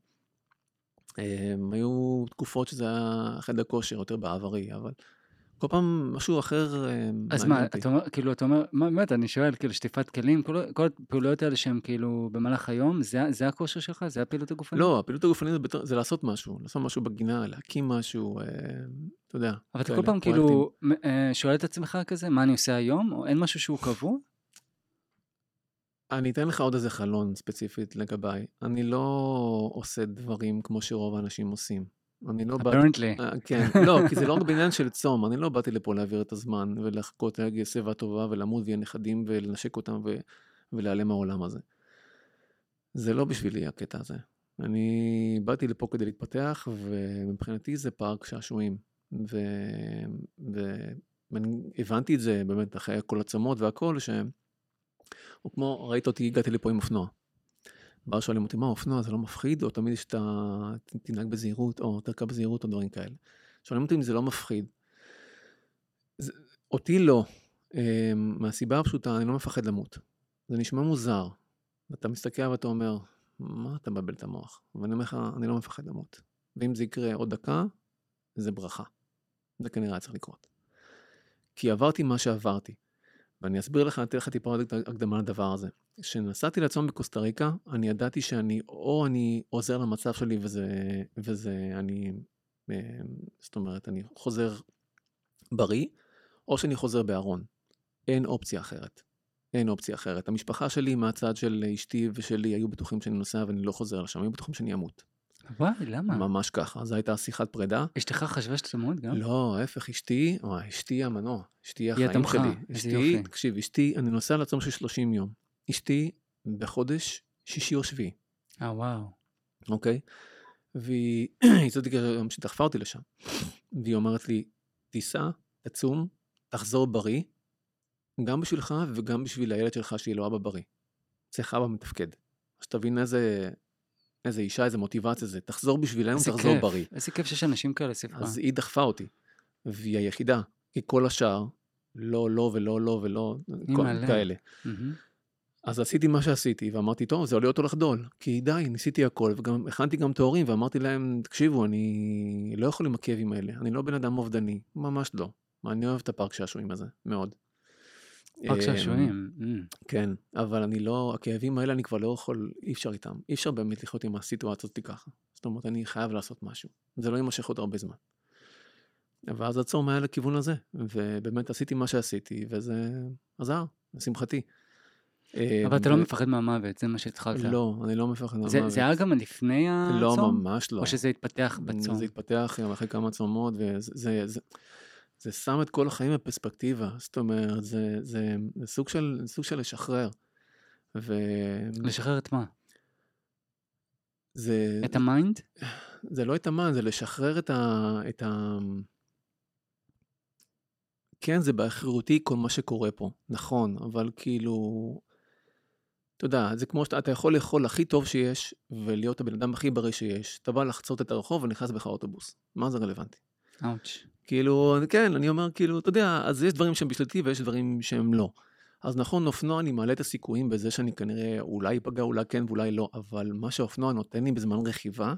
היו תקופות שזה היה חדר כושר, יותר בעברי, אבל כל פעם משהו אחר... אז מה, אתה אומר, כאילו, אתה אומר, מה, באמת, אני שואל, כאילו, שטיפת כלים, כל, כל הפעולות האלה שהן כאילו במהלך היום, זה, זה הכושר שלך? זה הפעילות הגופנית? לא, הפעילות הגופנית זה, זה לעשות משהו, לעשות משהו בגינה, להקים משהו, אה, אתה יודע. אבל אתה כל פעם כאילו שואל את עצמך כזה, מה אני עושה היום, או אין משהו שהוא קבוע? אני אתן לך עוד איזה חלון ספציפית לגביי. אני לא עושה דברים כמו שרוב האנשים עושים. אני לא באתי... כן, לא, כי זה לא רק בעניין של צום. אני לא באתי לפה להעביר את הזמן ולחכות להגיע סביבה טובה ולמות ויהיה נכדים ולנשק אותם ו... ולהיעלם מהעולם הזה. זה לא בשבילי הקטע הזה. אני באתי לפה כדי להתפתח, ומבחינתי זה פארק שעשועים. ו... ו... ואני הבנתי את זה באמת אחרי כל עצמות והכל, ש... או כמו, ראית אותי, הגעתי לפה עם אופנוע. ואז שואלים אותי, מה, אופנוע זה לא מפחיד? או תמיד שאתה תנהג בזהירות, או תרכב בזהירות, או דברים כאלה. שואלים אותי אם זה לא מפחיד. זה... אותי לא. מהסיבה הפשוטה, אני לא מפחד למות. זה נשמע מוזר. ואתה מסתכל ואתה אומר, מה אתה מבלבל את המוח? ואני אומר לך, אני לא מפחד למות. ואם זה יקרה עוד דקה, זה ברכה. זה כנראה היה צריך לקרות. כי עברתי מה שעברתי. ואני אסביר לך, אני אתן לך טיפה עוד הקדמה לדבר הזה. כשנסעתי לעצום בקוסטה ריקה, אני ידעתי שאני, או אני עוזר למצב שלי, וזה, וזה, אני, זאת אומרת, אני חוזר בריא, או שאני חוזר בארון. אין אופציה אחרת. אין אופציה אחרת. המשפחה שלי, מהצד של אשתי ושלי, היו בטוחים שאני נוסע ואני לא חוזר לשם, היו בטוחים שאני אמות. וואי, למה? ממש ככה. זו הייתה שיחת פרידה. אשתך חשבה שאתה תמות גם? לא, ההפך, אשתי, או, אשתי המנוע, אשתי החיים התמכה, שלי. איזה אשתי, יופי. תקשיב, אשתי, אני נוסע לעצום של שלושים יום. אשתי בחודש שישי או שביעי, אה, וואו. אוקיי? והיא, זאת גם שדחפה אותי לשם. והיא אומרת לי, תיסע, תצום, תחזור בריא, גם בשבילך וגם בשביל הילד שלך שהיא לא אבא בריא. צריך אבא מתפקד. אז תבין איזה, איזה אישה, איזה מוטיבציה זה. תחזור בשבילנו, איזה תחזור כיף, בריא. איזה כיף שיש אנשים כאלה סביבך. אז היא דחפה אותי, והיא היחידה, כי כל השאר, לא, לא ולא, לא ולא, כל, כאלה. מהמם. אז עשיתי מה שעשיתי, ואמרתי, טוב, זה עולה אותו לחדול, כי די, ניסיתי הכל, וגם הכנתי גם תוארים, ואמרתי להם, תקשיבו, אני לא יכול עם הכאבים האלה, אני לא בן אדם אובדני, ממש לא. אני אוהב את הפארק שעשועים הזה, מאוד. פארק שעשועים. כן, אבל אני לא, הכאבים האלה אני כבר לא יכול, אי אפשר איתם, אי אפשר באמת לחיות עם הסיטואציות שלי ככה. זאת אומרת, אני חייב לעשות משהו, זה לא יימשך עוד הרבה זמן. ואז הצום היה לכיוון הזה, ובאמת עשיתי מה שעשיתי, וזה עזר, לשמחתי. אבל אתה לא מפחד מהמוות, זה מה שהתחלת. לא, אני לא מפחד מהמוות. זה היה גם לפני הצום? לא, ממש לא. או שזה התפתח בצום? זה התפתח אחרי כמה צומות, וזה זה שם את כל החיים בפרספקטיבה, זאת אומרת, זה סוג של לשחרר. לשחרר את מה? זה... את המיינד? זה לא את המיינד, זה לשחרר את ה... את ה... כן, זה באחריותי כל מה שקורה פה, נכון, אבל כאילו... אתה יודע, זה כמו שאתה יכול לאכול הכי טוב שיש, ולהיות הבן אדם הכי בריא שיש. אתה בא לחצות את הרחוב ונכנס בך אוטובוס. מה זה רלוונטי? אאוץ'. כאילו, כן, אני אומר, כאילו, אתה יודע, אז יש דברים שהם בשליטי ויש דברים שהם לא. אז נכון, אופנוע, אני מעלה את הסיכויים בזה שאני כנראה אולי ייפגע, אולי כן ואולי לא, אבל מה שהאופנוע נותן לי בזמן רכיבה,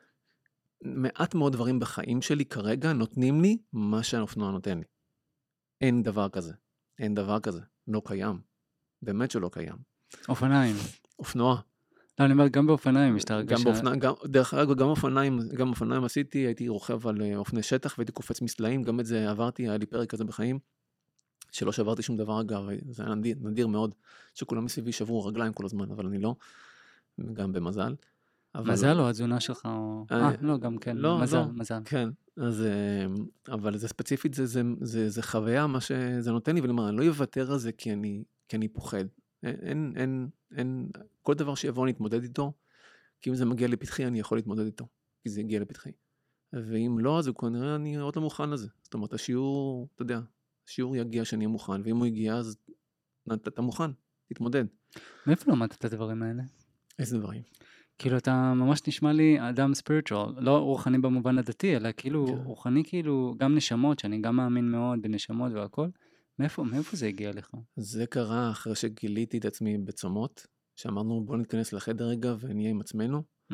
מעט מאוד דברים בחיים שלי כרגע נותנים לי מה שהאופנוע נותן לי. אין דבר כזה. אין דבר כזה. לא קיים. באמת שלא קיים. אופניים. אופנוע. לא, אני אומר, גם באופניים יש את הרגשה. גם באופניים, גם, דרך אגב, גם אופניים, גם אופניים עשיתי, הייתי רוכב על אופני שטח והייתי קופץ מסלעים, גם את זה עברתי, היה לי פרק כזה בחיים, שלא שברתי שום דבר אגב, זה היה נדיר, נדיר מאוד, שכולם מסביבי שברו רגליים כל הזמן, אבל אני לא, גם במזל. אבל... מזל או התזונה שלך או... אה, לא, גם כן, לא, מזל, לא, מזל. כן, אז, אבל זה ספציפית, זה, זה, זה, זה חוויה, מה שזה נותן לי, ואני אומר, אני לא אוותר על זה כי אני, כי אני פוחד. אין, אין, אין, כל דבר שיבוא אני אתמודד איתו, כי אם זה מגיע לפתחי, אני יכול להתמודד איתו, כי זה הגיע לפתחי. ואם לא, אז הוא כנראה אני עוד לא מוכן לזה. זאת אומרת, השיעור, אתה יודע, השיעור יגיע שאני אהיה מוכן, ואם הוא יגיע, אז אתה מוכן, תתמודד. מאיפה למדת את הדברים האלה? איזה דברים? כאילו, אתה ממש נשמע לי אדם ספיריטואל, לא רוחני במובן הדתי, אלא כאילו, רוחני כאילו, גם נשמות, שאני גם מאמין מאוד בנשמות והכל. מאיפה, מאיפה זה הגיע לך? זה קרה אחרי שגיליתי את עצמי בצומות, שאמרנו בוא נתכנס לחדר רגע ונהיה עם עצמנו. Mm.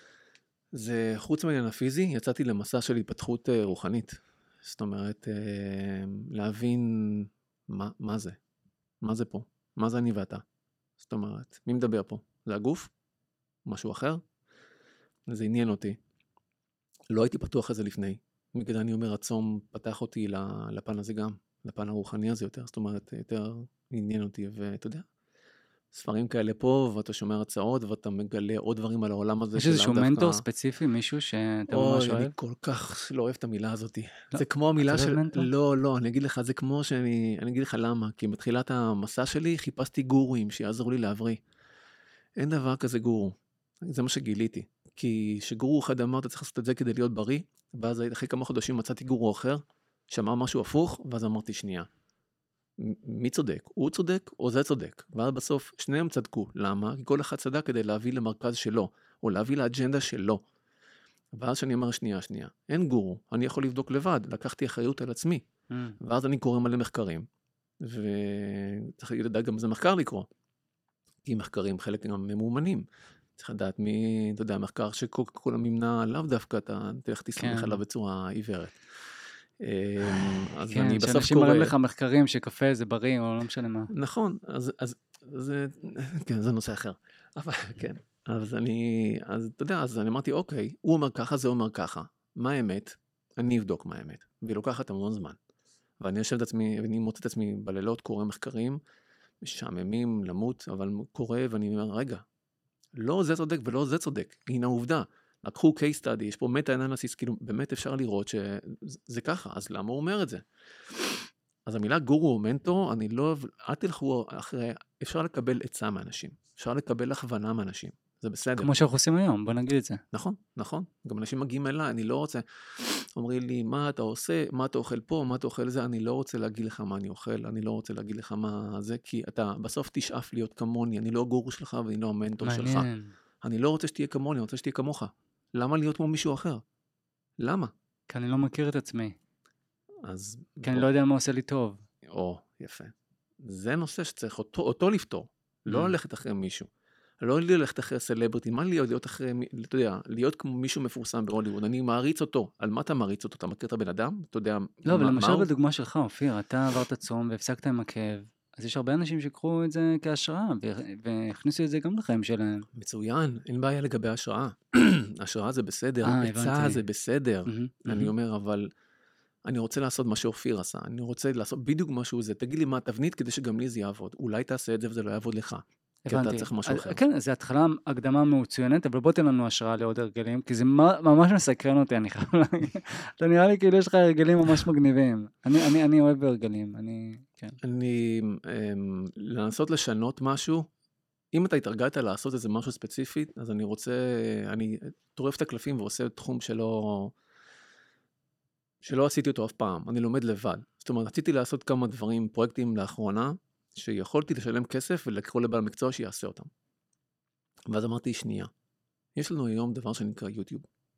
זה חוץ מהעניין הפיזי, יצאתי למסע של התפתחות רוחנית. זאת אומרת, להבין מה, מה זה, מה זה פה, מה זה אני ואתה. זאת אומרת, מי מדבר פה? זה הגוף? משהו אחר? זה עניין אותי. לא הייתי פתוח לזה לפני. בגלל אני אומר, הצום פתח אותי לפן הזה גם. לפן הרוחני הזה יותר, זאת אומרת, יותר עניין אותי, ואתה יודע, ספרים כאלה פה, ואתה שומע הצעות, ואתה מגלה עוד דברים על העולם הזה. יש איזשהו מנטור ספציפי, מישהו שאתה ממש אוהב? אני כל כך לא אוהב את המילה הזאת. זה כמו המילה של... לא, לא, אני אגיד לך, זה כמו שאני... אני אגיד לך למה, כי בתחילת המסע שלי חיפשתי גורואים שיעזרו לי להבריא. אין דבר כזה גורו. זה מה שגיליתי. כי שגורו אחד אמר, אתה צריך לעשות את זה כדי להיות בריא, ואז אחרי כמה חודשים מצאתי גורו אחר, שאמר משהו הפוך, ואז אמרתי שנייה. מי צודק? הוא צודק או זה צודק? ואז בסוף שניהם צדקו. למה? כי כל אחד צדק כדי להביא למרכז שלו, או להביא לאג'נדה שלו. ואז שאני אומר שנייה, שנייה. אין גורו, אני יכול לבדוק לבד, לקחתי אחריות על עצמי. Mm. ואז אני קורא מלא מחקרים, וצריך לדעת גם זה מחקר לקרוא. כי מחקרים חלק גם ממומנים. צריך לדעת מי, אתה יודע, מחקר שכל הממנע לאו דווקא, אתה תלך תסמך עליו בצורה עיוורת. אז אני בסוף קורא... שאנשים מראים לך מחקרים שקפה זה בריא, או לא משנה מה. נכון, אז זה, כן, זה נושא אחר. אבל כן, אז אני, אז אתה יודע, אז אני אמרתי, אוקיי, הוא אומר ככה, זה אומר ככה. מה האמת? אני אבדוק מה האמת. והיא לוקחת המון זמן. ואני יושב את עצמי, ואני מוצא את עצמי בלילות, קורא מחקרים, משעממים, למות, אבל קורא, ואני אומר, רגע, לא זה צודק ולא זה צודק. הנה העובדה. לקחו case study, יש פה מטה-אנליסיס, כאילו באמת אפשר לראות שזה ככה, אז למה הוא אומר את זה? אז המילה גורו או מנטור, אני לא, אל תלכו אחרי, אפשר לקבל עצה מאנשים, אפשר לקבל הכוונה מאנשים, זה בסדר. כמו שאנחנו עושים היום, בוא נגיד את זה. נכון, נכון, גם אנשים מגיעים אליי, אני לא רוצה, אומרים לי, מה אתה עושה, מה אתה אוכל פה, מה אתה אוכל זה, אני לא רוצה להגיד לך מה אני אוכל, אני לא רוצה להגיד לך מה זה, כי אתה בסוף תשאף להיות כמוני, אני לא הגורו שלך ואני לא המנטור שלך. אני לא רוצה שתהיה כמוני, אני רוצה שתהיה כמוך. למה להיות כמו מישהו אחר? למה? כי אני לא מכיר את עצמי. אז... כי אני לא יודע מה עושה לי טוב. או, יפה. זה נושא שצריך אותו, אותו לפתור. לא ללכת אחרי מישהו. לא ללכת אחרי סלבריטי. מה להיות, להיות אחרי, אתה יודע, להיות כמו מישהו מפורסם בהוליווד. אני מעריץ אותו. על מה אתה מעריץ אותו? אתה מכיר את הבן אדם? אתה יודע מה הוא? לא, אבל למשל בדוגמה שלך, אופיר, אתה עברת צום והפסקת עם הכאב. אז יש הרבה אנשים שקראו את זה כהשראה, והכניסו את זה גם לחיים שלהם. מצוין, אין בעיה לגבי השראה. השראה זה בסדר, עצה זה בסדר. אני אומר, אבל אני רוצה לעשות מה שאופיר עשה, אני רוצה לעשות בדיוק משהו זה, תגיד לי מה התבנית כדי שגם לי זה יעבוד. אולי תעשה את זה וזה לא יעבוד לך. כי אתה צריך משהו אחר. כן, זו התחלה, הקדמה מצוינת, אבל בוא תן לנו השראה לעוד הרגלים, כי זה ממש מסקרן אותי, אני חייב להגיד. אתה נראה לי כאילו יש לך הרגלים ממש מגניבים. אני, אני, אני אוהב הרגלים, אני, כן. אני, לנסות לשנות משהו, אם אתה התרגלת לעשות איזה משהו ספציפי, אז אני רוצה, אני טורף את הקלפים ועושה תחום שלא, שלא עשיתי אותו אף פעם. אני לומד לבד. זאת אומרת, רציתי לעשות כמה דברים, פרויקטים לאחרונה, שיכולתי לשלם כסף ולקרוא לבעל מקצוע שיעשה אותם. ואז אמרתי, שנייה, יש לנו היום דבר שנקרא יוטיוב,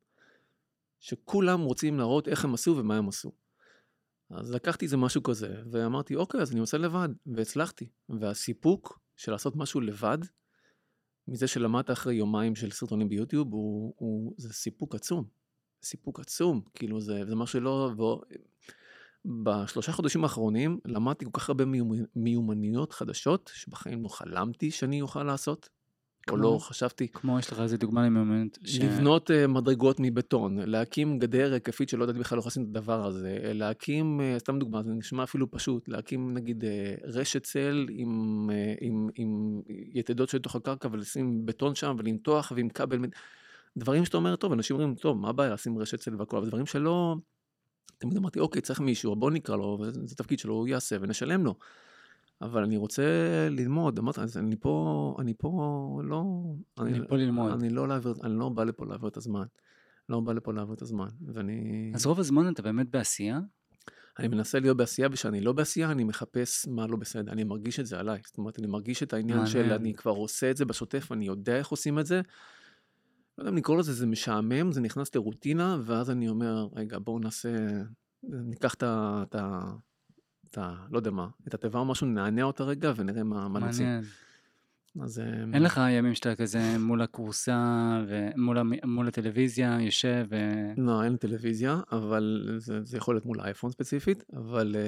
שכולם רוצים להראות איך הם עשו ומה הם עשו. אז לקחתי איזה משהו כזה, ואמרתי, אוקיי, אז אני עושה לבד, והצלחתי. והסיפוק של לעשות משהו לבד, מזה שלמדת אחרי יומיים של סרטונים ביוטיוב, הוא, הוא, זה סיפוק עצום. סיפוק עצום, כאילו זה, זה משהו שלא... ו... בשלושה חודשים האחרונים למדתי כל כך הרבה מיומנויות חדשות, שבחיים לא חלמתי שאני אוכל לעשות, או לא חשבתי. כמו יש לך איזה דוגמה למיומנות? לבנות מדרגות מבטון, להקים גדר היקפית שלא יודעת בכלל לא עושים את הדבר הזה, להקים, סתם דוגמה, זה נשמע אפילו פשוט, להקים נגיד רשת צל עם, עם, עם יתדות של תוך הקרקע, ולשים בטון שם ולמתוח ועם כבל, דברים שאתה אומר, טוב, אנשים אומרים, טוב, מה הבעיה לשים רשת צל והכל, אבל דברים שלא... תמיד אמרתי, אוקיי, צריך מישהו, בוא נקרא לו, וזה תפקיד שלו, הוא יעשה ונשלם לו. אבל אני רוצה ללמוד, אמרתי, אני פה, אני פה לא... אני פה ללמוד. אני לא לעבור, אני לא בא לפה לעבור את הזמן. לא בא לפה לעבור את הזמן, ואני... אז רוב הזמן אתה באמת בעשייה? אני מנסה להיות בעשייה, ושאני לא בעשייה, אני מחפש מה לא בסדר. אני מרגיש את זה עליי. זאת אומרת, אני מרגיש את העניין של, אני כבר עושה את זה בשוטף, אני יודע איך עושים את זה, לא יודע אם לקרוא לזה, זה משעמם, זה נכנס לרוטינה, ואז אני אומר, רגע, בואו נעשה, ניקח את ה... את ה... את ה... לא יודע מה, את הטבע או משהו, נענה אותה רגע, ונראה מה, מה נוציא. מעניין. אז... אין לך ימים שאתה כזה מול הקורסה, ומול מול הטלוויזיה, יושב ו... לא, אין טלוויזיה, אבל זה, זה יכול להיות מול האייפון ספציפית, אבל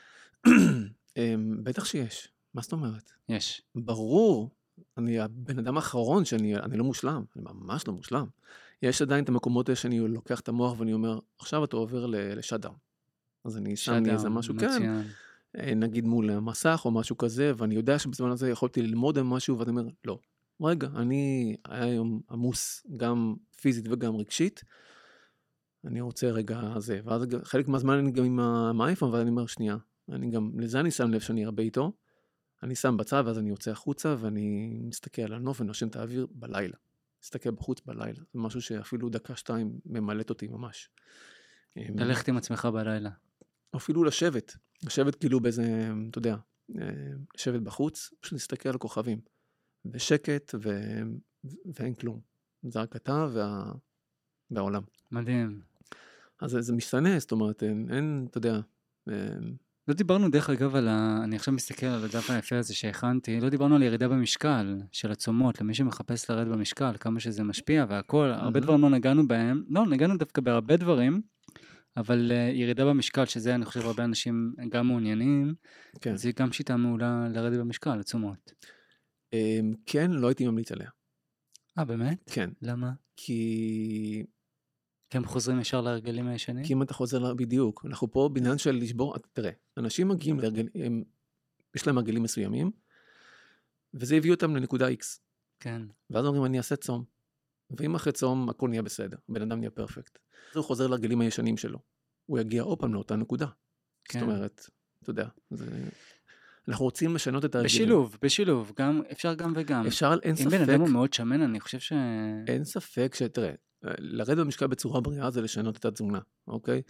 בטח שיש. מה זאת אומרת? יש. ברור. אני הבן אדם האחרון שאני אני לא מושלם, אני ממש לא מושלם. יש עדיין את המקומות האלה שאני לוקח את המוח ואני אומר, עכשיו אתה עובר לשאדם. אז אני שם לי איזה משהו, כן, נגיד מול המסך או משהו כזה, ואני יודע שבזמן הזה יכולתי ללמוד על משהו, ואתה אומר, לא, רגע, אני היום עמוס גם פיזית וגם רגשית, אני רוצה רגע זה, ואז חלק מהזמן אני גם עם האייפון, ואני אומר, שנייה, אני גם, לזה אני שם לב שאני הרבה איתו, אני שם בצד, ואז אני יוצא החוצה, ואני מסתכל על הנוף ונושם את האוויר בלילה. להסתכל בחוץ בלילה. זה משהו שאפילו דקה שתיים ממלאת אותי ממש. ללכת עם עצמך בלילה. אפילו לשבת. לשבת כאילו באיזה, אתה יודע, לשבת בחוץ, פשוט להסתכל על הכוכבים. ושקט ו... ואין כלום. זה רק אתה וה... והעולם. מדהים. אז זה משתנה, זאת אומרת, אין, אין אתה יודע... לא דיברנו דרך אגב על ה... אני עכשיו מסתכל על הדף היפה הזה שהכנתי, לא דיברנו על ירידה במשקל של הצומות, למי שמחפש לרד במשקל, כמה שזה משפיע והכל, הרבה דברים לא נגענו בהם, לא, נגענו דווקא בהרבה דברים, אבל uh, ירידה במשקל, שזה אני חושב הרבה אנשים גם מעוניינים, כן. זה גם שיטה מעולה לרדת במשקל, הצומות. Um, כן, לא הייתי ממליץ עליה. אה, באמת? כן. למה? כי... כי הם חוזרים ישר להרגלים הישנים? כי אם אתה חוזר לה... בדיוק. אנחנו פה בעניין של לשבור... תראה, אנשים מגיעים להרגלים, הם... יש להם הרגלים מסוימים, וזה הביא אותם לנקודה X. כן. ואז אומרים, אני אעשה צום. ואם אחרי צום, הכל נהיה בסדר. בן אדם נהיה פרפקט. אז הוא חוזר להרגלים הישנים שלו. הוא יגיע עוד פעם לאותה נקודה. כן. זאת אומרת, אתה יודע, זה... אנחנו רוצים לשנות את הרגלים. בשילוב, בשילוב. גם, אפשר גם וגם. אפשר, אין ספק... אם בן אדם הוא מאוד שמן, אני חושב ש... אין ספק שתראה, לרדת במשקל בצורה בריאה זה לשנות את התזונה, אוקיי?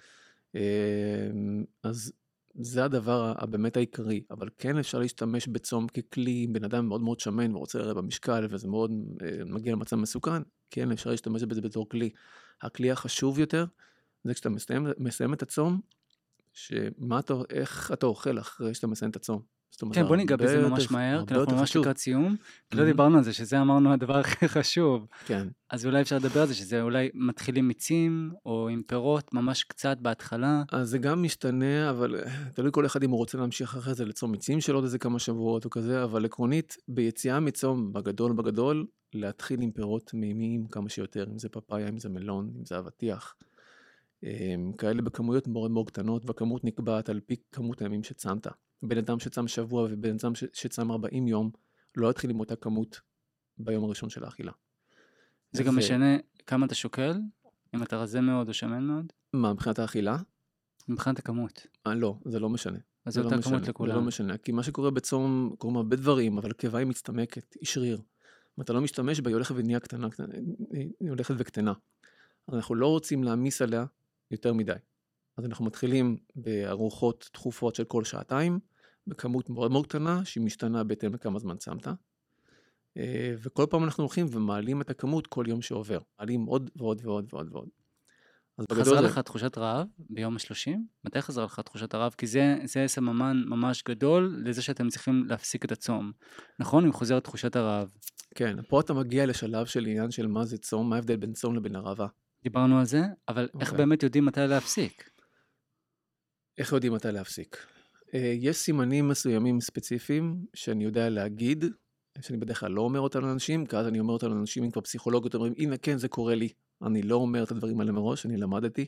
אז זה הדבר הבאמת העיקרי, אבל כן אפשר להשתמש בצום ככלי, בן אדם מאוד מאוד שמן ורוצה לרדת במשקל, וזה מאוד מגיע למצב מסוכן, כן אפשר להשתמש בזה בתור כלי. הכלי החשוב יותר, זה כשאתה מסיים, מסיים את הצום, שמה אתה, איך אתה אוכל אחרי שאתה מסיים את הצום. כן, בוא ניגע בזה ממש מהר, כי אנחנו ממש לקראת סיום. לא דיברנו על זה, שזה אמרנו הדבר הכי חשוב. כן. אז אולי אפשר לדבר על זה, שזה אולי מתחילים מיצים, או עם פירות, ממש קצת בהתחלה. אז זה גם משתנה, אבל תלוי כל אחד אם הוא רוצה להמשיך אחרי זה לצום מיצים של עוד איזה כמה שבועות או כזה, אבל עקרונית, ביציאה מצום בגדול בגדול, להתחיל עם פירות מימיים כמה שיותר, אם זה פפאיה, אם זה מלון, אם זה אבטיח. כאלה בכמויות מאוד מאוד קטנות, והכמות נקבעת על פי כמות הימים שצמת. בן אדם שצם שבוע ובן אדם שצם ארבעים יום, לא יתחיל עם אותה כמות ביום הראשון של האכילה. זה גם משנה כמה אתה שוקל, אם אתה רזה מאוד או שמן מאוד? מה, מבחינת האכילה? מבחינת הכמות. אה, לא, זה לא משנה. אז זה אותה כמות לכולם. זה לא משנה, כי מה שקורה בצום, קוראים הרבה דברים, אבל קיבה היא מצטמקת, היא שריר. אם אתה לא משתמש בה, היא הולכת ונהיה קטנה, היא הולכת וקטנה. אז אנחנו לא רוצים להמיס עליה יותר מדי. אז אנחנו מתחילים בארוחות תכופות של כל שעתיים, בכמות מאוד מאוד קטנה, שהיא משתנה בהתאם לכמה זמן צמת. וכל פעם אנחנו הולכים ומעלים את הכמות כל יום שעובר. מעלים עוד ועוד ועוד ועוד ועוד. חזרה לך תחושת רעב ביום השלושים? מתי חזרה לך תחושת הרעב? כי זה, זה סממן ממש גדול לזה שאתם צריכים להפסיק את הצום. נכון? אם חוזר תחושת הרעב. כן, פה אתה מגיע לשלב של עניין של מה זה צום, מה ההבדל בין צום לבין הרעבה. דיברנו על זה, אבל okay. איך באמת יודעים מתי להפסיק? איך יודעים מתי להפסיק? יש סימנים מסוימים ספציפיים שאני יודע להגיד, שאני בדרך כלל לא אומר אותם לאנשים, כי אז אני אומר אותם לאנשים, אם כבר פסיכולוגיות אומרים, הנה כן זה קורה לי, אני לא אומר את הדברים האלה מראש, אני למדתי.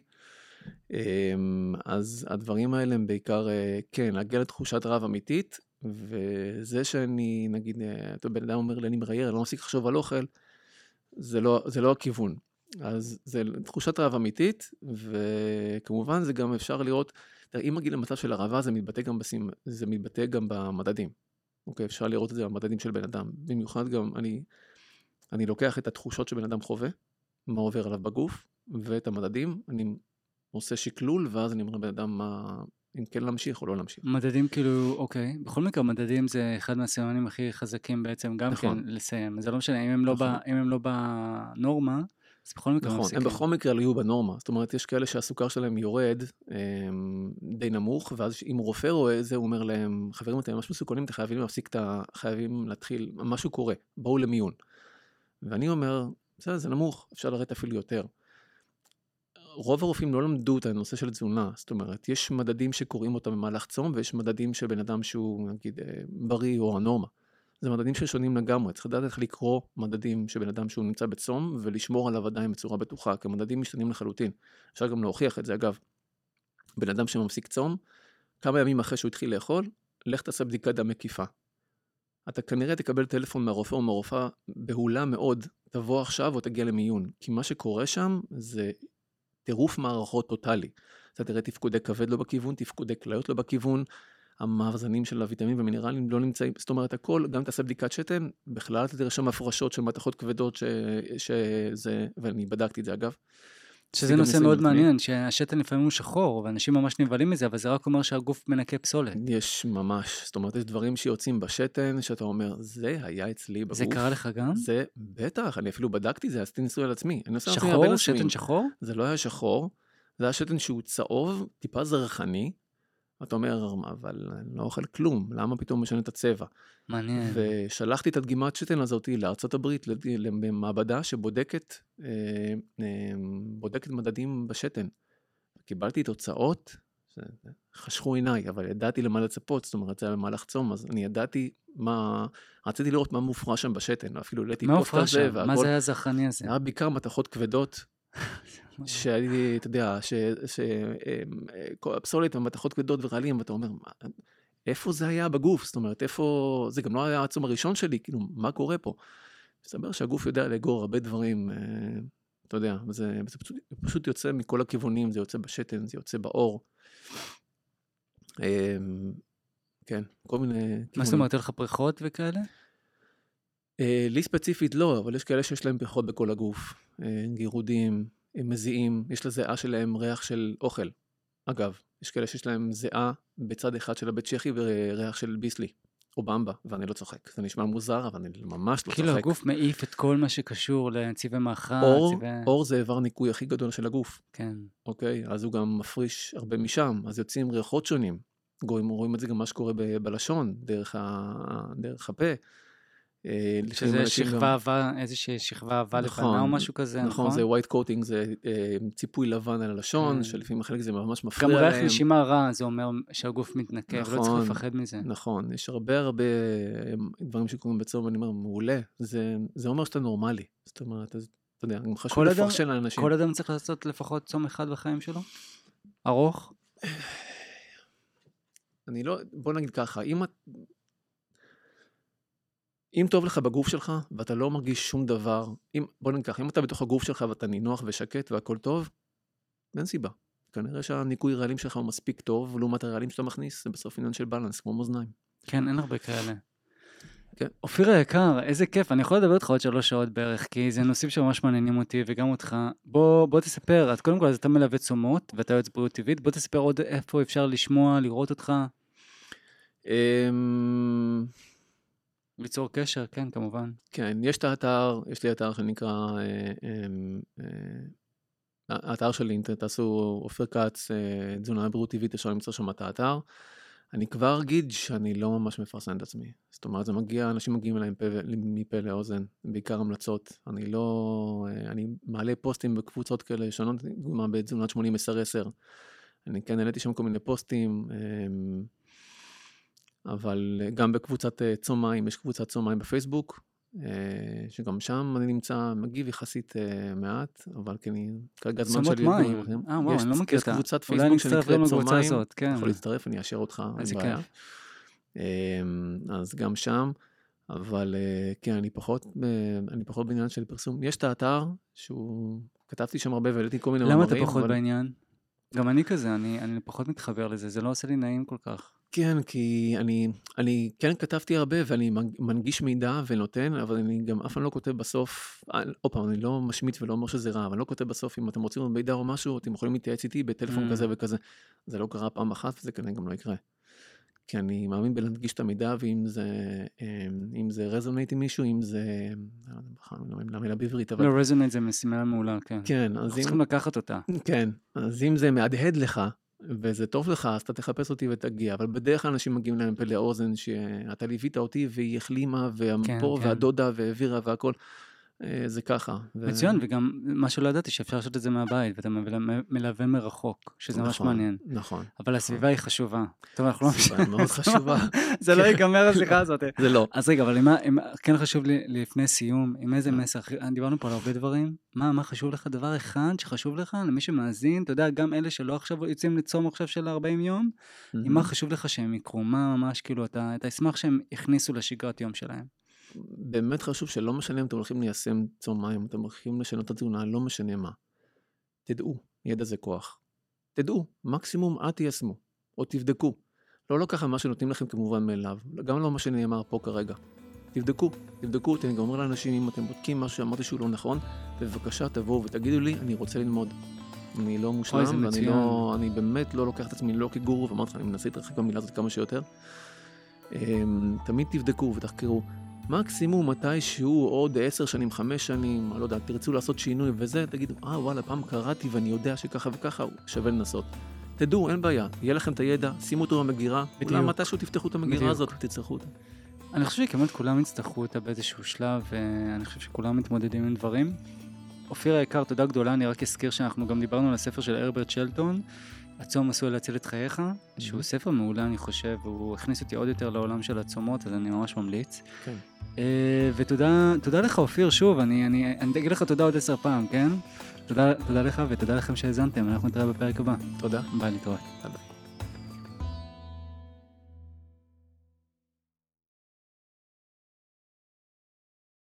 אז הדברים האלה הם בעיקר, כן, להגיע לתחושת רעב אמיתית, וזה שאני, נגיד, בן אדם אומר לי, אני מראייר, אני לא מפסיק לחשוב על אוכל, זה לא, זה לא הכיוון. אז זה תחושת רעב אמיתית, וכמובן זה גם אפשר לראות, אם מגיע למצב של הרעבה, זה מתבטא גם, בסימ... זה מתבטא גם במדדים. אוקיי, אפשר לראות את זה במדדים של בן אדם. במיוחד גם אני, אני לוקח את התחושות שבן אדם חווה, מה עובר עליו בגוף, ואת המדדים, אני עושה שקלול, ואז אני אומר לבן אדם מה, אם כן להמשיך או לא להמשיך. מדדים כאילו, אוקיי, בכל מקרה מדדים זה אחד מהסימנים הכי חזקים בעצם, גם נכון. כן לסיים. זה לא משנה, אם הם, נכון. לא, ב... אם הם לא בנורמה, אז בכל מקרה נכון, הם בכל מקרה לא יהיו בנורמה. זאת אומרת, יש כאלה שהסוכר שלהם יורד די נמוך, ואז אם רופא רואה את זה, הוא אומר להם, חברים, אתם ממש מסוכנים, אתם חייבים להפסיק את ה... חייבים להתחיל, משהו קורה, בואו למיון. ואני אומר, זה, זה נמוך, אפשר לראות אפילו יותר. רוב הרופאים לא למדו את הנושא של תזונה, זאת אומרת, יש מדדים שקוראים אותם במהלך צום, ויש מדדים של בן אדם שהוא, נגיד, בריא או הנורמה. זה מדדים ששונים לגמרי, צריך לדעת איך לקרוא מדדים שבן אדם שהוא נמצא בצום, ולשמור עליו עדיין בצורה בטוחה, כי המדדים משתנים לחלוטין. אפשר גם להוכיח את זה, אגב, בן אדם שמפסיק צום, כמה ימים אחרי שהוא התחיל לאכול, לך תעשה בדיקת דם מקיפה. אתה כנראה תקבל טלפון מהרופא או מהרופאה בהולה מאוד, תבוא עכשיו או תגיע למיון, כי מה שקורה שם זה טירוף מערכות טוטלי. אתה תראה תפקודי כבד לא בכיוון, תפקודי כליות לא בכיוון, המאזנים של הוויטמינים והמינרלים לא נמצאים, זאת אומרת, הכל, גם תעשה בדיקת שתן, בכלל תראה שם הפרשות של מתכות כבדות, ש, שזה, ואני בדקתי את זה אגב. שזה נושא מאוד מעניין, שהשתן לפעמים הוא שחור, ואנשים ממש נבלים מזה, אבל זה רק אומר שהגוף מנקה פסולת. יש ממש, זאת אומרת, יש דברים שיוצאים בשתן, שאתה אומר, זה היה אצלי בגוף. זה קרה לך גם? זה, בטח, אני אפילו בדקתי זה, עשיתי ניסוי על עצמי. שחור? שתן שחור? זה לא היה שחור, זה היה שתן שהוא צהוב, טיפה זרחני, אתה אומר, אבל אני לא אוכל כלום, למה פתאום משנה את הצבע? מעניין. ושלחתי את הדגימת שתן הזאת לארצות הברית, למעבדה שבודקת בודקת מדדים בשתן. קיבלתי תוצאות, חשכו עיניי, אבל ידעתי למה לצפות, זאת אומרת, זה היה במהלך צום, אז אני ידעתי מה, רציתי לראות מה מופרש שם בשתן, אפילו העליתי פוסט על זה. מה זה היה זרחני הזה? היה בעיקר מתכות כבדות, שהייתי, אתה יודע, שהפסולת ומתכות כבדות ורעלים, ואתה אומר, איפה זה היה בגוף? זאת אומרת, איפה, זה גם לא היה הצום הראשון שלי, כאילו, מה קורה פה? מסתבר שהגוף יודע לאגור הרבה דברים, אתה יודע, וזה, וזה פשוט, פשוט יוצא מכל הכיוונים, זה יוצא בשתן, זה יוצא באור. כן, כל מיני כיוונים. מה זאת אומרת, לך פריחות וכאלה? לי ספציפית לא, אבל יש כאלה שיש להם פריחות בכל הגוף, גירודים, מזיעים, יש לזיעה שלהם ריח של אוכל. אגב, יש כאלה שיש להם זיעה בצד אחד של הבית צ'כי וריח של ביסלי, או במבה, ואני לא צוחק. זה נשמע מוזר, אבל אני ממש לא צוחק. כאילו הגוף מעיף את כל מה שקשור לצבעי מאכל. אור, צבעי... אור זה איבר ניקוי הכי גדול של הגוף. כן. אוקיי? אז הוא גם מפריש הרבה משם, אז יוצאים ריחות שונים. רואים, רואים את זה גם מה שקורה ב- בלשון, דרך, ה... דרך הפה. שזה שכבה עבה, איזושהי שכבה עבה לבנה או משהו כזה, נכון? נכון, זה white coating, זה ציפוי לבן על הלשון, שלפעמים החלק זה ממש מפריע להם. גם ריח נשימה רע, זה אומר שהגוף מתנקה, ולא צריך לפחד מזה. נכון, יש הרבה הרבה דברים שקורים בצום, ואני אומר, מעולה, זה אומר שאתה נורמלי. זאת אומרת, אתה יודע, חשוב לפרשן לאנשים. כל אדם צריך לעשות לפחות צום אחד בחיים שלו? ארוך? אני לא, בוא נגיד ככה, אם את... אם טוב לך בגוף שלך, ואתה לא מרגיש שום דבר, אם, בוא ניקח, אם אתה בתוך הגוף שלך ואתה נינוח ושקט והכל טוב, אין סיבה. כנראה שהניקוי רעלים שלך הוא מספיק טוב, ולעומת הרעלים שאתה מכניס, זה בסוף עניין של בלנס, כמו מאזניים. כן, אין הרבה כאלה. כן. אופיר היקר, איזה כיף, אני יכול לדבר איתך עוד שלוש שעות בערך, כי זה נושאים שממש מעניינים אותי וגם אותך. בוא, בוא תספר, אז קודם כל, אז אתה מלווה צומות, ואתה יועץ בריאות טבעית, בוא תספר עוד איפה אפשר לשמוע, לראות אותך. ליצור קשר, כן, כמובן. כן, יש את האתר, יש לי אתר שנקרא, האתר שלי, תעשו אופיר כץ, תזונה בריאות טבעית, אפשר למצוא שם את האתר. אני כבר אגיד שאני לא ממש מפרסם את עצמי. זאת אומרת, זה מגיע, אנשים מגיעים אליי מפה לאוזן, בעיקר המלצות. אני לא, אני מעלה פוסטים בקבוצות כאלה שונות, דוגמה בתזונת שמונים עשר עשר. אני כן העליתי שם כל מיני פוסטים, אבל גם בקבוצת צום מים, יש קבוצת צום מים בפייסבוק, שגם שם אני נמצא, מגיב יחסית מעט, אבל כי אני כרגע זמן שלי... צומות מים? אה, וואו, אני לא מכיר אותה. יש קבוצת פייסבוק שנקראת צום מים, כן. יכול להצטרף, אני אאשר אותך, אין בעיה. אז גם שם, אבל כן, אני פחות, אני פחות בעניין של פרסום. יש את האתר, שהוא, כתבתי שם הרבה והעליתי כל מיני מאמרים. למה אתה פחות בעניין? גם אני כזה, אני, אני פחות מתחבר לזה, זה לא עושה לי נעים כל כך. כן, כי אני, אני כן כתבתי הרבה ואני מנגיש מידע ונותן, אבל אני גם אף פעם לא כותב בסוף, עוד פעם, אני לא משמיט ולא אומר שזה רע, אבל אני לא כותב בסוף, אם אתם רוצים מידע או משהו, אתם יכולים להתייעץ איתי בטלפון כזה וכזה. זה לא קרה פעם אחת וזה כנראה גם לא יקרה. כי אני מאמין בלהנגיש את המידע, ואם זה, אם זה רזונט עם מישהו, אם זה, לא יודע, למילה בעברית, אבל... לא, רזונט זה משימה מעולה, כן. כן, אז אם... צריכים לקחת אותה. כן, אז אם זה מהדהד לך, וזה טוב לך, אז אתה תחפש אותי ותגיע, אבל בדרך כלל אנשים מגיעים להם פה לאוזן, שאתה ליווית אותי והיא החלימה, והפה והדודה והעבירה והכל, זה ככה. מצוין, וגם מה שלא ידעתי, שאפשר לעשות את זה מהבית, ואתה מלווה מרחוק, שזה ממש מעניין. נכון. אבל הסביבה היא חשובה. טוב, אנחנו לא... הסביבה מאוד חשובה. זה לא ייגמר השיחה הזאת. זה לא. אז רגע, אבל כן חשוב לי לפני סיום, עם איזה מסר, דיברנו פה על הרבה דברים, מה חשוב לך? דבר אחד שחשוב לך, למי שמאזין, אתה יודע, גם אלה שלא עכשיו יוצאים לצום עכשיו של ארבעים יום, עם מה חשוב לך שהם יקרו, מה ממש כאילו, אתה ישמח שהם הכניסו לשגרת יום שלהם. באמת חשוב שלא משנה אם אתם הולכים ליישם צום מים, אתם הולכים לשנות את התזונה, לא משנה מה. תדעו, ידע זה כוח. תדעו, מקסימום אל תיישמו, או תבדקו. לא לקחת מה שנותנים לכם כמובן מאליו, גם לא מה שנאמר פה כרגע. תבדקו, תבדקו, אני גם אומר לאנשים, אם אתם בודקים משהו שאמרתי שהוא לא נכון, בבקשה תבואו ותגידו לי, אני רוצה ללמוד. אני לא מושלם, ואני לא, אני באמת לא לוקח את עצמי לא כגורו, ואמרתי לך, אני מנסה להתרחק במילה הזאת כמה שיותר. תמיד תבדקו ותחקרו. מקסימום מתי שהוא עוד עשר שנים, חמש שנים, לא יודע, תרצו לעשות שינוי וזה, תגידו, אה וואלה, פעם קראתי ואני יודע שככה וככה, שווה לנסות. תדעו, אין בעיה, יהיה לכם את הידע, שימו אותו במגירה, אולי מתישהו תפתחו את המגירה הזאת ותצטרכו אותה. אני חושב שכמעט כולם יצטרכו אותה באיזשהו שלב, ואני חושב שכולם מתמודדים עם דברים. אופיר היקר, תודה גדולה, אני רק אזכיר שאנחנו גם דיברנו על הספר של הרברט שלטון, הצום עשוי להציל את חייך, שהוא ספר מעולה אני חושב, והוא הכניס אותי עוד יותר לעולם של הצומות, אז אני ממש ממליץ. כן. ותודה, תודה לך אופיר, שוב, אני, אני, אני אגיד לך תודה עוד עשר פעם, כן? תודה, תודה לך ותודה לכם שהאזנתם, אנחנו נתראה בפרק הבא. תודה. ביי, להתראות. ביי.